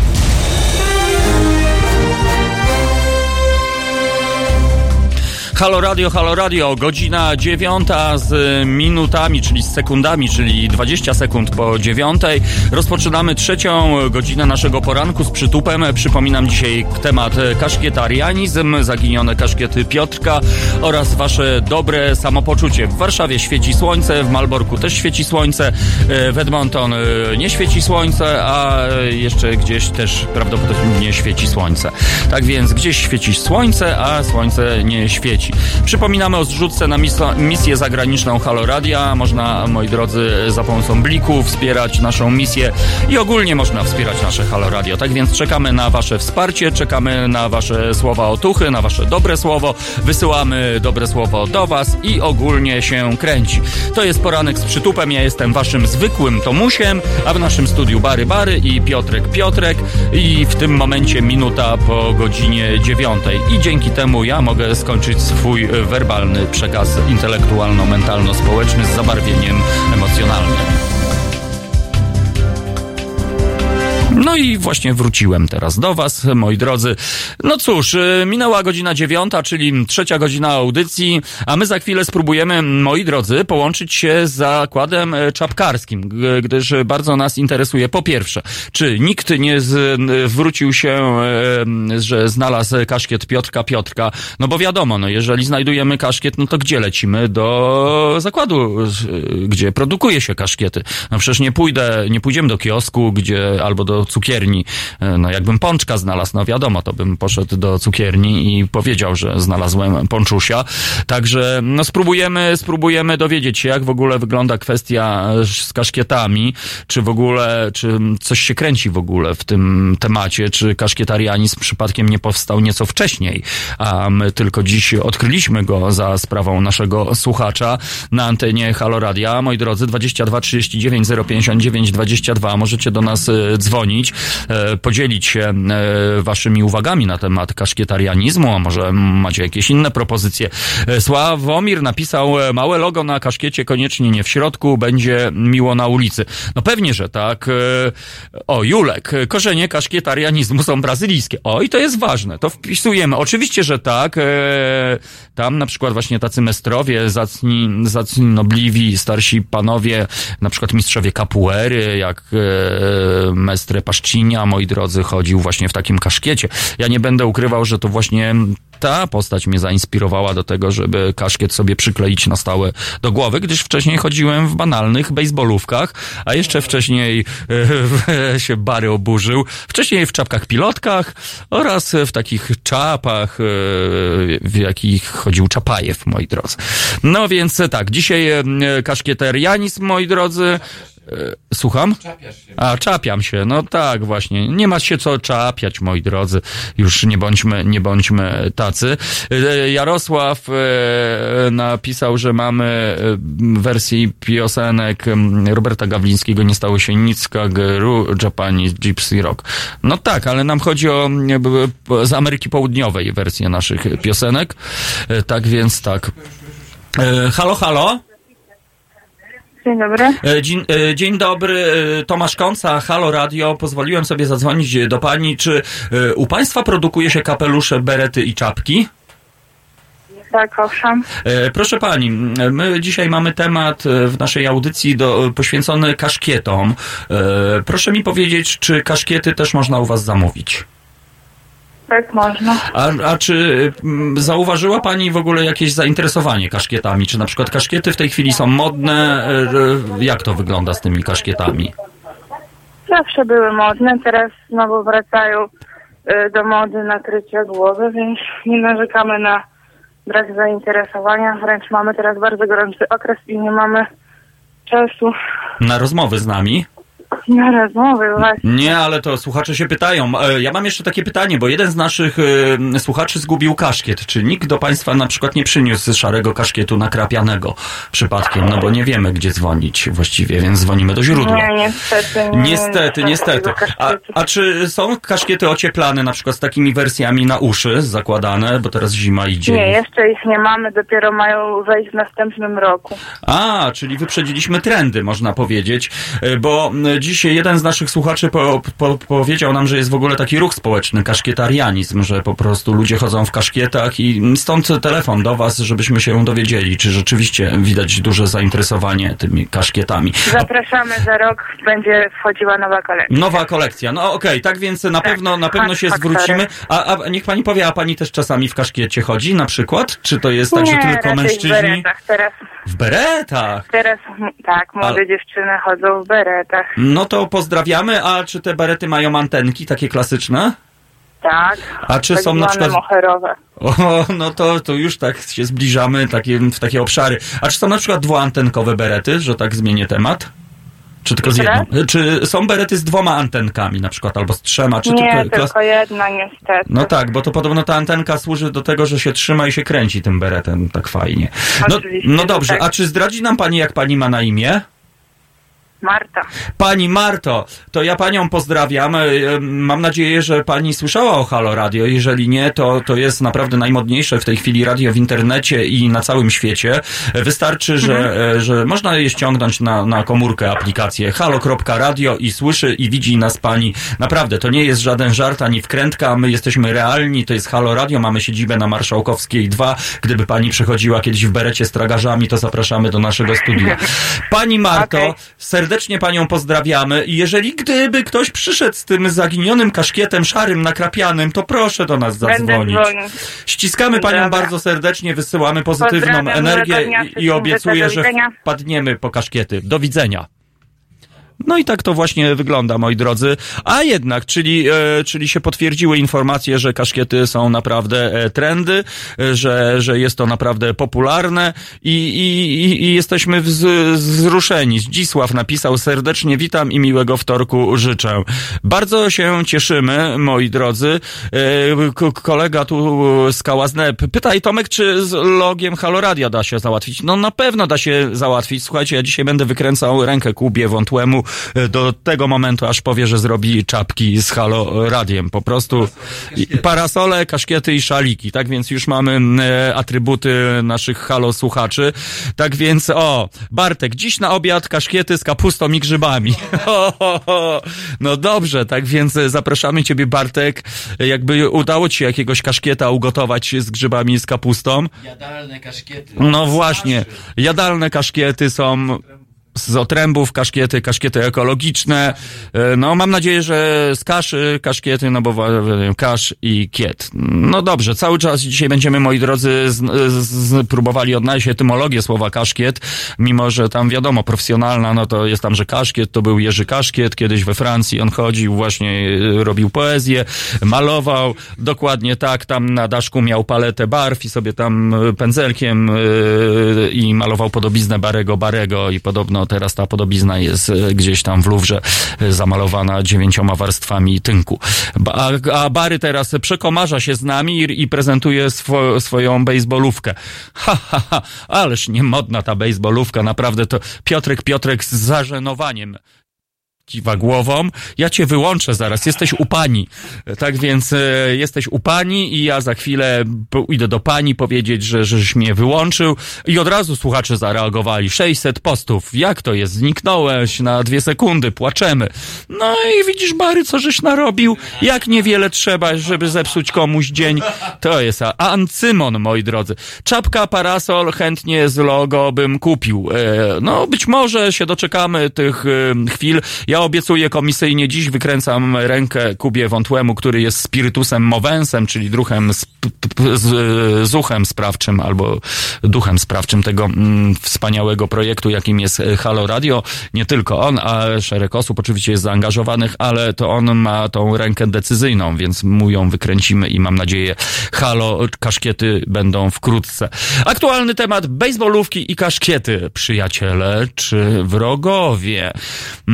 Halo Radio, Halo Radio, godzina dziewiąta z minutami, czyli z sekundami, czyli dwadzieścia sekund po dziewiątej. Rozpoczynamy trzecią godzinę naszego poranku z przytupem. Przypominam dzisiaj temat kaszkietarianizm, zaginione kaszkiety Piotrka oraz wasze dobre samopoczucie. W Warszawie świeci słońce, w Malborku też świeci słońce, w Edmonton nie świeci słońce, a jeszcze gdzieś też prawdopodobnie świeci słońce. Tak więc gdzieś świeci słońce, a słońce nie świeci. Przypominamy o zrzutce na mis- misję zagraniczną Halo Radia. Można, moi drodzy, za pomocą bliku wspierać naszą misję i ogólnie można wspierać nasze Halo Radio. Tak więc czekamy na wasze wsparcie, czekamy na wasze słowa otuchy, na wasze dobre słowo. Wysyłamy dobre słowo do was i ogólnie się kręci. To jest poranek z przytupem. Ja jestem waszym zwykłym Tomusiem, a w naszym studiu Bary Bary i Piotrek Piotrek i w tym momencie minuta po godzinie dziewiątej. I dzięki temu ja mogę skończyć swój werbalny przekaz intelektualno-mentalno-społeczny z zabarwieniem emocjonalnym. No i właśnie wróciłem teraz do was, moi drodzy. No cóż, minęła godzina dziewiąta, czyli trzecia godzina audycji, a my za chwilę spróbujemy, moi drodzy, połączyć się z zakładem czapkarskim, gdyż bardzo nas interesuje, po pierwsze, czy nikt nie zwrócił się, że znalazł kaszkiet Piotrka Piotrka, no bo wiadomo, no jeżeli znajdujemy kaszkiet, no to gdzie lecimy? Do zakładu, gdzie produkuje się kaszkiety. No przecież nie pójdę, nie pójdziemy do kiosku, gdzie, albo do cukierni. No jakbym pączka znalazł, no wiadomo, to bym poszedł do cukierni i powiedział, że znalazłem pączusia. Także no spróbujemy, spróbujemy dowiedzieć się, jak w ogóle wygląda kwestia z kaszkietami, czy w ogóle, czy coś się kręci w ogóle w tym temacie, czy kaszkietarianizm przypadkiem nie powstał nieco wcześniej, a my tylko dziś odkryliśmy go za sprawą naszego słuchacza na antenie Halo Radia. Moi drodzy, dwadzieścia dwa trzydzieści dziewięć zero pięćdziesiąt dziewięć dwadzieścia dwa, możecie do nas dzwonić, podzielić się waszymi uwagami na temat kaszkietarianizmu, a może macie jakieś inne propozycje. Sławomir napisał: małe logo na kaszkiecie, koniecznie nie w środku, będzie miło na ulicy. No pewnie, że tak. O, Julek, korzenie kaszkietarianizmu są brazylijskie. O, i to jest ważne, to wpisujemy. Oczywiście, że tak. Tam na przykład właśnie tacy mestrowie, zacni, zacni nobliwi, starsi panowie, na przykład mistrzowie capoeiry, jak Mestre Paszcinia, moi drodzy, chodził właśnie w takim kaszkiecie. Ja nie będę ukrywał, że to właśnie ta postać mnie zainspirowała do tego, żeby kaszkiet sobie przykleić na stałe do głowy, gdyż wcześniej chodziłem w banalnych bejsbolówkach, a jeszcze wcześniej e, się Bary oburzył. Wcześniej w czapkach pilotkach oraz w takich czapach, e, w jakich chodził Czapajew, moi drodzy. No więc tak, dzisiaj e, kaszkietarianizm, moi drodzy. Słucham? Czapiasz się. A, czapiam się, no tak właśnie. Nie ma się co czapiać, moi drodzy. Już nie bądźmy, nie bądźmy tacy. Jarosław e, napisał, że mamy wersji piosenek Roberta Gawlińskiego Nie stało się nic, Kageru, Japanese Gypsy Rock. No tak, ale nam chodzi o e, z Ameryki Południowej wersję naszych piosenek. E, tak więc tak. E, halo, halo? Dzień dobry. Dzień, dzień dobry, Tomasz Kąca, Halo Radio. Pozwoliłem sobie zadzwonić do pani. Czy u państwa produkuje się kapelusze, berety i czapki? Tak, owszem. Proszę pani, my dzisiaj mamy temat w naszej audycji do, poświęcony kaszkietom. Proszę mi powiedzieć, czy kaszkiety też można u was zamówić? Tak, można. A, a czy zauważyła pani w ogóle jakieś zainteresowanie kaszkietami? Czy na przykład kaszkiety w tej chwili są modne? Jak to wygląda z tymi kaszkietami? Zawsze były modne, teraz znowu wracają do mody nakrycia głowy, więc nie narzekamy na brak zainteresowania. Wręcz mamy teraz bardzo gorący okres i nie mamy czasu na rozmowy z nami. na rozmowy właśnie. Nie, ale to słuchacze się pytają. E, Ja mam jeszcze takie pytanie, bo jeden z naszych e, słuchaczy zgubił kaszkiet. Czy nikt do państwa na przykład nie przyniósł szarego kaszkietu nakrapianego przypadkiem? No bo nie wiemy, gdzie dzwonić właściwie, więc dzwonimy do źródła. Nie, niestety. Nie, Niestety, niestety. A, a czy są kaszkiety ocieplane, na przykład z takimi wersjami na uszy zakładane, bo teraz zima idzie? Nie, jeszcze ich nie mamy, dopiero mają wejść w następnym roku. A, czyli wyprzedziliśmy trendy, można powiedzieć, bo dzisiaj jeden z naszych słuchaczy po, po, powiedział nam, że jest w ogóle taki ruch społeczny, kaszkietarianizm, że po prostu ludzie chodzą w kaszkietach i stąd telefon do was, żebyśmy się dowiedzieli, czy rzeczywiście widać duże zainteresowanie tymi kaszkietami. Zapraszamy, za rok będzie wchodziła nowa kolekcja. Nowa kolekcja, no okej, okay, tak więc na tak, pewno na pewno się faktory. zwrócimy. A, a niech pani powie, a pani też czasami w kaszkiecie chodzi na przykład? Czy to jest tak, nie, że tylko raczej mężczyźni? w beretach. Teraz, w beretach? Teraz, tak, młode a... dziewczyny chodzą w beretach. No to pozdrawiamy, a czy te berety mają antenki takie klasyczne? Tak. A czy tak są na przykład moherowe. O, no to, to już tak się zbliżamy takie, w takie obszary. A czy są na przykład dwuantenkowe berety, że tak zmienię temat? Czy tylko z jedną? Czy są berety z dwoma antenkami na przykład, albo z trzema? Czy nie, tylko, tylko jedna niestety. No tak, bo to podobno ta antenka służy do tego, że się trzyma i się kręci tym beretem tak fajnie. No, no dobrze, tak. A czy zdradzi nam pani, jak pani ma na imię? Marta. Pani Marto, to ja panią pozdrawiam. Mam nadzieję, że pani słyszała o Halo Radio. Jeżeli nie, to, to jest naprawdę najmodniejsze w tej chwili radio w internecie i na całym świecie. Wystarczy, że, mhm. że można je ściągnąć na, na komórkę aplikację halo kropka radio i słyszy i widzi nas pani. Naprawdę, to nie jest żaden żart ani wkrętka. My jesteśmy realni, to jest Halo Radio. Mamy siedzibę na Marszałkowskiej dwa. Gdyby pani przychodziła kiedyś w berecie z tragarzami, to zapraszamy do naszego studia. Pani Marto, okay. serdecznie Serdecznie panią pozdrawiamy i jeżeli gdyby ktoś przyszedł z tym zaginionym kaszkietem szarym, nakrapianym, to proszę do nas zadzwonić. Ściskamy panią Dobra. bardzo serdecznie, wysyłamy pozytywną energię i, i obiecuję, że wpadniemy po kaszkiety. Do widzenia. No i tak to właśnie wygląda, moi drodzy. A jednak, czyli, e, czyli się potwierdziły informacje, że kaszkiety są naprawdę e, trendy, e, że, że jest to naprawdę popularne i, i, i jesteśmy wz, wzruszeni. Zdzisław napisał: serdecznie witam i miłego wtorku życzę. Bardzo się cieszymy, moi drodzy. E, k- kolega tu z Kałazne pytaj, Tomek, czy z logiem Halo Radia da się załatwić? No na pewno da się załatwić. Słuchajcie, ja dzisiaj będę wykręcał rękę Kubie Wątłemu do tego momentu, aż powie, że zrobi czapki z Halo Radiem. Po prostu parasole, kaszkiety i szaliki. Tak więc już mamy e, atrybuty naszych Halo słuchaczy. Tak więc, o, Bartek, dziś na obiad kaszkiety z kapustą i grzybami. Ho, ho, ho. No dobrze, tak więc zapraszamy ciebie, Bartek. Jakby udało ci się jakiegoś kaszkieta ugotować z grzybami i z kapustą. Jadalne kaszkiety. No właśnie, jadalne kaszkiety są... z otrębów kaszkiety, kaszkiety ekologiczne. No mam nadzieję, że z kaszy kaszkiety, no bo kasz i kiet. No dobrze, cały czas dzisiaj będziemy, moi drodzy, z, z, próbowali odnaleźć etymologię słowa kaszkiet, mimo że tam wiadomo, profesjonalna, no to jest tam, że kaszkiet to był Jerzy Kaszkiet, kiedyś we Francji on chodził, właśnie robił poezję, malował, dokładnie tak, tam na daszku miał paletę barw i sobie tam pędzelkiem yy, i malował podobiznę Barego Barego i podobno teraz ta podobizna jest gdzieś tam w Luwrze zamalowana dziewięcioma warstwami tynku. A, a Bary teraz przekomarza się z nami i, i prezentuje swo, swoją bejsbolówkę. Ha, ha, ha, ależ niemodna ta bejsbolówka, naprawdę to Piotrek, Piotrek z zażenowaniem kiwa głową. Ja cię wyłączę zaraz, jesteś u pani. Tak więc e, jesteś u pani i ja za chwilę idę do pani powiedzieć, że żeś mnie wyłączył i od razu słuchacze zareagowali. sześćset postów. Jak to jest? Zniknąłeś na dwie sekundy, płaczemy. No i widzisz, Bary, co żeś narobił? Jak niewiele trzeba, żeby zepsuć komuś dzień. To jest a Ancymon, moi drodzy. Czapka, parasol, chętnie z logo bym kupił. E, no być może się doczekamy tych e, chwil. Ja obiecuję komisyjnie, dziś wykręcam rękę Kubie Wątłemu, który jest spirytusem mowensem, czyli druchem, sp- p- z, zuchem sprawczym albo duchem sprawczym tego mm, wspaniałego projektu, jakim jest Halo Radio. Nie tylko on, a szereg osób oczywiście jest zaangażowanych, ale to on ma tą rękę decyzyjną, więc mu ją wykręcimy i mam nadzieję, Halo kaszkiety będą wkrótce. Aktualny temat: bejsbolówki i kaszkiety. Przyjaciele czy wrogowie? No to tak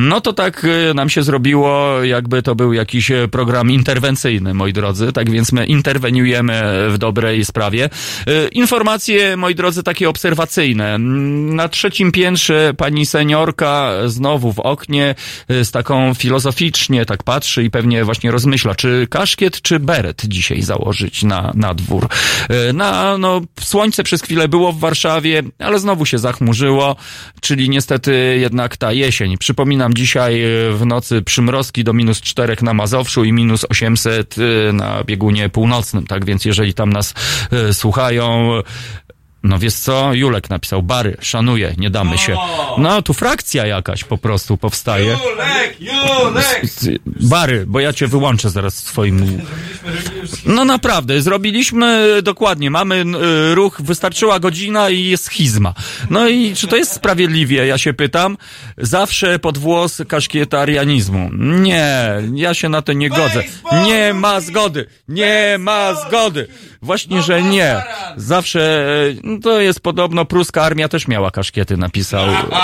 tak y, nam się zrobiło, jakby to był jakiś program interwencyjny, moi drodzy, tak więc my interweniujemy w dobrej sprawie. Y, informacje, moi drodzy, takie obserwacyjne. Na trzecim piętrze pani seniorka znowu w oknie y, z taką filozoficznie tak patrzy i pewnie właśnie rozmyśla, czy kaszkiet, czy beret dzisiaj założyć na, na dwór. Y, na, no, słońce przez chwilę było w Warszawie, ale znowu się zachmurzyło, czyli niestety jednak ta jesień. Przypominam, dzisiaj w nocy przymrozki do minus czterech na Mazowszu i minus osiemset na biegunie północnym, tak więc jeżeli tam nas y, słuchają, no wiesz co, Julek napisał, Bary, szanuję, nie damy się. No, tu frakcja jakaś po prostu powstaje. Julek, Julek! Bary, bo ja cię wyłączę zaraz w swoim... No naprawdę, zrobiliśmy dokładnie, mamy y, ruch, wystarczyła godzina i jest schizma. No i czy to jest sprawiedliwie, ja się pytam. Zawsze pod włos kaszkietarianizmu. Nie, ja się na to nie godzę. Nie ma zgody, nie ma zgody. Właśnie, że nie. Zawsze, to jest podobno, pruska armia też miała kaszkiety, napisał.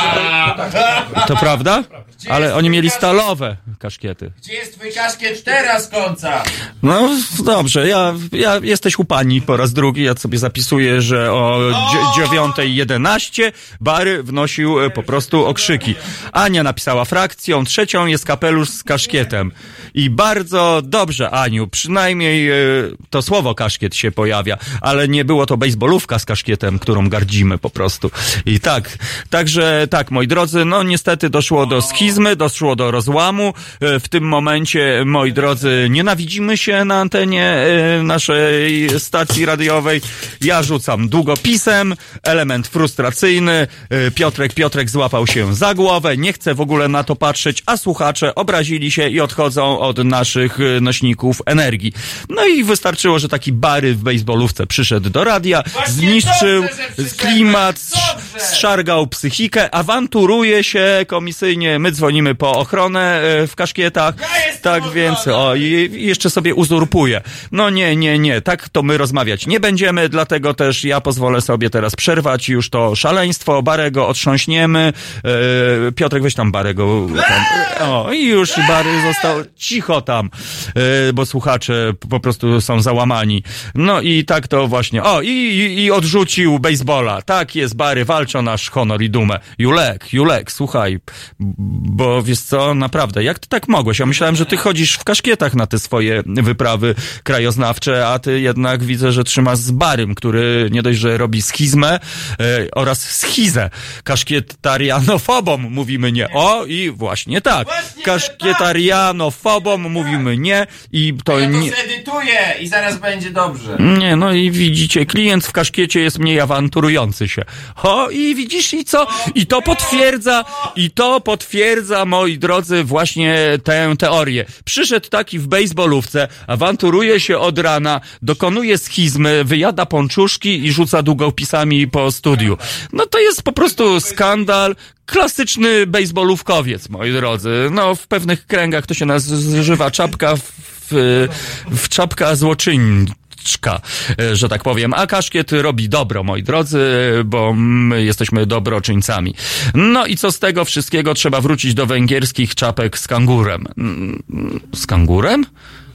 To prawda? Ale oni mieli stalowe kaszkiety. Gdzie jest twój kaszkiet teraz, końca? No dobrze, ja, ja jesteś u pani po raz drugi, ja sobie zapisuję, że o dziewiątej jedenaście Bary wnosił po prostu okrzyki. Ania napisała frakcją, trzecią jest kapelusz z kaszkietem. I bardzo dobrze, Aniu, przynajmniej to słowo kaszkiet się pojawia, ale nie było to bejsbolówka z kaszkietem, którą gardzimy po prostu. I tak, także tak, moi drodzy, no niestety doszło do schizmy, doszło do rozłamu. W tym momencie, moi drodzy, nienawidzimy się na antenie naszej stacji radiowej. Ja rzucam długopisem, element frustracyjny. Piotrek, Piotrek złapał się za głowę, nie chce w ogóle na to patrzeć, a słuchacze obrazili się i odchodzą od naszych nośników energii. No i wystarczyło, że taki Bary w bejsbolówce przyszedł do radia, zniszczył klimat, zszargał psychikę, awanturuje się komisyjnie, my dzwonimy po ochronę w kaszkietach, tak więc o, i jeszcze sobie uzurpuje. No nie, nie, nie, tak to my rozmawiać nie będziemy, dlatego też ja pozwolę sobie teraz przerwać już to szaleństwo, Barego otrząśniemy. E, Piotrek, weź tam Barego. Tam. O, i już Bary został cicho tam, e, bo słuchacze po prostu są załamani. No i tak to właśnie, o, i, i, i odrzucił bejsbola. Tak jest, Bary, walcz o nasz honor i dumę. Julek, Julek, słuchaj, bo wiesz co, naprawdę, jak ty tak mogłeś? Ja myślałem, że ty chodzisz w kaszkietach na te swoje wyprawy krajoznawcze, a ty jednak widzę, że trzymasz z Barym, który nie dość, że robi schizmę e, oraz schizę. Kaszkietarianofobom mówimy nie. O, i właśnie tak. Kaszkietarianofobom mówimy nie i to ja to nie... zedytuję i zaraz będzie dobrze. Nie, no i widzicie, klient w kaszkiecie jest mniej awanturujący się. O, i widzisz, i co? I to potwierdza, i to potwierdza, moi drodzy, właśnie tę teorię. Przyszedł taki w bejsbolówce, awanturuje się od rana, dokonuje schizmy, wyjada pączuszki i rzuca długopisami po studiu. No to jest po prostu skandal. Klasyczny bejsbolówkowiec, moi drodzy. No, w pewnych kręgach to się nazywa czapka w, w, w czapka złoczyńczka, że tak powiem. A kaszkiet robi dobro, moi drodzy, bo my jesteśmy dobroczyńcami. No i co z tego wszystkiego? Trzeba wrócić do węgierskich czapek z kangurem. Z kangurem?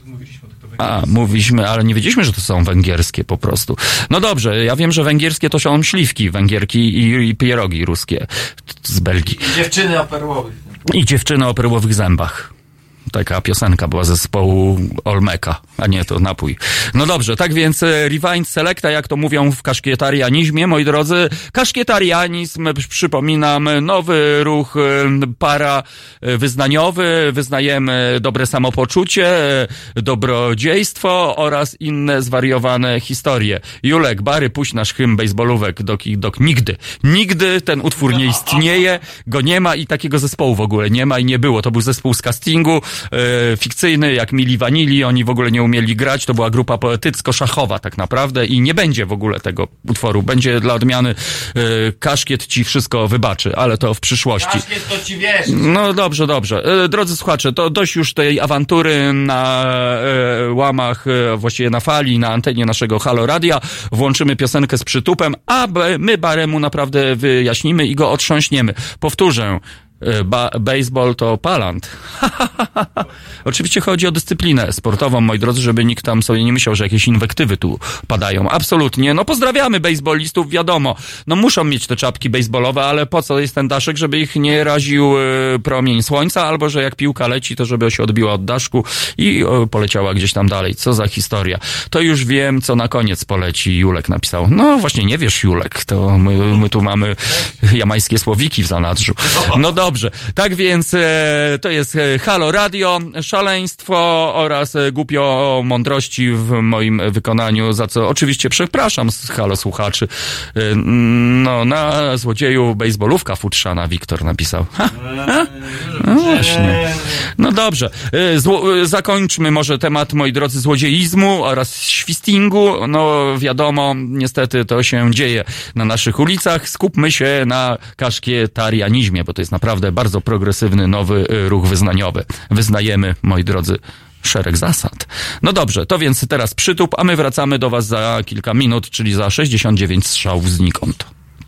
A, mówiliśmy, ale nie wiedzieliśmy, że to są węgierskie po prostu. No dobrze, ja wiem, że węgierskie to są śliwki, węgierki i, i pierogi ruskie z Belgii. I dziewczyny o perłowych. I dziewczyny o perłowych zębach. Taka piosenka była zespołu Olmeka, a nie, to napój. No dobrze, tak więc Rewind Selecta, jak to mówią w kaszkietarianizmie, moi drodzy, kaszkietarianizm, przypominam, nowy ruch para wyznaniowy, wyznajemy dobre samopoczucie, dobrodziejstwo oraz inne zwariowane historie. Julek, Bary, puść nasz hymn bejsbolówek, dok, dok, nigdy, nigdy ten utwór nie istnieje, go nie ma i takiego zespołu w ogóle nie ma i nie było. To był zespół z castingu, E, fikcyjny, jak Mili Vanilli, oni w ogóle nie umieli grać, to była grupa poetycko-szachowa tak naprawdę i nie będzie w ogóle tego utworu, będzie dla odmiany e, kaszkiet ci wszystko wybaczy, ale to w przyszłości. Kaszkiet to ci wiesz. No dobrze, dobrze. E, drodzy słuchacze, to dość już tej awantury na e, łamach, e, właściwie na fali, na antenie naszego Halo Radia. Włączymy piosenkę z przytupem, a my Baremu naprawdę wyjaśnimy i go otrząśniemy. Powtórzę, Ba- baseball to palant. Oczywiście chodzi o dyscyplinę sportową, moi drodzy, żeby nikt tam sobie nie myślał, że jakieś inwektywy tu padają. Absolutnie. No pozdrawiamy baseballistów, wiadomo. No muszą mieć te czapki baseballowe, ale po co jest ten daszek, żeby ich nie raził y, promień słońca, albo że jak piłka leci, to żeby się odbiła od daszku i y, poleciała gdzieś tam dalej. Co za historia. To już wiem, co na koniec poleci. Julek napisał. No właśnie, nie wiesz, Julek, to my, my tu mamy jamańskie słowiki w zanadrzu. No dobrze. Tak więc e, to jest Halo Radio, szaleństwo oraz e, głupio mądrości w moim wykonaniu, za co oczywiście przepraszam z Halo słuchaczy. E, no, na złodzieju bejsbolówka futrzana, Wiktor napisał. Ha, ha? No właśnie. No dobrze. E, zło, zakończmy może temat, moi drodzy, złodziejizmu oraz świstingu. No wiadomo, niestety to się dzieje na naszych ulicach. Skupmy się na kaszkietarianizmie, bo to jest naprawdę bardzo progresywny, nowy ruch wyznaniowy. Wyznajemy, moi drodzy, szereg zasad. No dobrze, to więc teraz przytup, a my wracamy do was za kilka minut, czyli za sześćdziesiąt dziewięć strzałów znikąd.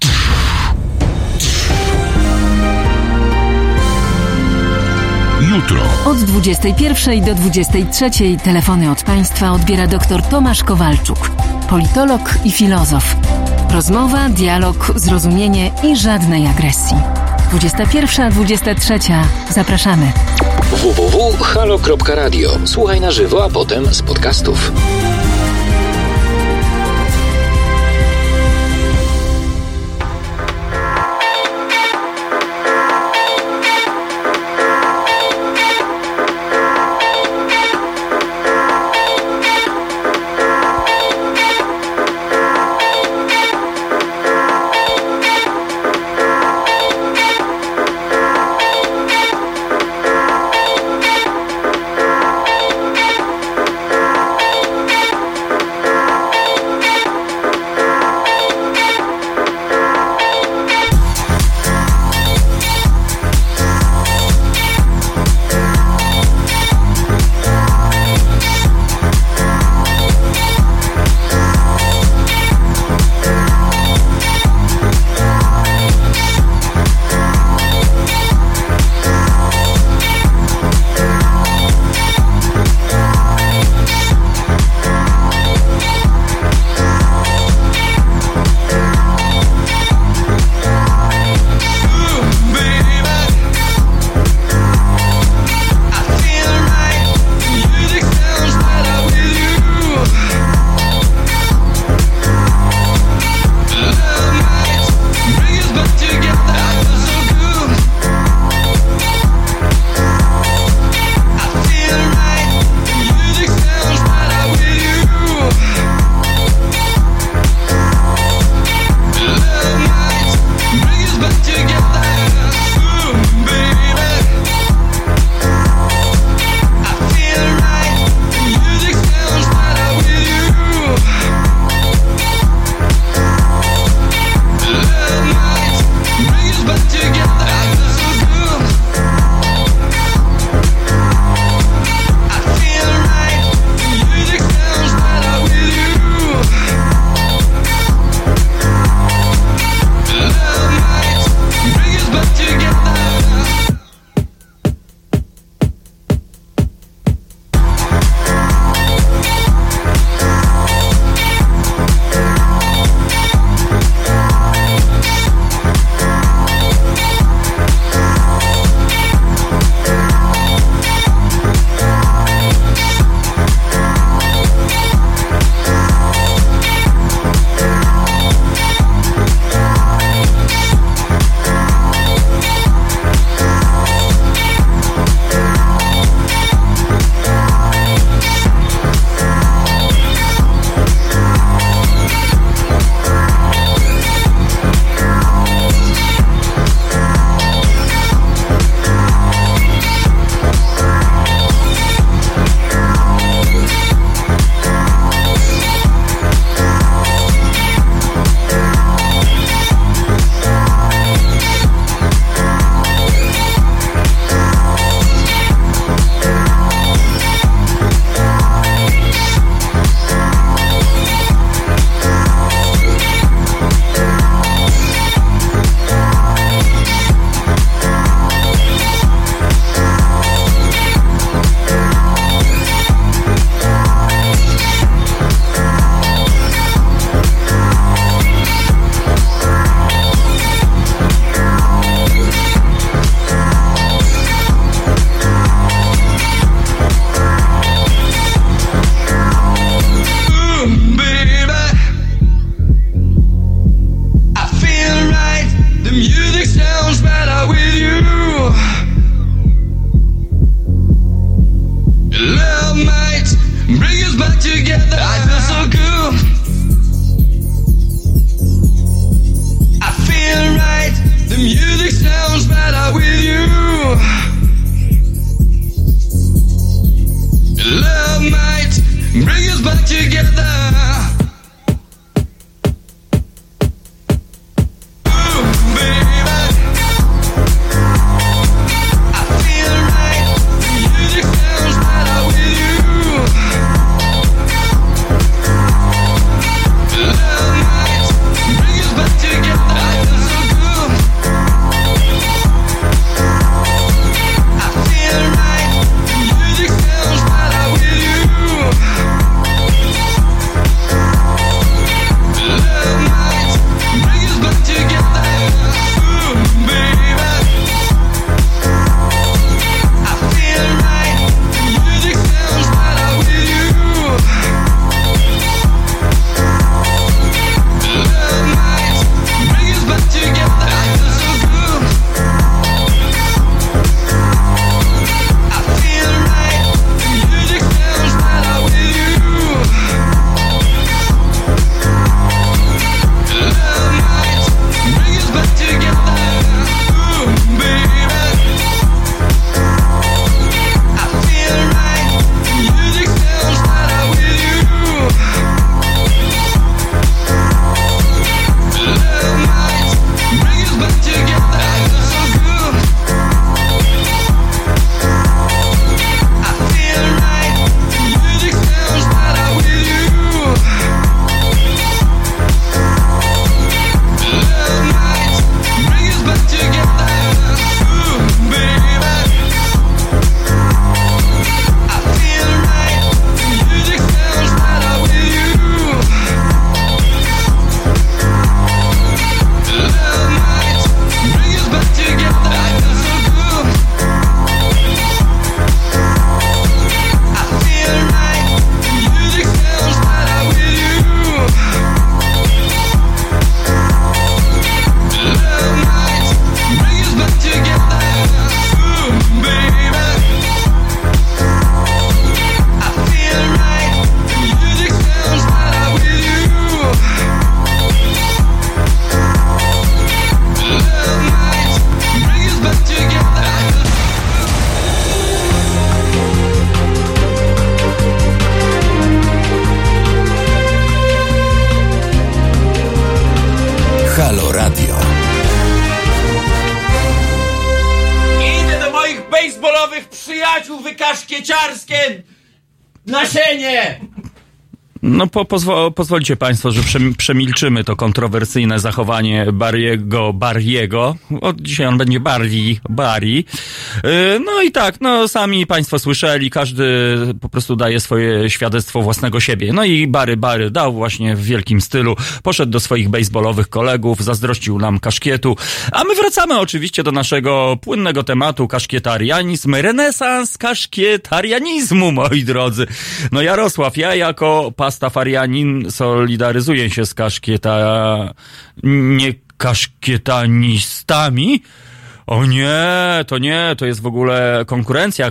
Jutro. Od dwudziestej pierwszej do dwudziestej trzeciej telefony od państwa odbiera dr Tomasz Kowalczuk, politolog i filozof. Rozmowa, dialog, zrozumienie i żadnej agresji. dwudziesta pierwsza, dwudziesta trzecia. Zapraszamy. w w w kropka halo kropka radio. Słuchaj na żywo, a potem z podcastów. music sounds better with you. Love might bring us back together. Halo Radio. Idę do moich bejsbolowych przyjaciół wykaszkieciarskie nasienie! No po, pozwo, pozwolicie państwo, że przem, przemilczymy to kontrowersyjne zachowanie Barry'ego, Barry'ego. Od dzisiaj on będzie Barry, Barry. Yy, no i tak, no sami państwo słyszeli, każdy po prostu daje swoje świadectwo własnego siebie. No i Barry, Barry dał właśnie w wielkim stylu, poszedł do swoich bejsbolowych kolegów, zazdrościł nam kaszkietu, a my wracamy oczywiście do naszego płynnego tematu kaszkietarianizm, renesans kaszkietarianizmu, moi drodzy. No Jarosław, ja jako pastafarianin solidaryzuję się z kaszkieta... nie kaszkietanistami. O nie, to nie, to jest w ogóle konkurencja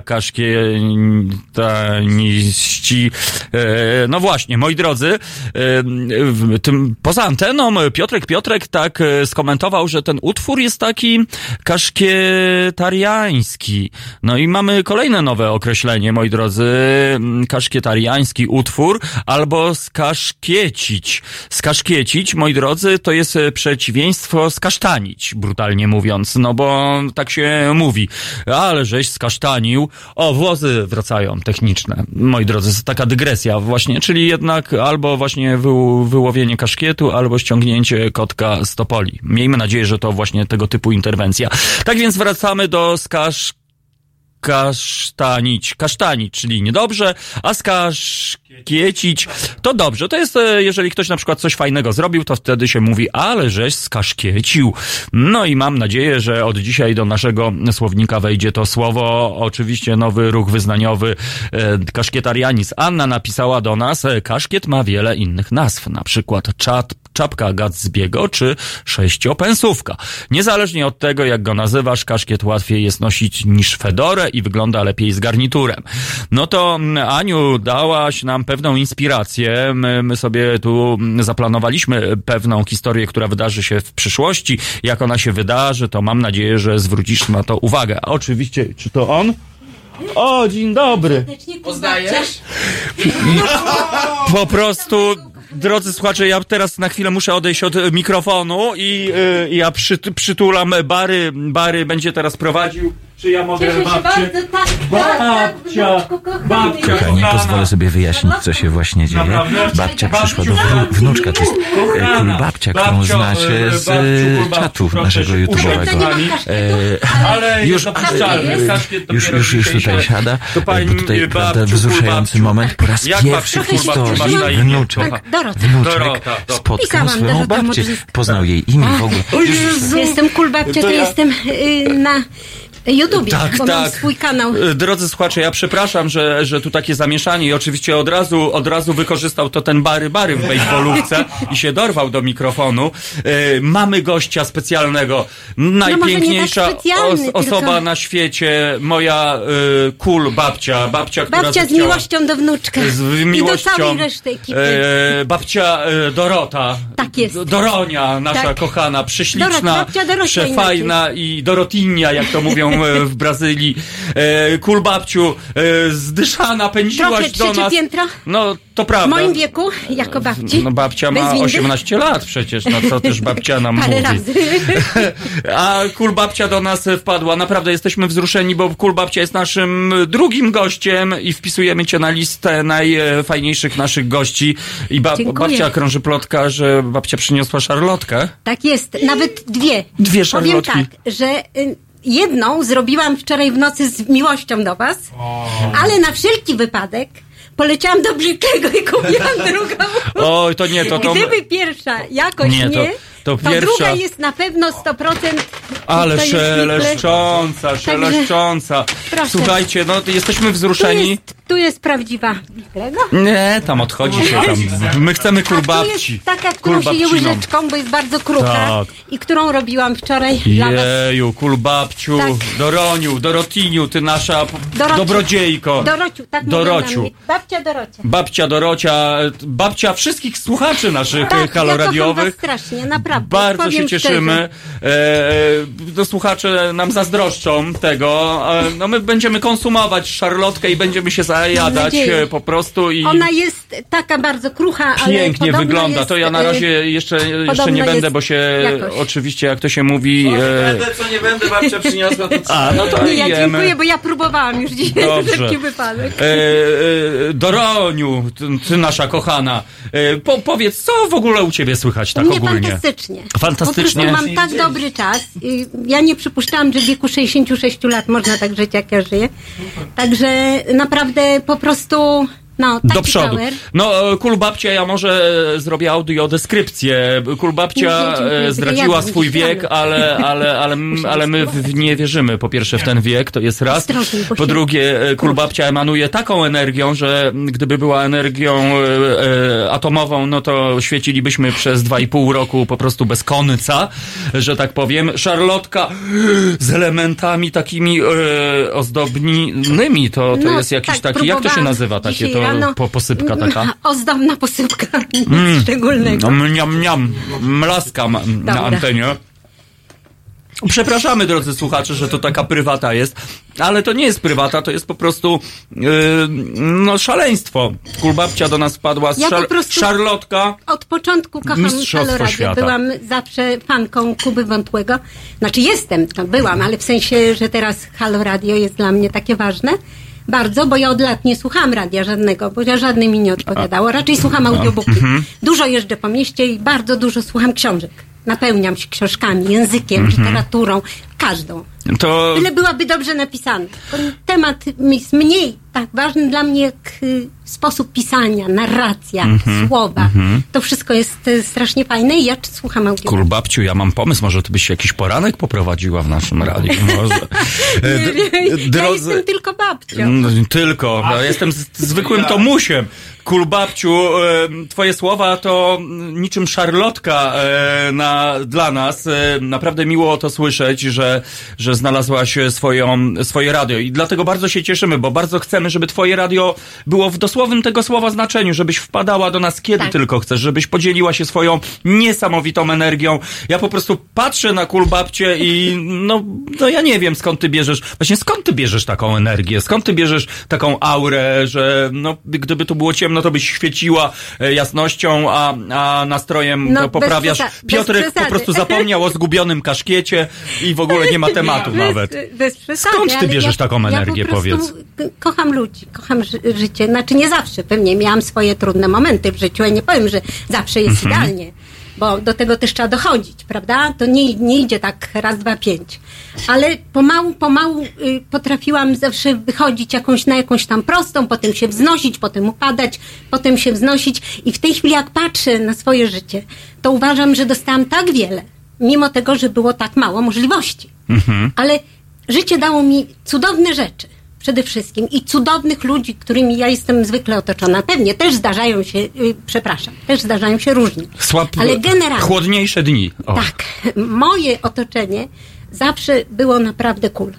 kaszkietaniści. E, no właśnie, moi drodzy, e, w tym, poza anteną Piotrek Piotrek tak skomentował, że ten utwór jest taki kaszkietariański. No i mamy kolejne nowe określenie, moi drodzy, kaszkietariański utwór albo skaszkiecić. Skaszkiecić, moi drodzy, to jest przeciwieństwo skasztanić, brutalnie mówiąc, no bo tak się mówi, ale żeś skasztanił. O, włosy wracają techniczne, moi drodzy, to taka dygresja właśnie, czyli jednak albo właśnie wy, wyłowienie kaszkietu, albo ściągnięcie kotka z topoli. Miejmy nadzieję, że to właśnie tego typu interwencja. Tak więc wracamy do skasz kasztanić, kasztanić, czyli niedobrze, a skaszkiecić to dobrze. To jest, jeżeli ktoś na przykład coś fajnego zrobił, to wtedy się mówi, ale żeś skaszkiecił. No i mam nadzieję, że od dzisiaj do naszego słownika wejdzie to słowo. Oczywiście nowy ruch wyznaniowy, kaszkietarianizm. Anna napisała do nas, kaszkiet ma wiele innych nazw, na przykład czat czapka Gatsby'ego czy sześciopensówka. Niezależnie od tego, jak go nazywasz, kaszkiet łatwiej jest nosić niż fedorę i wygląda lepiej z garniturem. No to Aniu, dałaś nam pewną inspirację. My, my sobie tu zaplanowaliśmy pewną historię, która wydarzy się w przyszłości. Jak ona się wydarzy, to mam nadzieję, że zwrócisz na to uwagę. A oczywiście, czy to on? O, dzień dobry. Poznajesz? Po prostu, drodzy słuchacze, ja teraz na chwilę muszę odejść od mikrofonu i yy, ja przy, przytulam Bary. Bary będzie teraz prowadził. Czy ja mogę babcię? Babcia! Babcia! Kochani, pozwolę sobie wyjaśnić, co się właśnie dzieje. Babcia przyszła do wnu- wnuczka. To jest e, król babcia, którą znacie z e, czatów naszego YouTube'owego. E, Ale już, e, już, już, już tutaj siada, e, bo tutaj, prawda, wzruszający moment. Po raz pierwszy w historii wnuczek, wnuczek spotkał swoją babcię. Poznał jej imię w ogóle. Jestem król babcia, to jestem y, na YouTubie, tak, bo tak. mam swój kanał. Drodzy słuchacze, ja przepraszam, że, że tu takie zamieszanie i oczywiście od razu, od razu wykorzystał to ten Bary Bary w bejsbolówce i się dorwał do mikrofonu. E, mamy gościa specjalnego, najpiękniejsza no tak os- osoba tylko... na świecie, moja e, cool babcia, babcia, która babcia z zechciała, miłością do wnuczka z miłością, i do całej reszty ekipy. E, babcia e, Dorota, tak jest. Doronia, nasza tak. kochana, prześliczna, Dorot, babcia przefajna i Dorotinnia, jak to mówią w Brazylii. E, Kul babciu, e, zdyszana, pędziłaś Trochę do nas. Piętro. No, to prawda. W moim wieku, jako babci. No babcia ma osiemnaście lat przecież, no co też babcia nam Parę mówi. razy. A Kul babcia do nas wpadła. Naprawdę jesteśmy wzruszeni, bo Kul babcia jest naszym drugim gościem i wpisujemy cię na listę najfajniejszych naszych gości. I ba- babcia krąży plotka, że babcia przyniosła szarlotkę. Tak jest, nawet dwie. Dwie szarlotki. Powiem tak, że... Y- Jedną zrobiłam wczoraj w nocy z miłością do was, o. ale na wszelki wypadek poleciałam do bliskiego i kupiłam drugą. Oj, to nie, to to... Gdyby pierwsza jakoś nie, nie to, to, to pierwsza... druga jest na pewno sto procent... Ale szeleszcząca, szeleszcząca. Także, słuchajcie, no jesteśmy wzruszeni. Tu jest, tu jest prawdziwa Biglego? Nie, tam odchodzi się tam. My chcemy kulbabci. A tu jest taka, którą się je łyżeczką, bo jest bardzo krucha tak. i którą robiłam wczoraj dla was. Jeju, kulbabciu, tak. Doroniu, Dorotiniu, ty nasza Dorociu. dobrodziejko. Dorociu, tak Dorociu. Babcia Dorocia. Babcia Dorocia, babcia wszystkich słuchaczy naszych tak, haloradiowych. Ja strasznie, naprawdę. Bardzo Powiem się cieszymy. E, to słuchacze nam zazdroszczą tego. E, no my będziemy konsumować szarlotkę i będziemy się zajadać po prostu. I ona jest taka bardzo krucha, ale pięknie wygląda. Jest, to ja na razie jeszcze, jeszcze nie będę, bo się jakoś. oczywiście, jak to się mówi... O, nie e... będę, co nie będę, babcia przyniosła to co. A, no to nie, ja jemy. dziękuję, bo ja próbowałam już dzisiaj. Dobrze. Taki wypadek. E, e, Doroniu, ty, ty nasza kochana, e, po, powiedz, co w ogóle u ciebie słychać tak mnie ogólnie? fantastycznie. Fantastycznie. Po prostu mam tak dobry czas. Ja nie przypuszczałam, że w wieku sześćdziesięciu sześciu lat można tak żyć, jak ja żyję. Także naprawdę po prostu... No, do przodu. Power. No, Kulbabcia, ja może zrobię audiodeskrypcję. Kulbabcia dziękuję, zdradziła ja swój wiek, ale, ale, ale, ale my w nie wierzymy. Po pierwsze w ten wiek, to jest raz. Po drugie, Kulbabcia emanuje taką energią, że gdyby była energią e, atomową, no to świecilibyśmy przez dwa i pół roku po prostu bez końca, że tak powiem. Szarlotka z elementami takimi e, ozdobnymi, to, to no, jest jakiś tak, taki, jak to się nazywa takie to? No, po, posypka taka? Ozdobna posypka, nic mm, szczególnego. No, mniam, mniam, mlaskam Dobra. na antenie. Przepraszamy, drodzy słuchacze, że to taka prywata jest, ale to nie jest prywata, to jest po prostu yy, no szaleństwo. Kulbabcia do nas wpadła z ja szar- po prostu szarlotka. Od początku kocham Halo Radio. Byłam zawsze fanką Kuby Wątłego. Znaczy jestem, to byłam, ale w sensie, że teraz Halo Radio jest dla mnie takie ważne. Bardzo, bo ja od lat nie słuchałam radia żadnego, bo ja żadne mi nie odpowiadało. Raczej słucham audiobooki. Mhm. Dużo jeżdżę po mieście i bardzo dużo słucham książek. Napełniam się książkami, językiem, mhm. literaturą. każdą. To... Tyle byłaby dobrze napisana. Temat jest mniej tak ważny dla mnie jak y, sposób pisania, narracja, mm-hmm, słowa. Mm-hmm. To wszystko jest y, strasznie fajne i ja słucham audio. Kul babciu, ja mam pomysł, może ty byś jakiś poranek poprowadziła w naszym radiu. Może. D- Drodzy... Ja jestem tylko babcią. No, tylko. Ja jestem z- zwykłym Tomusiem. Kul babciu, twoje słowa to niczym szarlotka na, dla nas. Naprawdę miło to słyszeć, że, że znalazłaś swoją, swoje radio i dlatego bardzo się cieszymy, bo bardzo chcemy, żeby twoje radio było w dosłownym tego słowa znaczeniu, żebyś wpadała do nas kiedy tak. tylko chcesz, żebyś podzieliła się swoją niesamowitą energią. Ja po prostu patrzę na Kul babcię i no, no ja nie wiem, skąd ty bierzesz, właśnie skąd ty bierzesz taką energię, skąd ty bierzesz taką aurę, że no, gdyby to było ciemno, no to byś świeciła jasnością, a, a nastrojem no, poprawiasz. Przesa- Piotrek po prostu zapomniał o zgubionym kaszkiecie i w ogóle nie ma tematu bez, nawet. Bez przesady, skąd ty bierzesz ja, taką energię, ja po powiedz? Kocham ludzi, kocham ży- życie. Znaczy nie zawsze, pewnie miałam swoje trudne momenty w życiu, ale nie powiem, że zawsze jest mhm. idealnie. Bo do tego też trzeba dochodzić, prawda? To nie, nie idzie tak raz, dwa, pięć. Ale pomału, pomału y, potrafiłam zawsze wychodzić jakąś, na jakąś tam prostą, potem się wznosić, potem upadać, potem się wznosić. I w tej chwili jak patrzę na swoje życie, to uważam, że dostałam tak wiele, mimo tego, że było tak mało możliwości. Mhm. Ale życie dało mi cudowne rzeczy. Przede wszystkim i cudownych ludzi, którymi ja jestem zwykle otoczona. Pewnie też zdarzają się, yy, przepraszam, też zdarzają się różni. Słab, ale generalnie... Chłodniejsze dni. O. Tak. Moje otoczenie zawsze było naprawdę cool.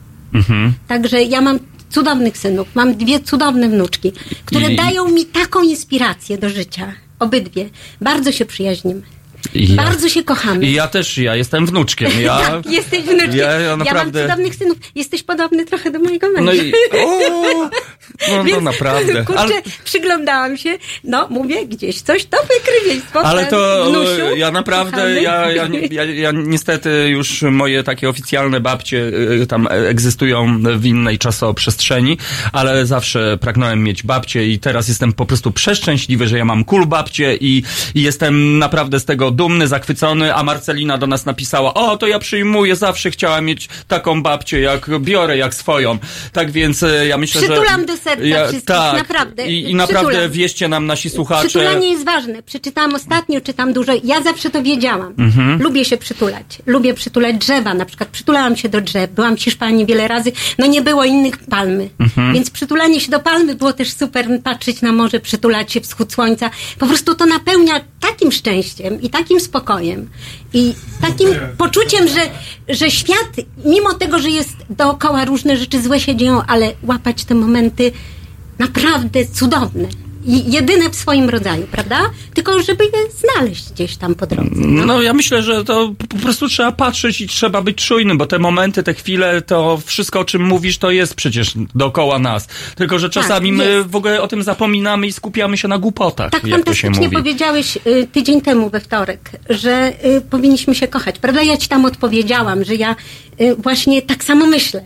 Mhm. Także ja mam cudownych synów, mam dwie cudowne wnuczki, które I... dają mi taką inspirację do życia. Obydwie. Bardzo się przyjaźnimy. Ja, bardzo się kochamy. I ja też, ja jestem wnuczkiem. Ja, tak, jesteś wnuczkiem. Ja, ja, naprawdę... ja mam cudownych synów. Jesteś podobny trochę do mojego męża. No i o, no, Więc, no naprawdę. Kurczę, ale... przyglądałam się, no mówię, gdzieś coś to wykrywiejstwo. Ale to wnusiu, ja naprawdę, ja, ja, ja, ja niestety już moje takie oficjalne babcie tam egzystują w innej czasoprzestrzeni, ale zawsze pragnąłem mieć babcie i teraz jestem po prostu przeszczęśliwy, że ja mam Kul babcie i, i jestem naprawdę z tego dumny, zachwycony, a Marcelina do nas napisała, o, to ja przyjmuję, zawsze chciałam mieć taką babcię, jak biorę, jak swoją. Tak więc ja myślę, Przytulam że... Przytulam do serca ja, wszystkich, tak, naprawdę. I, i naprawdę wieście nam nasi słuchacze. Przytulanie jest ważne. Przeczytałam ostatnio, czytam dużo. Ja zawsze to wiedziałam. Mhm. Lubię się przytulać. Lubię przytulać drzewa. Na przykład przytulałam się do drzew. Byłam w Hiszpanii wiele razy. No nie było innych palmy. Mhm. Więc przytulanie się do palmy było też super. Patrzeć na morze, przytulać się, wschód słońca. Po prostu to napełnia takim szczęściem i takim spokojem i takim poczuciem, że, że świat, mimo tego, że jest dookoła różne rzeczy złe się dzieją, ale łapać te momenty naprawdę cudowne. I jedyne w swoim rodzaju, prawda? Tylko żeby je znaleźć gdzieś tam po drodze. No, no ja myślę, że to po prostu trzeba patrzeć i trzeba być czujnym, bo te momenty, te chwile, to wszystko, o czym mówisz, to jest przecież dookoła nas. Tylko, że czasami tak, my w ogóle o tym zapominamy i skupiamy się na głupotach, tak jak to się mówi. Tak fantastycznie powiedziałeś y, tydzień temu we wtorek, że y, powinniśmy się kochać. Prawda? Ja ci tam odpowiedziałam, że ja y, właśnie tak samo myślę.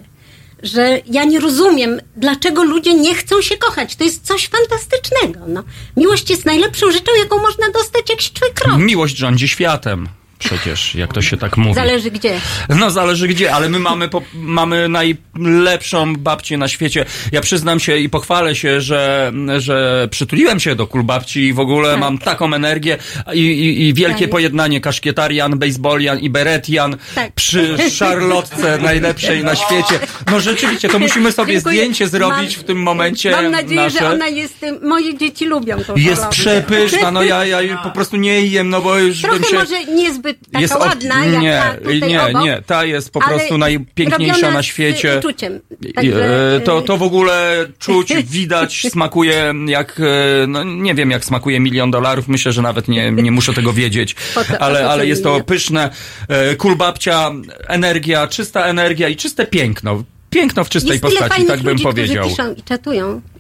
Że ja nie rozumiem, dlaczego ludzie nie chcą się kochać. To jest coś fantastycznego. No. Miłość jest najlepszą rzeczą, jaką można dostać, jak się człowiek rodzi. Miłość rządzi światem. Przecież, jak to się tak mówi. Zależy gdzie. No, zależy gdzie, ale my mamy, po, mamy najlepszą babcię na świecie. Ja przyznam się i pochwalę się, że, że przytuliłem się do Kul babci i w ogóle tak. mam taką energię i, i, i wielkie tak. pojednanie kaszkietarian, bejsbolian i beretian tak. przy szarlotce najlepszej na świecie. No rzeczywiście, to musimy sobie Dziękuję. zdjęcie zrobić mam, w tym momencie. Mam nadzieję, nasze. że ona jest, moje dzieci lubią tą Jest szarlotkę. Przepyszna, no ja, ja po prostu nie jem, no bo już Trochę bym się... może niezbyt taka jest ładna, od... nie, jak ta tutaj nie, obok, nie, ta jest po prostu najpiękniejsza na świecie. Z uczuciem. Także... To, to w ogóle czuć, widać, smakuje jak, no nie wiem jak smakuje milion dolarów, myślę, że nawet nie, nie muszę tego wiedzieć, to, ale, ale jest to pyszne. Kul babcia, energia, czysta energia i czyste piękno. Piękno w czystej jest postaci, tak bym ludzi, powiedział. Którzy piszą i czatują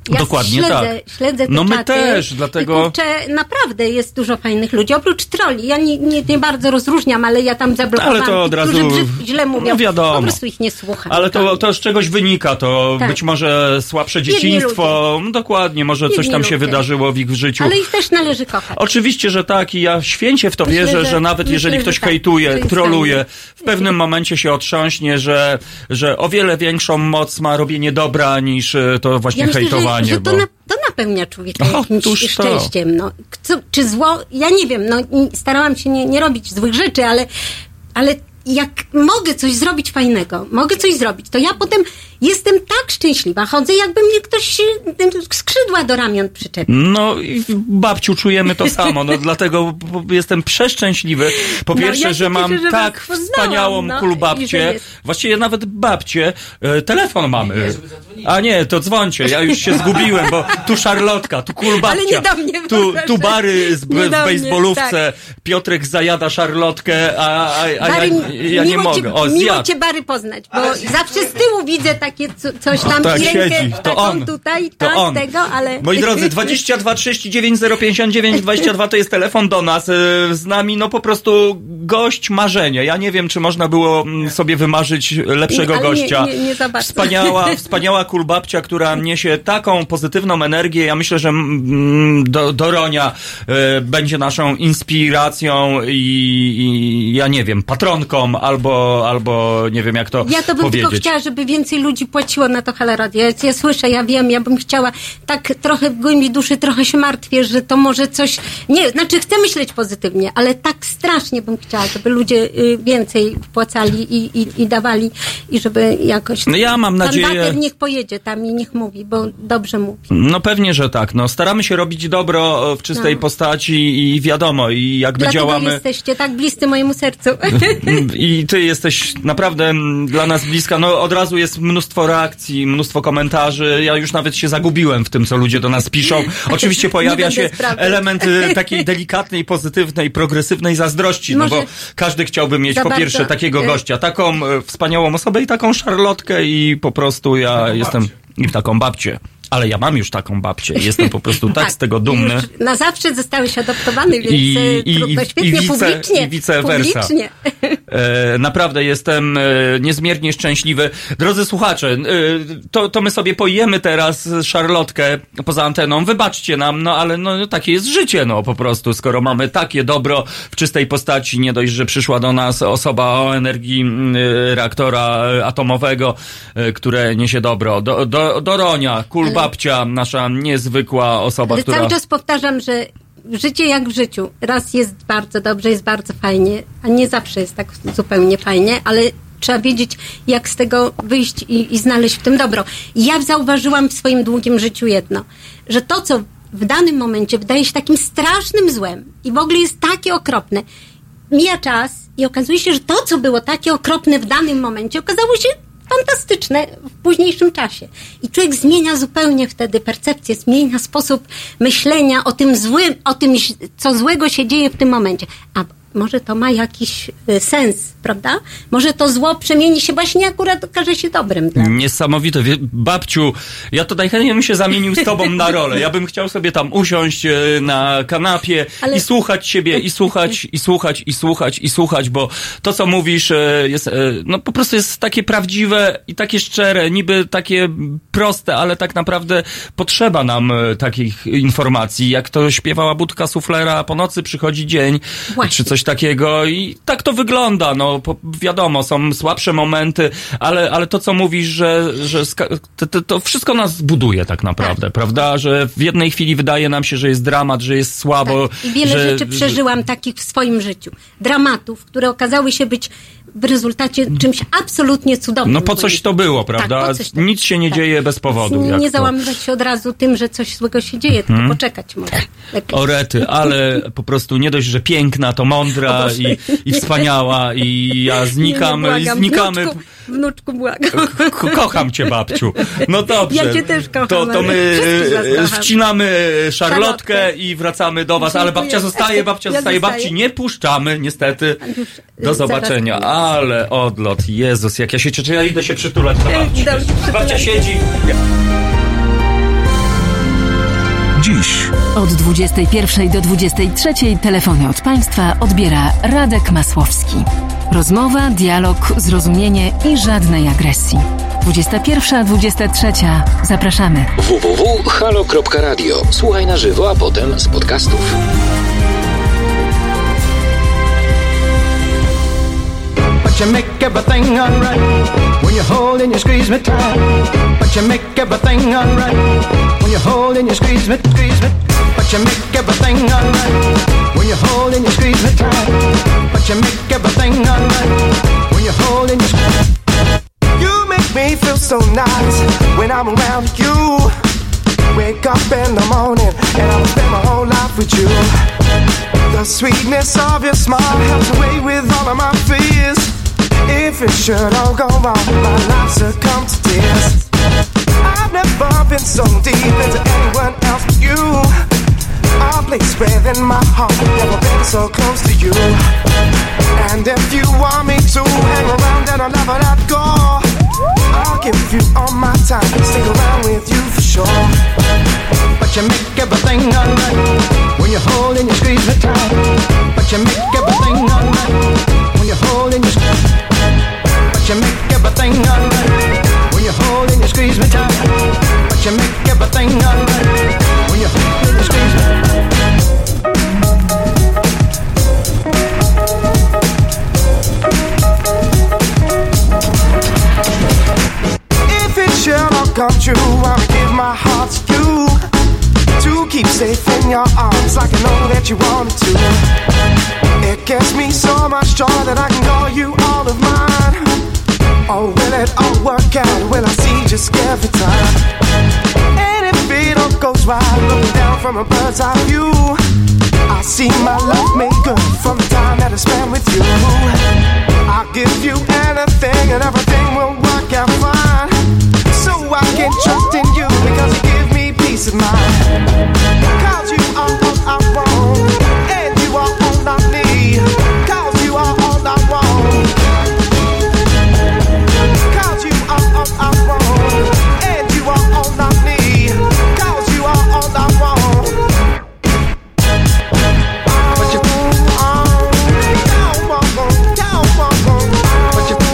Ja Dokładnie śledzę, tak. Śledzę te no my czaty też, dlatego... I kurczę, naprawdę jest dużo fajnych ludzi. Oprócz trolli, ja nie, nie, nie bardzo rozróżniam, ale ja tam zablokowałam ale to od razu... którzy brzyd, źle mówią. No wiadomo. Po prostu ich nie słucham. Ale to, to z czegoś wynika, to tak. Być może słabsze dzieciństwo, no dokładnie, może Biedni coś tam się ludzie. wydarzyło w ich życiu. Ale ich też należy kochać. Oczywiście, że tak i ja święcie w to myślę, wierzę, że, że nawet myślę, jeżeli ktoś tak, hejtuje, troluje, w pewnym momencie się otrząśnie, że, że o wiele większą moc ma robienie dobra niż to właśnie ja myślę, hejtowanie. Że, że bo... to, na, to napełnia człowieka o, jakimś szczęściem. No. Co, czy zło? Ja nie wiem, no, starałam się nie, nie robić złych rzeczy, ale, ale jak mogę coś zrobić fajnego, mogę coś zrobić, to ja potem jestem tak szczęśliwa, chodzę jakby mnie ktoś skrzydła do ramion przyczepił. No i babciu czujemy to samo, no dlatego jestem przeszczęśliwy. Po no, pierwsze, ja że mam cieszę, że tak wspaniałą no, kulbabcię, właściwie nawet babcię, telefon mamy. A nie, to dzwońcie, ja już się zgubiłem, bo tu szarlotka, tu kulbabcia, ale nie do mnie, tu, tu Bary z, w bejsbolówce, tak. Piotrek zajada szarlotkę, a, a, a Bary, ja, ja nie mogę. Cię, O, miło cię Bary poznać, bo ale... zawsze z tyłu widzę takie co, coś tam tak, i rękę siedzi. To taką on. tutaj, to tak, on. tego, ale... Moi drodzy, dwadzieścia dwa trzydzieści dziewięć zero pięćdziesiąt dziewięć dwadzieścia dwa to jest telefon do nas. Z nami, no po prostu gość marzenie. Ja nie wiem, czy można było sobie wymarzyć lepszego ale gościa. Nie, nie, nie za bardzo. Wspaniała, wspaniała kulbabcia, która niesie taką pozytywną energię. Ja myślę, że mm, do, Doronia y, będzie naszą inspiracją i, i ja nie wiem, patronką albo, albo nie wiem jak to Ja to bym powiedzieć. tylko chciała, żeby więcej ludzi płaciło na to Halo Radio. Ja, ja słyszę, ja wiem, ja bym chciała tak trochę w głębi duszy, trochę się martwię, że to może coś, nie, znaczy chcę myśleć pozytywnie, ale tak strasznie bym chciała, żeby ludzie y, więcej wpłacali i, i, i dawali i żeby jakoś... No ja mam nadzieję... Pan Bater niech pojedzie tam i niech mówi, bo dobrze mówi. No pewnie, że tak. No staramy się robić dobro w czystej no. postaci i wiadomo, i jakby Dlatego działamy... jesteście tak bliscy mojemu sercu. I ty jesteś naprawdę dla nas bliska. No od razu jest mnóstwo reakcji, mnóstwo komentarzy. Ja już nawet się zagubiłem w tym, co ludzie do nas piszą. Oczywiście pojawia się element takiej delikatnej, pozytywnej, progresywnej zazdrości, no bo każdy chciałby mieć po pierwsze bardzo... takiego gościa, taką wspaniałą osobę i taką szarlotkę i po prostu ja taką jestem i taką babcię. Ale ja mam już taką babcię i jestem po prostu tak, tak z tego dumny. Już na zawsze zostałeś adoptowany, więc I, i, trudno, świetnie, i wice, publicznie. I vice versa. Publicznie. E, naprawdę jestem e, niezmiernie szczęśliwy. Drodzy słuchacze, e, to, to my sobie pojemy teraz szarlotkę poza anteną. Wybaczcie nam, no ale no, takie jest życie, no po prostu. Skoro mamy takie dobro w czystej postaci, nie dość, że przyszła do nas osoba o energii e, reaktora atomowego, e, które niesie dobro. Do, do, Doronia, Kulba, babcia, nasza niezwykła osoba, ale która... cały czas powtarzam, że życie jak w życiu. Raz jest bardzo dobrze, jest bardzo fajnie, a nie zawsze jest tak zupełnie fajnie, ale trzeba wiedzieć, jak z tego wyjść i, i znaleźć w tym dobro. Ja zauważyłam w swoim długim życiu jedno, że to, co w danym momencie wydaje się takim strasznym złem i w ogóle jest takie okropne, mija czas i okazuje się, że to, co było takie okropne w danym momencie, okazało się fantastyczne w późniejszym czasie. I człowiek zmienia zupełnie wtedy percepcję, zmienia sposób myślenia o tym złym, o tym, co złego się dzieje w tym momencie. A może to ma jakiś sens, prawda? Może to zło przemieni się właśnie akurat, okaże się dobrym. Dla mnie. Niesamowite. Babciu, ja to najchętniej bym się zamienił z tobą na rolę. Ja bym chciał sobie tam usiąść na kanapie ale... i słuchać siebie, i słuchać, i słuchać, i słuchać, i słuchać, bo to, co mówisz, jest, no po prostu jest takie prawdziwe i takie szczere, niby takie proste, ale tak naprawdę potrzeba nam takich informacji. Jak to śpiewała Budka Suflera, po nocy przychodzi dzień, właśnie. Czy coś takiego i tak to wygląda, no po, wiadomo, są słabsze momenty, ale, ale to, co mówisz, że, że ska- to, to, to wszystko nas buduje tak naprawdę, tak. Prawda? Że w jednej chwili wydaje nam się, że jest dramat, że jest słabo. Tak. I wiele że, rzeczy przeżyłam że... takich w swoim życiu. Dramatów, które okazały się być w rezultacie czymś absolutnie cudownym. No po coś to było, prawda? Tak, to... Nic się nie tak. dzieje bez powodu. Nie, nie to... załamywać się od razu tym, że coś złego się dzieje, tylko hmm? poczekać może. Lepiej. O rety, ale po prostu nie dość, że piękna, to mądra i, i wspaniała i ja znikam, nie, nie, znikamy. Wnuczku, wnuczku błagam. Ko- kocham cię, babciu. No dobrze. Ja cię też kocham. To, to my wcinamy szarlotkę, szarlotkę i wracamy do was, ale babcia zostaje, babcia ja zostaje. Zostaję. Babci nie puszczamy, niestety. Do zobaczenia. Ale odlot, Jezus, jak ja się cieszę, ja idę się przytulać do babci. Babcia siedzi. Dziś. Od dwudziestej pierwszej do dwudziestej trzeciej telefony od Państwa odbiera Radek Masłowski. Rozmowa, dialog, zrozumienie i żadnej agresji. dwudziesta pierwsza dwudziesta trzecia. Zapraszamy. w w w kropka halo kropka radio. Słuchaj na żywo, a potem z podcastów. But you make everything alright when you hold and you squeeze me tight. But you make everything alright when you hold and you squeeze me, squeeze me. But you make everything alright when you hold and you squeeze me tight. But you make everything alright when you hold and you squeeze. You make me feel so nice when I'm around you. Wake up in the morning and I'll spend my whole life with you. The sweetness of your smile helps away with all of my fears. If it should all go wrong, my life succumb to tears. I've never been so deep into anyone else but you. A place within my heart, never been so close to you. And if you want me to hang around and I'll never let go, I'll give you all my time, stick around with you for sure. But you make everything alright when you hold and you squeeze me tight. But you make everything alright when you hold and you squeeze. But you make everything alright when you hold and you squeeze me tight. But you make everything alright when you hold and you squeeze me. If it shall all come true, I'll give my heart to you. To keep safe in your arms like I know that you wanted to. It gives me so much joy that I can call you all of mine. Oh, will it all work out? Will I see just every time? And if it all goes right, looking down from a bird's eye view, I see my love made good from the time that I spent with you. I'll give you anything and everything will work out fine. So I can trust in you because you give me peace of mind. Cause you are all I want, and you are all I need. Cause you are all I want. Cause you are all I want, and you are all I need. Cause you are all I want. But you don't want, don't want, but you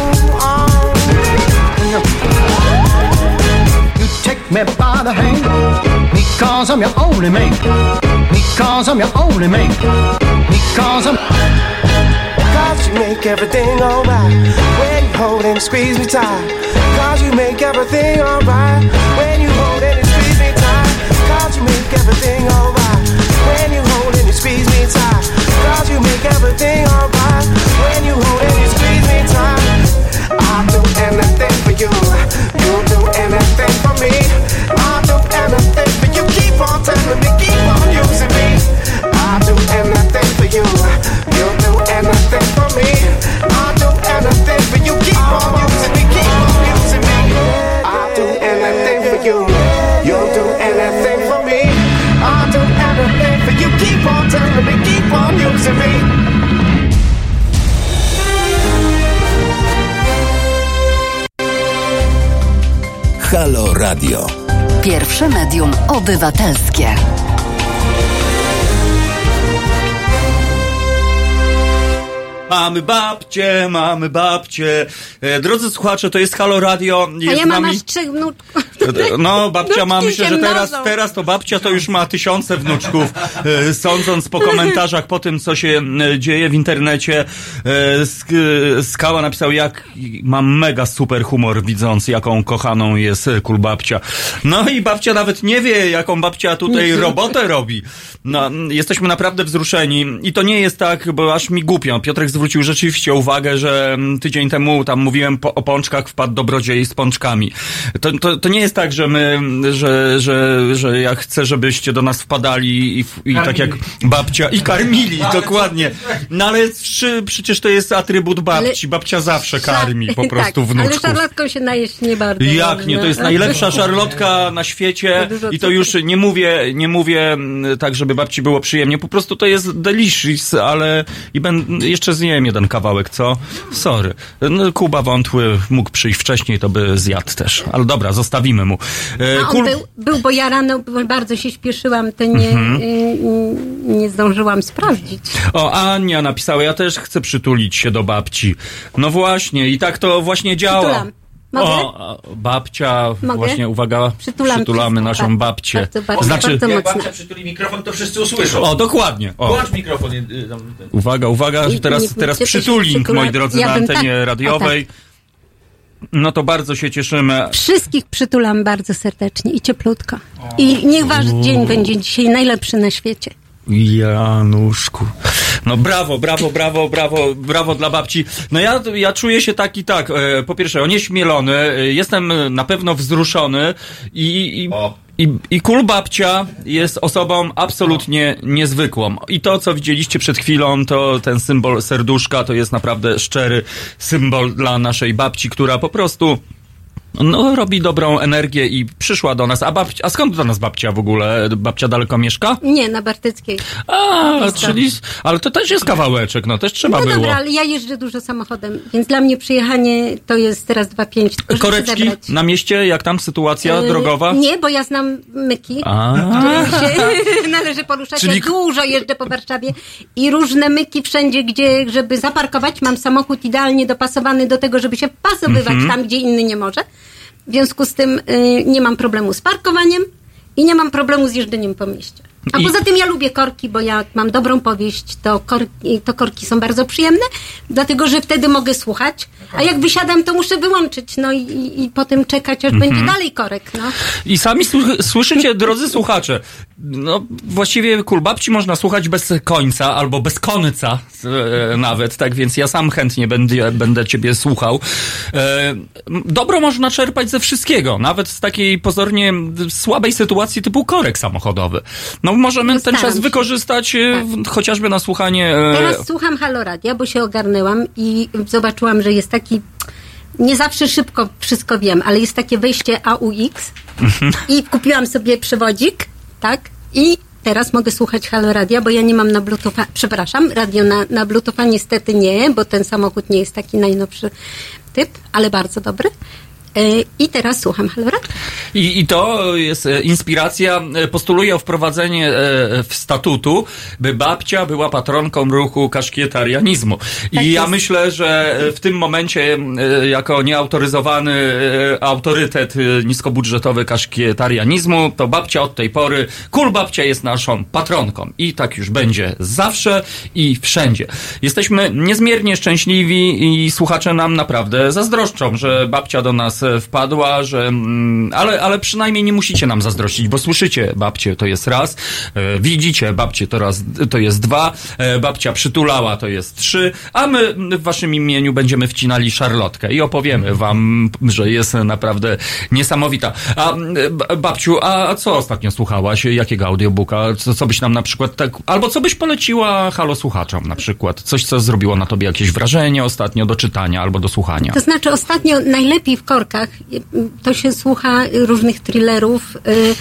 You take me by the hand, because I'm your only man. Because I'm your only man. Because I'm. Cause you make everything alright when you hold and squeeze me tight. Cause you make everything alright when you hold and squeeze me tight. Cause you make everything alright when you hold and you squeeze me tight. Cause you make everything alright when you hold and you squeeze me tight. I'll do anything for you. You'll do anything for me. I'll do anything for you. Keep on telling me, keep on using me. I'll do anything for you. You'll do anything for me. I'll do anything for you. Keep on using me, keep on using me. I'll do anything for you. You'll do anything for me. I'll do anything for you. Keep on telling me, keep on using me. Halo Radio. Pierwsze medium obywatelskie. Mamy babcie, mamy babcie. E, drodzy słuchacze, to jest Halo Radio. Jest A ja z mam nami... aż trzech wnuczków. No, babcia ma, myślę, że teraz, mnożą. teraz to babcia to już ma tysiące wnuczków. E, sądząc po komentarzach, po tym, co się e, dzieje w internecie, e, sk, e, Skała napisał, jak mam mega super humor, widząc, jaką kochaną jest Kulbabcia. No i babcia nawet nie wie, jaką babcia tutaj robotę robi. No, jesteśmy naprawdę wzruszeni. I to nie jest tak, bo aż mi głupio. Piotrek zwrócił rzeczywiście uwagę, że tydzień temu tam mówiłem po, o pączkach, wpadł dobrodziej z pączkami. To, to, to nie jest tak, że my, że, że, że ja chcę, żebyście do nas wpadali i, i tak jak babcia i karmili, dokładnie. No ale przy, przecież to jest atrybut babci. Ale babcia zawsze karmi po prostu tak, wnuczków. Ale szarlotką się najeść nie bardzo. Jak można. nie? To jest najlepsza szarlotka na świecie i to już nie mówię, nie mówię tak, żeby babci było przyjemnie. Po prostu to jest delicious, ale i ben, jeszcze zjem jeden kawałek, co? Sorry. No, Kuba wątły mógł przyjść wcześniej, to by zjadł też. Ale dobra, zostawimy Podziękujemy mu. E, A on Kul... był, był, bo ja rano bardzo się śpieszyłam, to nie, mhm. y, nie zdążyłam sprawdzić. O, Ania napisała, ja też chcę przytulić się do babci. No właśnie, i tak to właśnie działa. Przytulam. Mogę? O, babcia, Mogę? właśnie, uwaga, Przytulam przytulamy naszą bardzo, babcię. Bardzo, bardzo, znaczy, bardzo jak mocno. babcia przytuli mikrofon, to wszyscy usłyszą. O, dokładnie. O. Włącz mikrofon. Uwaga, uwaga, I, teraz, nie, teraz nie, przytuling, przytula... moi drodzy, ja na antenie tak, radiowej. Tak. No to bardzo się cieszymy. Wszystkich przytulam bardzo serdecznie i cieplutko. I niech wasz o. dzień będzie dzisiaj najlepszy na świecie. Januszku. No brawo, brawo, brawo, brawo, brawo dla babci. No ja, ja czuję się tak i tak. E, po pierwsze, onieśmielony, e, jestem na pewno wzruszony i, i, i, i Kul babcia jest osobą absolutnie niezwykłą. I to, co widzieliście przed chwilą, to ten symbol serduszka, to jest naprawdę szczery symbol dla naszej babci, która po prostu no, robi dobrą energię i przyszła do nas. A, babcia, a skąd do nas babcia w ogóle? Babcia daleko mieszka? Nie, na Bartyckiej. A, Blisko. czyli... Ale to też jest kawałeczek, no też trzeba no było. No dobra, ale ja jeżdżę dużo samochodem, więc dla mnie przyjechanie to jest teraz dwa pięć. Koreczki na mieście? Jak tam sytuacja yy, drogowa? Nie, bo ja znam myki, których się należy poruszać. Czyli... Ja dużo jeżdżę po Warszawie i różne myki wszędzie, gdzie, żeby zaparkować. Mam samochód idealnie dopasowany do tego, żeby się wpasowywać mm-hmm. tam, gdzie inny nie może. W związku z tym y, nie mam problemu z parkowaniem i nie mam problemu z jeżdżeniem po mieście. A I... poza tym ja lubię korki, bo ja mam dobrą powieść, to korki, to korki są bardzo przyjemne, dlatego że wtedy mogę słuchać, a jak wysiadam, to muszę wyłączyć, no i, i, i potem czekać, aż mm-hmm. będzie dalej korek, no. I sami słuch- słyszycie, drodzy słuchacze, no właściwie Kul babci można słuchać bez końca, albo bez końca e, nawet, tak więc ja sam chętnie będę, będę ciebie słuchał. E, dobro można czerpać ze wszystkiego, nawet z takiej pozornie słabej sytuacji typu korek samochodowy. No możemy no ten czas się. wykorzystać tak. chociażby na słuchanie... E... Teraz słucham Halo Radia, bo się ogarnęłam i zobaczyłam, że jest taki... Nie zawsze szybko wszystko wiem, ale jest takie wejście A U X i kupiłam sobie przewodzik, tak? I teraz mogę słuchać Halo Radia, bo ja nie mam na Bluetootha... Przepraszam, radio na, na Bluetootha niestety nie, bo ten samochód nie jest taki najnowszy typ, ale bardzo dobry. I teraz słucham Halo Radio. I, I to jest inspiracja, postuluje o wprowadzenie w statutu, by babcia była patronką ruchu kaszkietarianizmu. I tak ja jest. myślę, że w tym momencie jako nieautoryzowany autorytet niskobudżetowy kaszkietarianizmu, to babcia od tej pory, Kul babcia jest naszą patronką. I tak już będzie zawsze i wszędzie. Jesteśmy niezmiernie szczęśliwi i słuchacze nam naprawdę zazdroszczą, że babcia do nas wpadła, że ale, ale przynajmniej nie musicie nam zazdrościć, bo słyszycie babcie, to jest raz, e, widzicie babcie, to raz, to jest dwa, e, babcia przytulała, to jest trzy, a my w waszym imieniu będziemy wcinali szarlotkę i opowiemy wam, że jest naprawdę niesamowita. A babciu, a co ostatnio słuchałaś? Jakiego audiobooka? Co, co byś nam na przykład tak, albo co byś poleciła Halo słuchaczom na przykład? Coś, co zrobiło na tobie jakieś wrażenie ostatnio do czytania albo do słuchania? To znaczy ostatnio najlepiej w korkach to się słucha różnych thrillerów,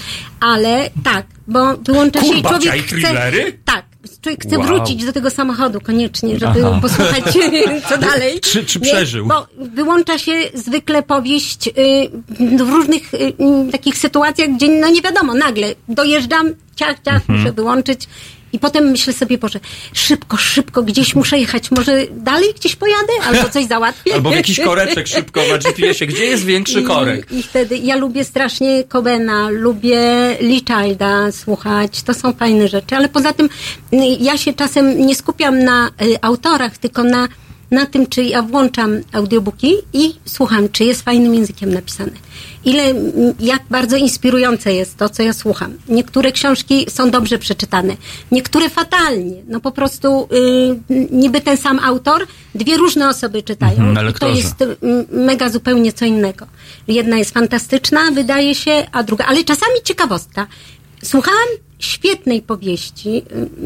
ale tak, bo wyłącza się i człowiek i thrillery? chce... Tak, człowiek chce wow. wrócić do tego samochodu koniecznie, żeby Aha. posłuchać co dalej. Czy, czy przeżył? Nie, bo wyłącza się zwykle powieść w różnych takich sytuacjach, gdzie no nie wiadomo, nagle dojeżdżam, ciach, ciach, mhm. muszę wyłączyć. I potem myślę sobie, Boże, szybko, szybko, gdzieś muszę jechać, może dalej gdzieś pojadę, albo coś załatwię. Albo w jakiś koreczek szybko na G P S-ie, gdzie jest większy korek? I, I wtedy ja lubię strasznie Cobena, lubię Lee Childa słuchać, to są fajne rzeczy, ale poza tym ja się czasem nie skupiam na y, autorach, tylko na, na tym, czy ja włączam audiobooki i słucham, czy jest fajnym językiem napisane. Ile, jak bardzo inspirujące jest to, co ja słucham. Niektóre książki są dobrze przeczytane, niektóre fatalnie. No po prostu y, niby ten sam autor, dwie różne osoby czytają. Mhm, i to jest y, mega zupełnie co innego. Jedna jest fantastyczna, wydaje się, a druga... Ale czasami ciekawostka. Słuchałam świetnej powieści...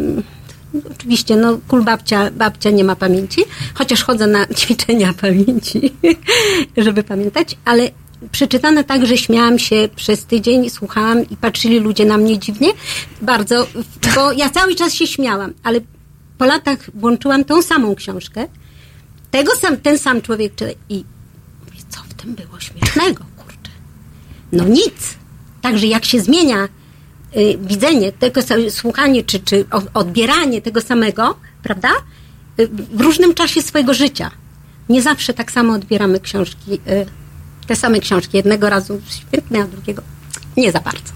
Y, Oczywiście, no Kul babcia, babcia nie ma pamięci, chociaż chodzę na ćwiczenia pamięci, żeby pamiętać, ale przeczytane tak, że śmiałam się przez tydzień, słuchałam i patrzyli ludzie na mnie dziwnie, bardzo, bo ja cały czas się śmiałam, ale po latach włączyłam tą samą książkę, tego sam, ten sam człowiek czyta i mówię, co w tym było śmiesznego, kurczę. No nic. Także jak się zmienia y, widzenie tego, słuchanie czy, czy odbieranie tego samego, prawda? Y, w różnym czasie swojego życia. Nie zawsze tak samo odbieramy książki, y, te same książki. Jednego razu świetne, a drugiego nie za bardzo.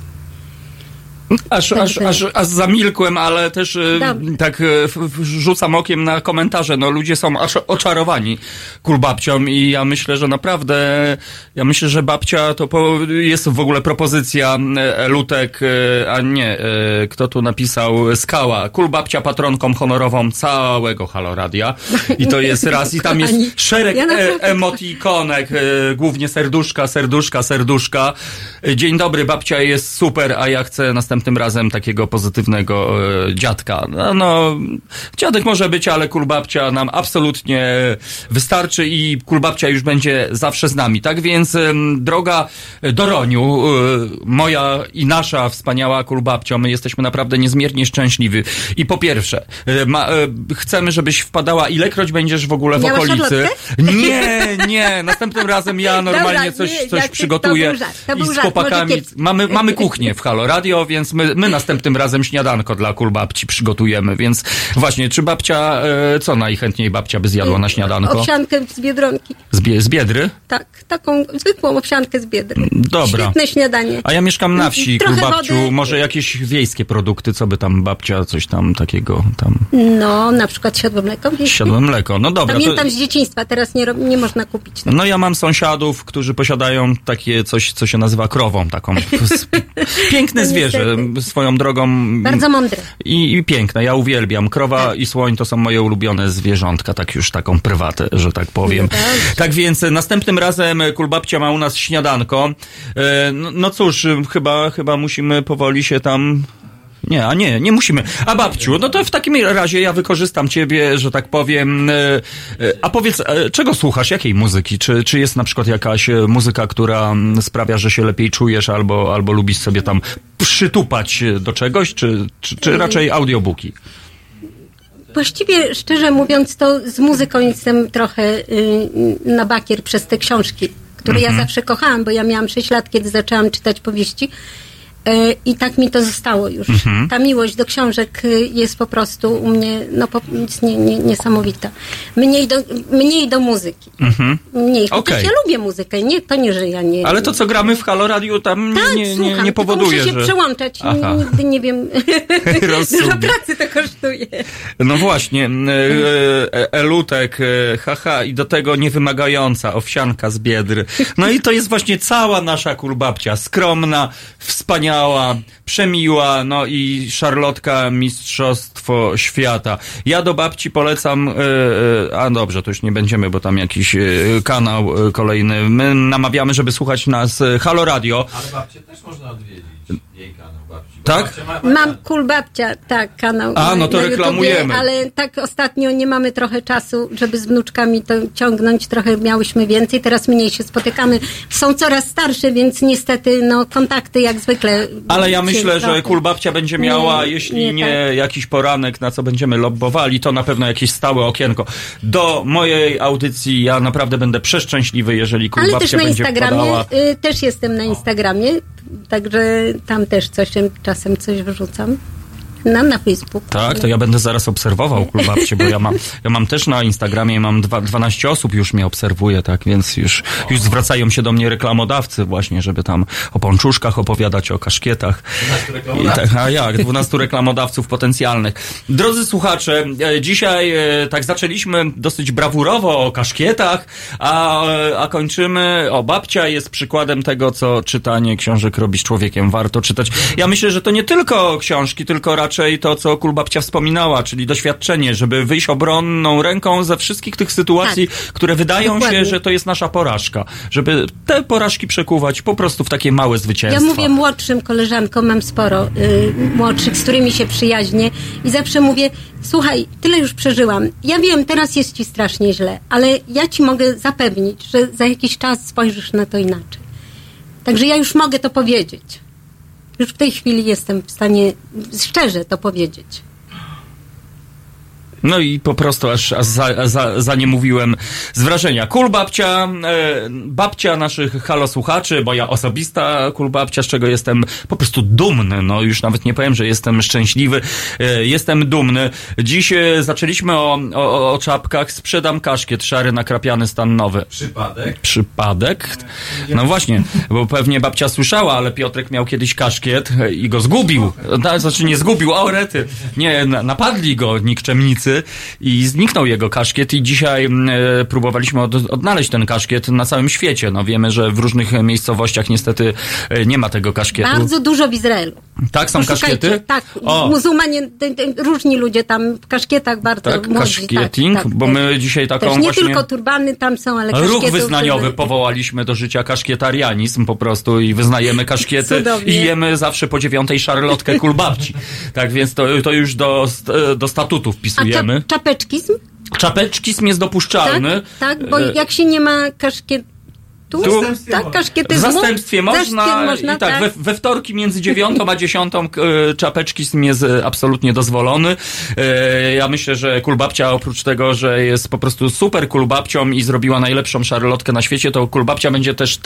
Aż, aż, aż, aż zamilkłem, ale też Dobry. tak rzucam okiem na komentarze. No ludzie są aż oczarowani Kulbabcią i ja myślę, że naprawdę, ja myślę, że babcia to po, jest w ogóle propozycja Lutek, a nie, kto tu napisał? Skała. Kulbabcia patronką honorową całego Halo Radia. I to jest raz. I tam jest szereg ja e- emotikonek, głównie serduszka, serduszka, serduszka. Dzień dobry, babcia jest super, a ja chcę następnym razem takiego pozytywnego e, dziadka. No, no, dziadek może być, ale Kulbabcia nam absolutnie wystarczy i Kulbabcia już będzie zawsze z nami. Tak więc, e, droga Doroniu, e, moja i nasza wspaniała Kulbabcia, my jesteśmy naprawdę niezmiernie szczęśliwi. I po pierwsze, e, ma, e, chcemy, żebyś wpadała, ilekroć będziesz w ogóle w Miała okolicy. Nie, nie, następnym razem ja normalnie Dobra, coś, nie, coś przygotuję to żart, to i z chłopakami. Mamy, mamy kuchnię w Halo Radio, więc my, my następnym razem śniadanko dla Kulbabci przygotujemy, więc właśnie, czy babcia, e, co najchętniej babcia by zjadła na śniadanko? Owsiankę z Biedronki. Z, bie, z Biedry? Tak, taką zwykłą owsiankę z Biedry. Dobra. Świetne śniadanie. A ja mieszkam na wsi, Trochę Kulbabciu, wody. Może jakieś wiejskie produkty, co by tam babcia, coś tam takiego tam... No, na przykład siodłe mleko. Siodłe mleko, no dobra. Pamiętam to... z dzieciństwa, teraz nie, nie można kupić. Tak. No ja mam sąsiadów, którzy posiadają takie coś, co się nazywa krową, taką piękne zwierzę, swoją drogą. Bardzo mądre. I, i piękne, ja uwielbiam. Krowa tak. i słoń to są moje ulubione zwierzątka, tak już taką prywatę, że tak powiem. No tak. tak więc następnym razem Kulbabcia ma u nas śniadanko. No, no cóż, chyba, chyba musimy powoli się tam... Nie, a nie, nie musimy. A babciu, no to w takim razie ja wykorzystam ciebie, że tak powiem. A powiedz, czego słuchasz? Jakiej muzyki? Czy, czy jest na przykład jakaś muzyka, która sprawia, że się lepiej czujesz, albo, albo lubisz sobie tam przytupać do czegoś, czy, czy, czy raczej audiobooki? Właściwie, szczerze mówiąc, to z muzyką jestem trochę y, na bakier przez te książki, które mhm. ja zawsze kochałam, bo ja miałam sześć lat, kiedy zaczęłam czytać powieści. I tak mi to zostało już. Mhm. Ta miłość do książek jest po prostu u mnie no, po, nie, nie, niesamowita. Mniej do, mniej do muzyki. Mhm. Mniej. Chociaż okay. ja lubię muzykę. Nie, to nie, że ja nie... Ale to, co gramy w Halo Radio, tam tak, nie, nie, słucham, nie powoduje, muszę się że... przełączać. Nigdy nie wiem... Dużo pracy to kosztuje. No właśnie. E, elutek, e, haha, i do tego niewymagająca owsianka z Biedry. No i to jest właśnie cała nasza Kulbabcia. Skromna, wspaniała, przemiła, no i szarlotka mistrzostwo świata. Ja do babci polecam, yy, a dobrze, to już nie będziemy, bo tam jakiś yy, kanał yy, kolejny. My namawiamy, żeby słuchać nas yy, Halo Radio. Ale babcię też można odwiedzić, jej kanał babci. Tak? Ma, Mam Kulbabcia, tak, kanał. A, no to na reklamujemy. YouTubie, ale tak ostatnio nie mamy trochę czasu, żeby z wnuczkami to ciągnąć. Trochę miałyśmy więcej, teraz mniej się spotykamy. Są coraz starsze, więc niestety, no, kontakty jak zwykle. Ale ja myślę, trochę. że Kulbabcia będzie miała, nie, jeśli nie, nie tak. jakiś poranek, na co będziemy lobbowali, to na pewno jakieś stałe okienko. Do mojej audycji ja naprawdę będę przeszczęśliwy, jeżeli Kulbabcia będzie Ale też na Instagramie, podała... y, też jestem na Instagramie, także tam też coś, czasem coś wyrzucam. Na, na Facebooku. Tak, to ja będę zaraz obserwował Kulbabcię, bo ja mam, ja mam też na Instagramie, mam dwa, dwanaście osób już mnie obserwuje, tak, więc już, już zwracają się do mnie reklamodawcy właśnie, żeby tam o pączuszkach opowiadać, o kaszkietach. I tak, a jak, dwunastu reklamodawców potencjalnych. Drodzy słuchacze, dzisiaj tak zaczęliśmy dosyć brawurowo o kaszkietach, a, a kończymy, o babcia jest przykładem tego, co czytanie książek robi z człowiekiem. Warto czytać. Ja myślę, że to nie tylko książki, tylko raczej to, co Kulbabcia wspominała, czyli doświadczenie, żeby wyjść obronną ręką ze wszystkich tych sytuacji, tak. które wydają Dokładnie. się, że to jest nasza porażka. Żeby te porażki przekuwać po prostu w takie małe zwycięstwa. Ja mówię młodszym koleżankom, mam sporo y, młodszych, z którymi się przyjaźnię i zawsze mówię, słuchaj, tyle już przeżyłam. Ja wiem, teraz jest ci strasznie źle, ale ja ci mogę zapewnić, że za jakiś czas spojrzysz na to inaczej. Także ja już mogę to powiedzieć. Już w tej chwili jestem w stanie szczerze to powiedzieć. No i po prostu aż, aż za, za, za nie mówiłem z wrażenia. Cool babcia, e, babcia naszych halo słuchaczy, moja osobista cool babcia, z czego jestem po prostu dumny. No już nawet nie powiem, że jestem szczęśliwy. E, jestem dumny. Dziś e, zaczęliśmy o, o, o czapkach. Sprzedam kaszkiet szary, nakrapiany, stan nowy. Przypadek. Przypadek? No właśnie, bo pewnie babcia słyszała, ale Piotrek miał kiedyś kaszkiet i go zgubił. No, znaczy nie zgubił, a orety. Nie, napadli go nikczemnicy i zniknął jego kaszkiet i dzisiaj e, próbowaliśmy od, odnaleźć ten kaszkiet na całym świecie. No wiemy, że w różnych miejscowościach niestety e, nie ma tego kaszkietu. Bardzo dużo w Izraelu. Tak, są Poszukajcie, kaszkiety? Tak, o. muzułmanie, te, te, różni ludzie tam w kaszkietach bardzo tak, młodzi. Kaszkieting, tak, tak, bo my dzisiaj taką też nie właśnie... tylko turbany tam są, ale kaszkiety. Ruch wyznaniowy powołaliśmy do życia, kaszkietarianizm po prostu i wyznajemy kaszkiety Cudownie. i jemy zawsze po dziewiątej szarlotkę kulbabci. Tak więc to, to już do, do statutu wpisujemy. A cza, czapeczkizm? Czapeczkizm jest dopuszczalny. Tak, tak, bo jak się nie ma kaszkietu, Tu, tak, kaszkietyzmu? W zastępstwie można, można i tak, tak. We, we wtorki między dziewiątą a dziesiątą czapeczkizm jest absolutnie dozwolony. E, ja myślę, że kulbabcia oprócz tego, że jest po prostu super kulbabcią i zrobiła najlepszą szarlotkę na świecie, to kulbabcia będzie też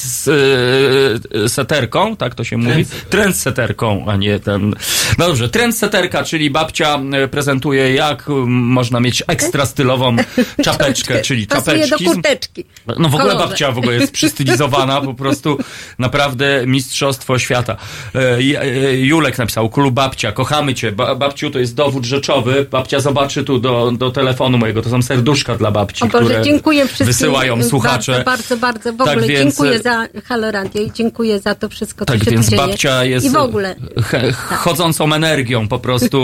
trendseterką, tak to się mówi? Trendseterką, a nie ten... No dobrze, trendseterka, czyli babcia prezentuje, jak można mieć ekstra stylową czapeczkę, czyli czapeczkizm. Pasuje do kurteczki. No w ogóle Kolorowe. babcia w ogóle jest przystylizowana, po prostu naprawdę mistrzostwo świata. E, Julek napisał, kulu babcia, kochamy cię. Ba, babciu, to jest dowód rzeczowy. Babcia zobaczy tu do, do telefonu mojego, to są serduszka dla babci, o Boże, które dziękuję wszystkim, wysyłają słuchacze. Bardzo, bardzo, bardzo. W tak ogóle więc, dziękuję za Halo Radio i dziękuję za to wszystko, co tak się więc tu dzieje. babcia jest I w ogóle. He, chodzącą energią po prostu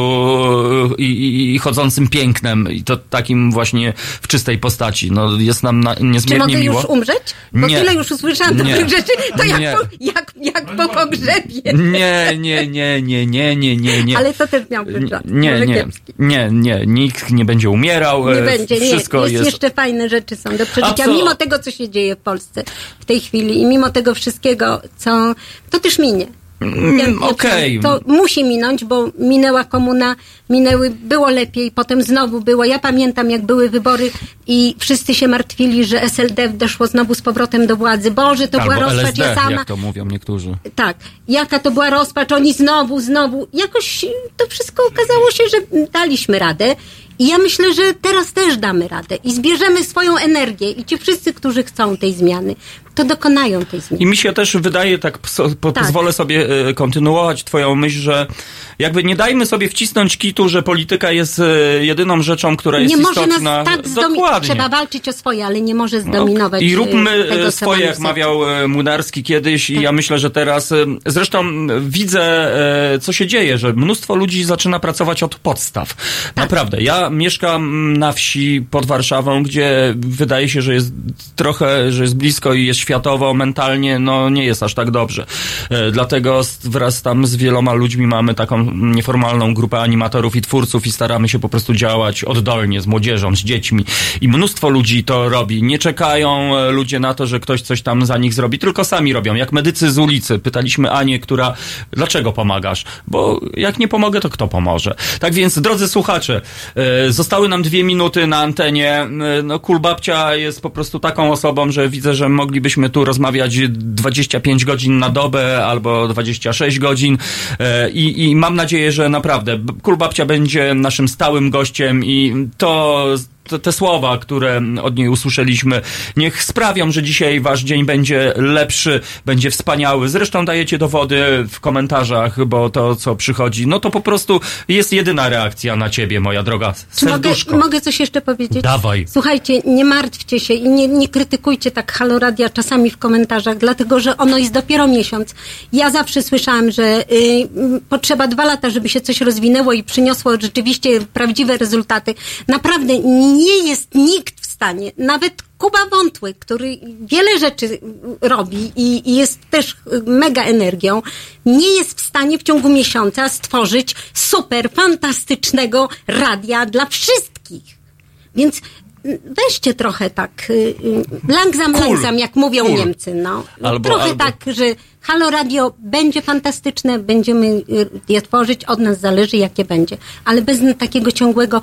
i, i, i chodzącym pięknem i to takim właśnie w czystej postaci. No, jest nam na, niezmiernie Czy mogę miło. już umrzeć? Bo nie. tyle już usłyszałam do Nie. tych rzeczy, to Nie. jak po, jak, jak po pogrzebie. Nie, nie, nie, nie, nie, nie, nie, nie. Ale to też miał być żart. Nie, Może nie, kiepski. nie, nie, nikt nie będzie umierał. Nie e, będzie, nie. Wszystko Jest, jest... jeszcze fajne rzeczy są do przeżycia. A co? Mimo tego, co się dzieje w Polsce w tej chwili i mimo tego wszystkiego, co... To też minie. Mm, Okej. Okay. To musi minąć, bo minęła komuna, minęły, było lepiej, potem znowu było. Ja pamiętam, jak były wybory i wszyscy się martwili, że S L D doszło znowu z powrotem do władzy. Boże, to Albo była rozpacz, L S D, ja sama. jak to mówią niektórzy. Tak. Jaka to była rozpacz, oni znowu, znowu. Jakoś to wszystko okazało się, że daliśmy radę. I ja myślę, że teraz też damy radę i zbierzemy swoją energię i ci wszyscy, którzy chcą tej zmiany, to dokonają tej zmiany. I mi się też wydaje, tak, po, Tak. pozwolę sobie y, kontynuować twoją myśl, że jakby nie dajmy sobie wcisnąć kitu, że polityka jest y, jedyną rzeczą, która jest Nie może istotna. nas tak zdominować. Dokładnie. Trzeba walczyć o swoje, ale nie może zdominować. I róbmy y, tego, co swoje, mamy jak w sercu. mawiał e, Młynarski kiedyś i Tak. ja myślę, że teraz, e, zresztą m, widzę, e, co się dzieje, że mnóstwo ludzi zaczyna pracować od podstaw. Tak. Naprawdę. Ja mieszkam na wsi pod Warszawą, gdzie wydaje się, że jest trochę, że jest blisko i jest światowo, mentalnie, no nie jest aż tak dobrze. E, dlatego z, wraz tam z wieloma ludźmi mamy taką nieformalną grupę animatorów i twórców i staramy się po prostu działać oddolnie z młodzieżą, z dziećmi. I mnóstwo ludzi to robi. Nie czekają e, ludzie na to, że ktoś coś tam za nich zrobi, tylko sami robią. Jak medycy z ulicy. Pytaliśmy Anię, która, dlaczego pomagasz? Bo jak nie pomogę, to kto pomoże? Tak więc, drodzy słuchacze, e, zostały nam dwie minuty na antenie. E, no, Kulbabcia jest po prostu taką osobą, że widzę, że moglibyśmy tu rozmawiać dwadzieścia pięć godzin na dobę albo dwadzieścia sześć godzin e, i, i mam nadzieję, że naprawdę Kulbabcia będzie naszym stałym gościem i to te, te słowa, które od niej usłyszeliśmy, niech sprawią, że dzisiaj wasz dzień będzie lepszy, będzie wspaniały. Zresztą dajecie dowody w komentarzach, bo to, co przychodzi, no to po prostu jest jedyna reakcja na ciebie, moja droga serduszko. Mogę, mogę coś jeszcze powiedzieć? Dawaj. Słuchajcie, nie martwcie się i nie, nie krytykujcie tak Halo Radia czasami w komentarzach, dlatego, że ono jest dopiero miesiąc. Ja zawsze słyszałam, że y, potrzeba dwa lata, żeby się coś rozwinęło i przyniosło rzeczywiście prawdziwe rezultaty. Naprawdę nie jest nikt w stanie, nawet Kuba Wątły, który wiele rzeczy robi i, i jest też mega energią, nie jest w stanie w ciągu miesiąca stworzyć super, fantastycznego radia dla wszystkich. Więc weźcie trochę tak langsam, Cool. langsam, jak mówią Cool. Niemcy. No. Albo- trochę albo- tak, że Halo Radio będzie fantastyczne, będziemy je tworzyć, od nas zależy, jakie będzie. Ale bez takiego ciągłego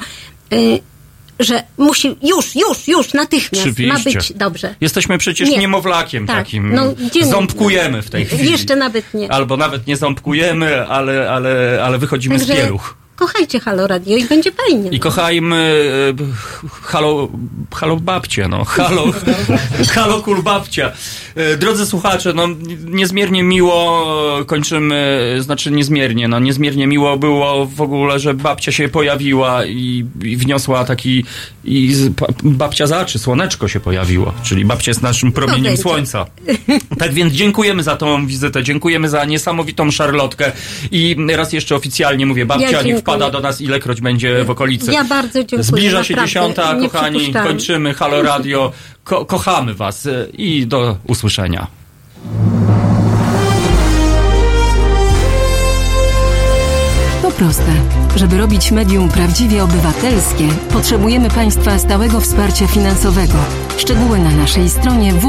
y, że musi już, już, już, natychmiast Oczywiście. ma być dobrze. Jesteśmy przecież nie. niemowlakiem tak. takim. No, ząbkujemy w tej chwili. Jeszcze nawet nie. Albo nawet nie ząbkujemy, ale, ale, ale wychodzimy Także... z pieluch. Kochajcie Halo Radio i będzie fajnie. I no. kochajmy e, halo, halo babcie, no. Halo, halo kul babcia. E, drodzy słuchacze, no niezmiernie miło kończymy, znaczy niezmiernie, no niezmiernie miło było w ogóle, że babcia się pojawiła i, i wniosła taki, i z, babcia zaczy, słoneczko się pojawiło, czyli babcia jest naszym promieniem no słońca. Tak więc dziękujemy za tą wizytę, dziękujemy za niesamowitą szarlotkę i raz jeszcze oficjalnie mówię, babcia ja niech pada do nas, ilekroć będzie w okolicy. Ja bardzo dziękuję. Zbliża się dziesiąta, kochani, kończymy. Halo Radio. Ko- kochamy was i do usłyszenia. To proste. Żeby robić medium prawdziwie obywatelskie, potrzebujemy państwa stałego wsparcia finansowego. Szczegóły na naszej stronie w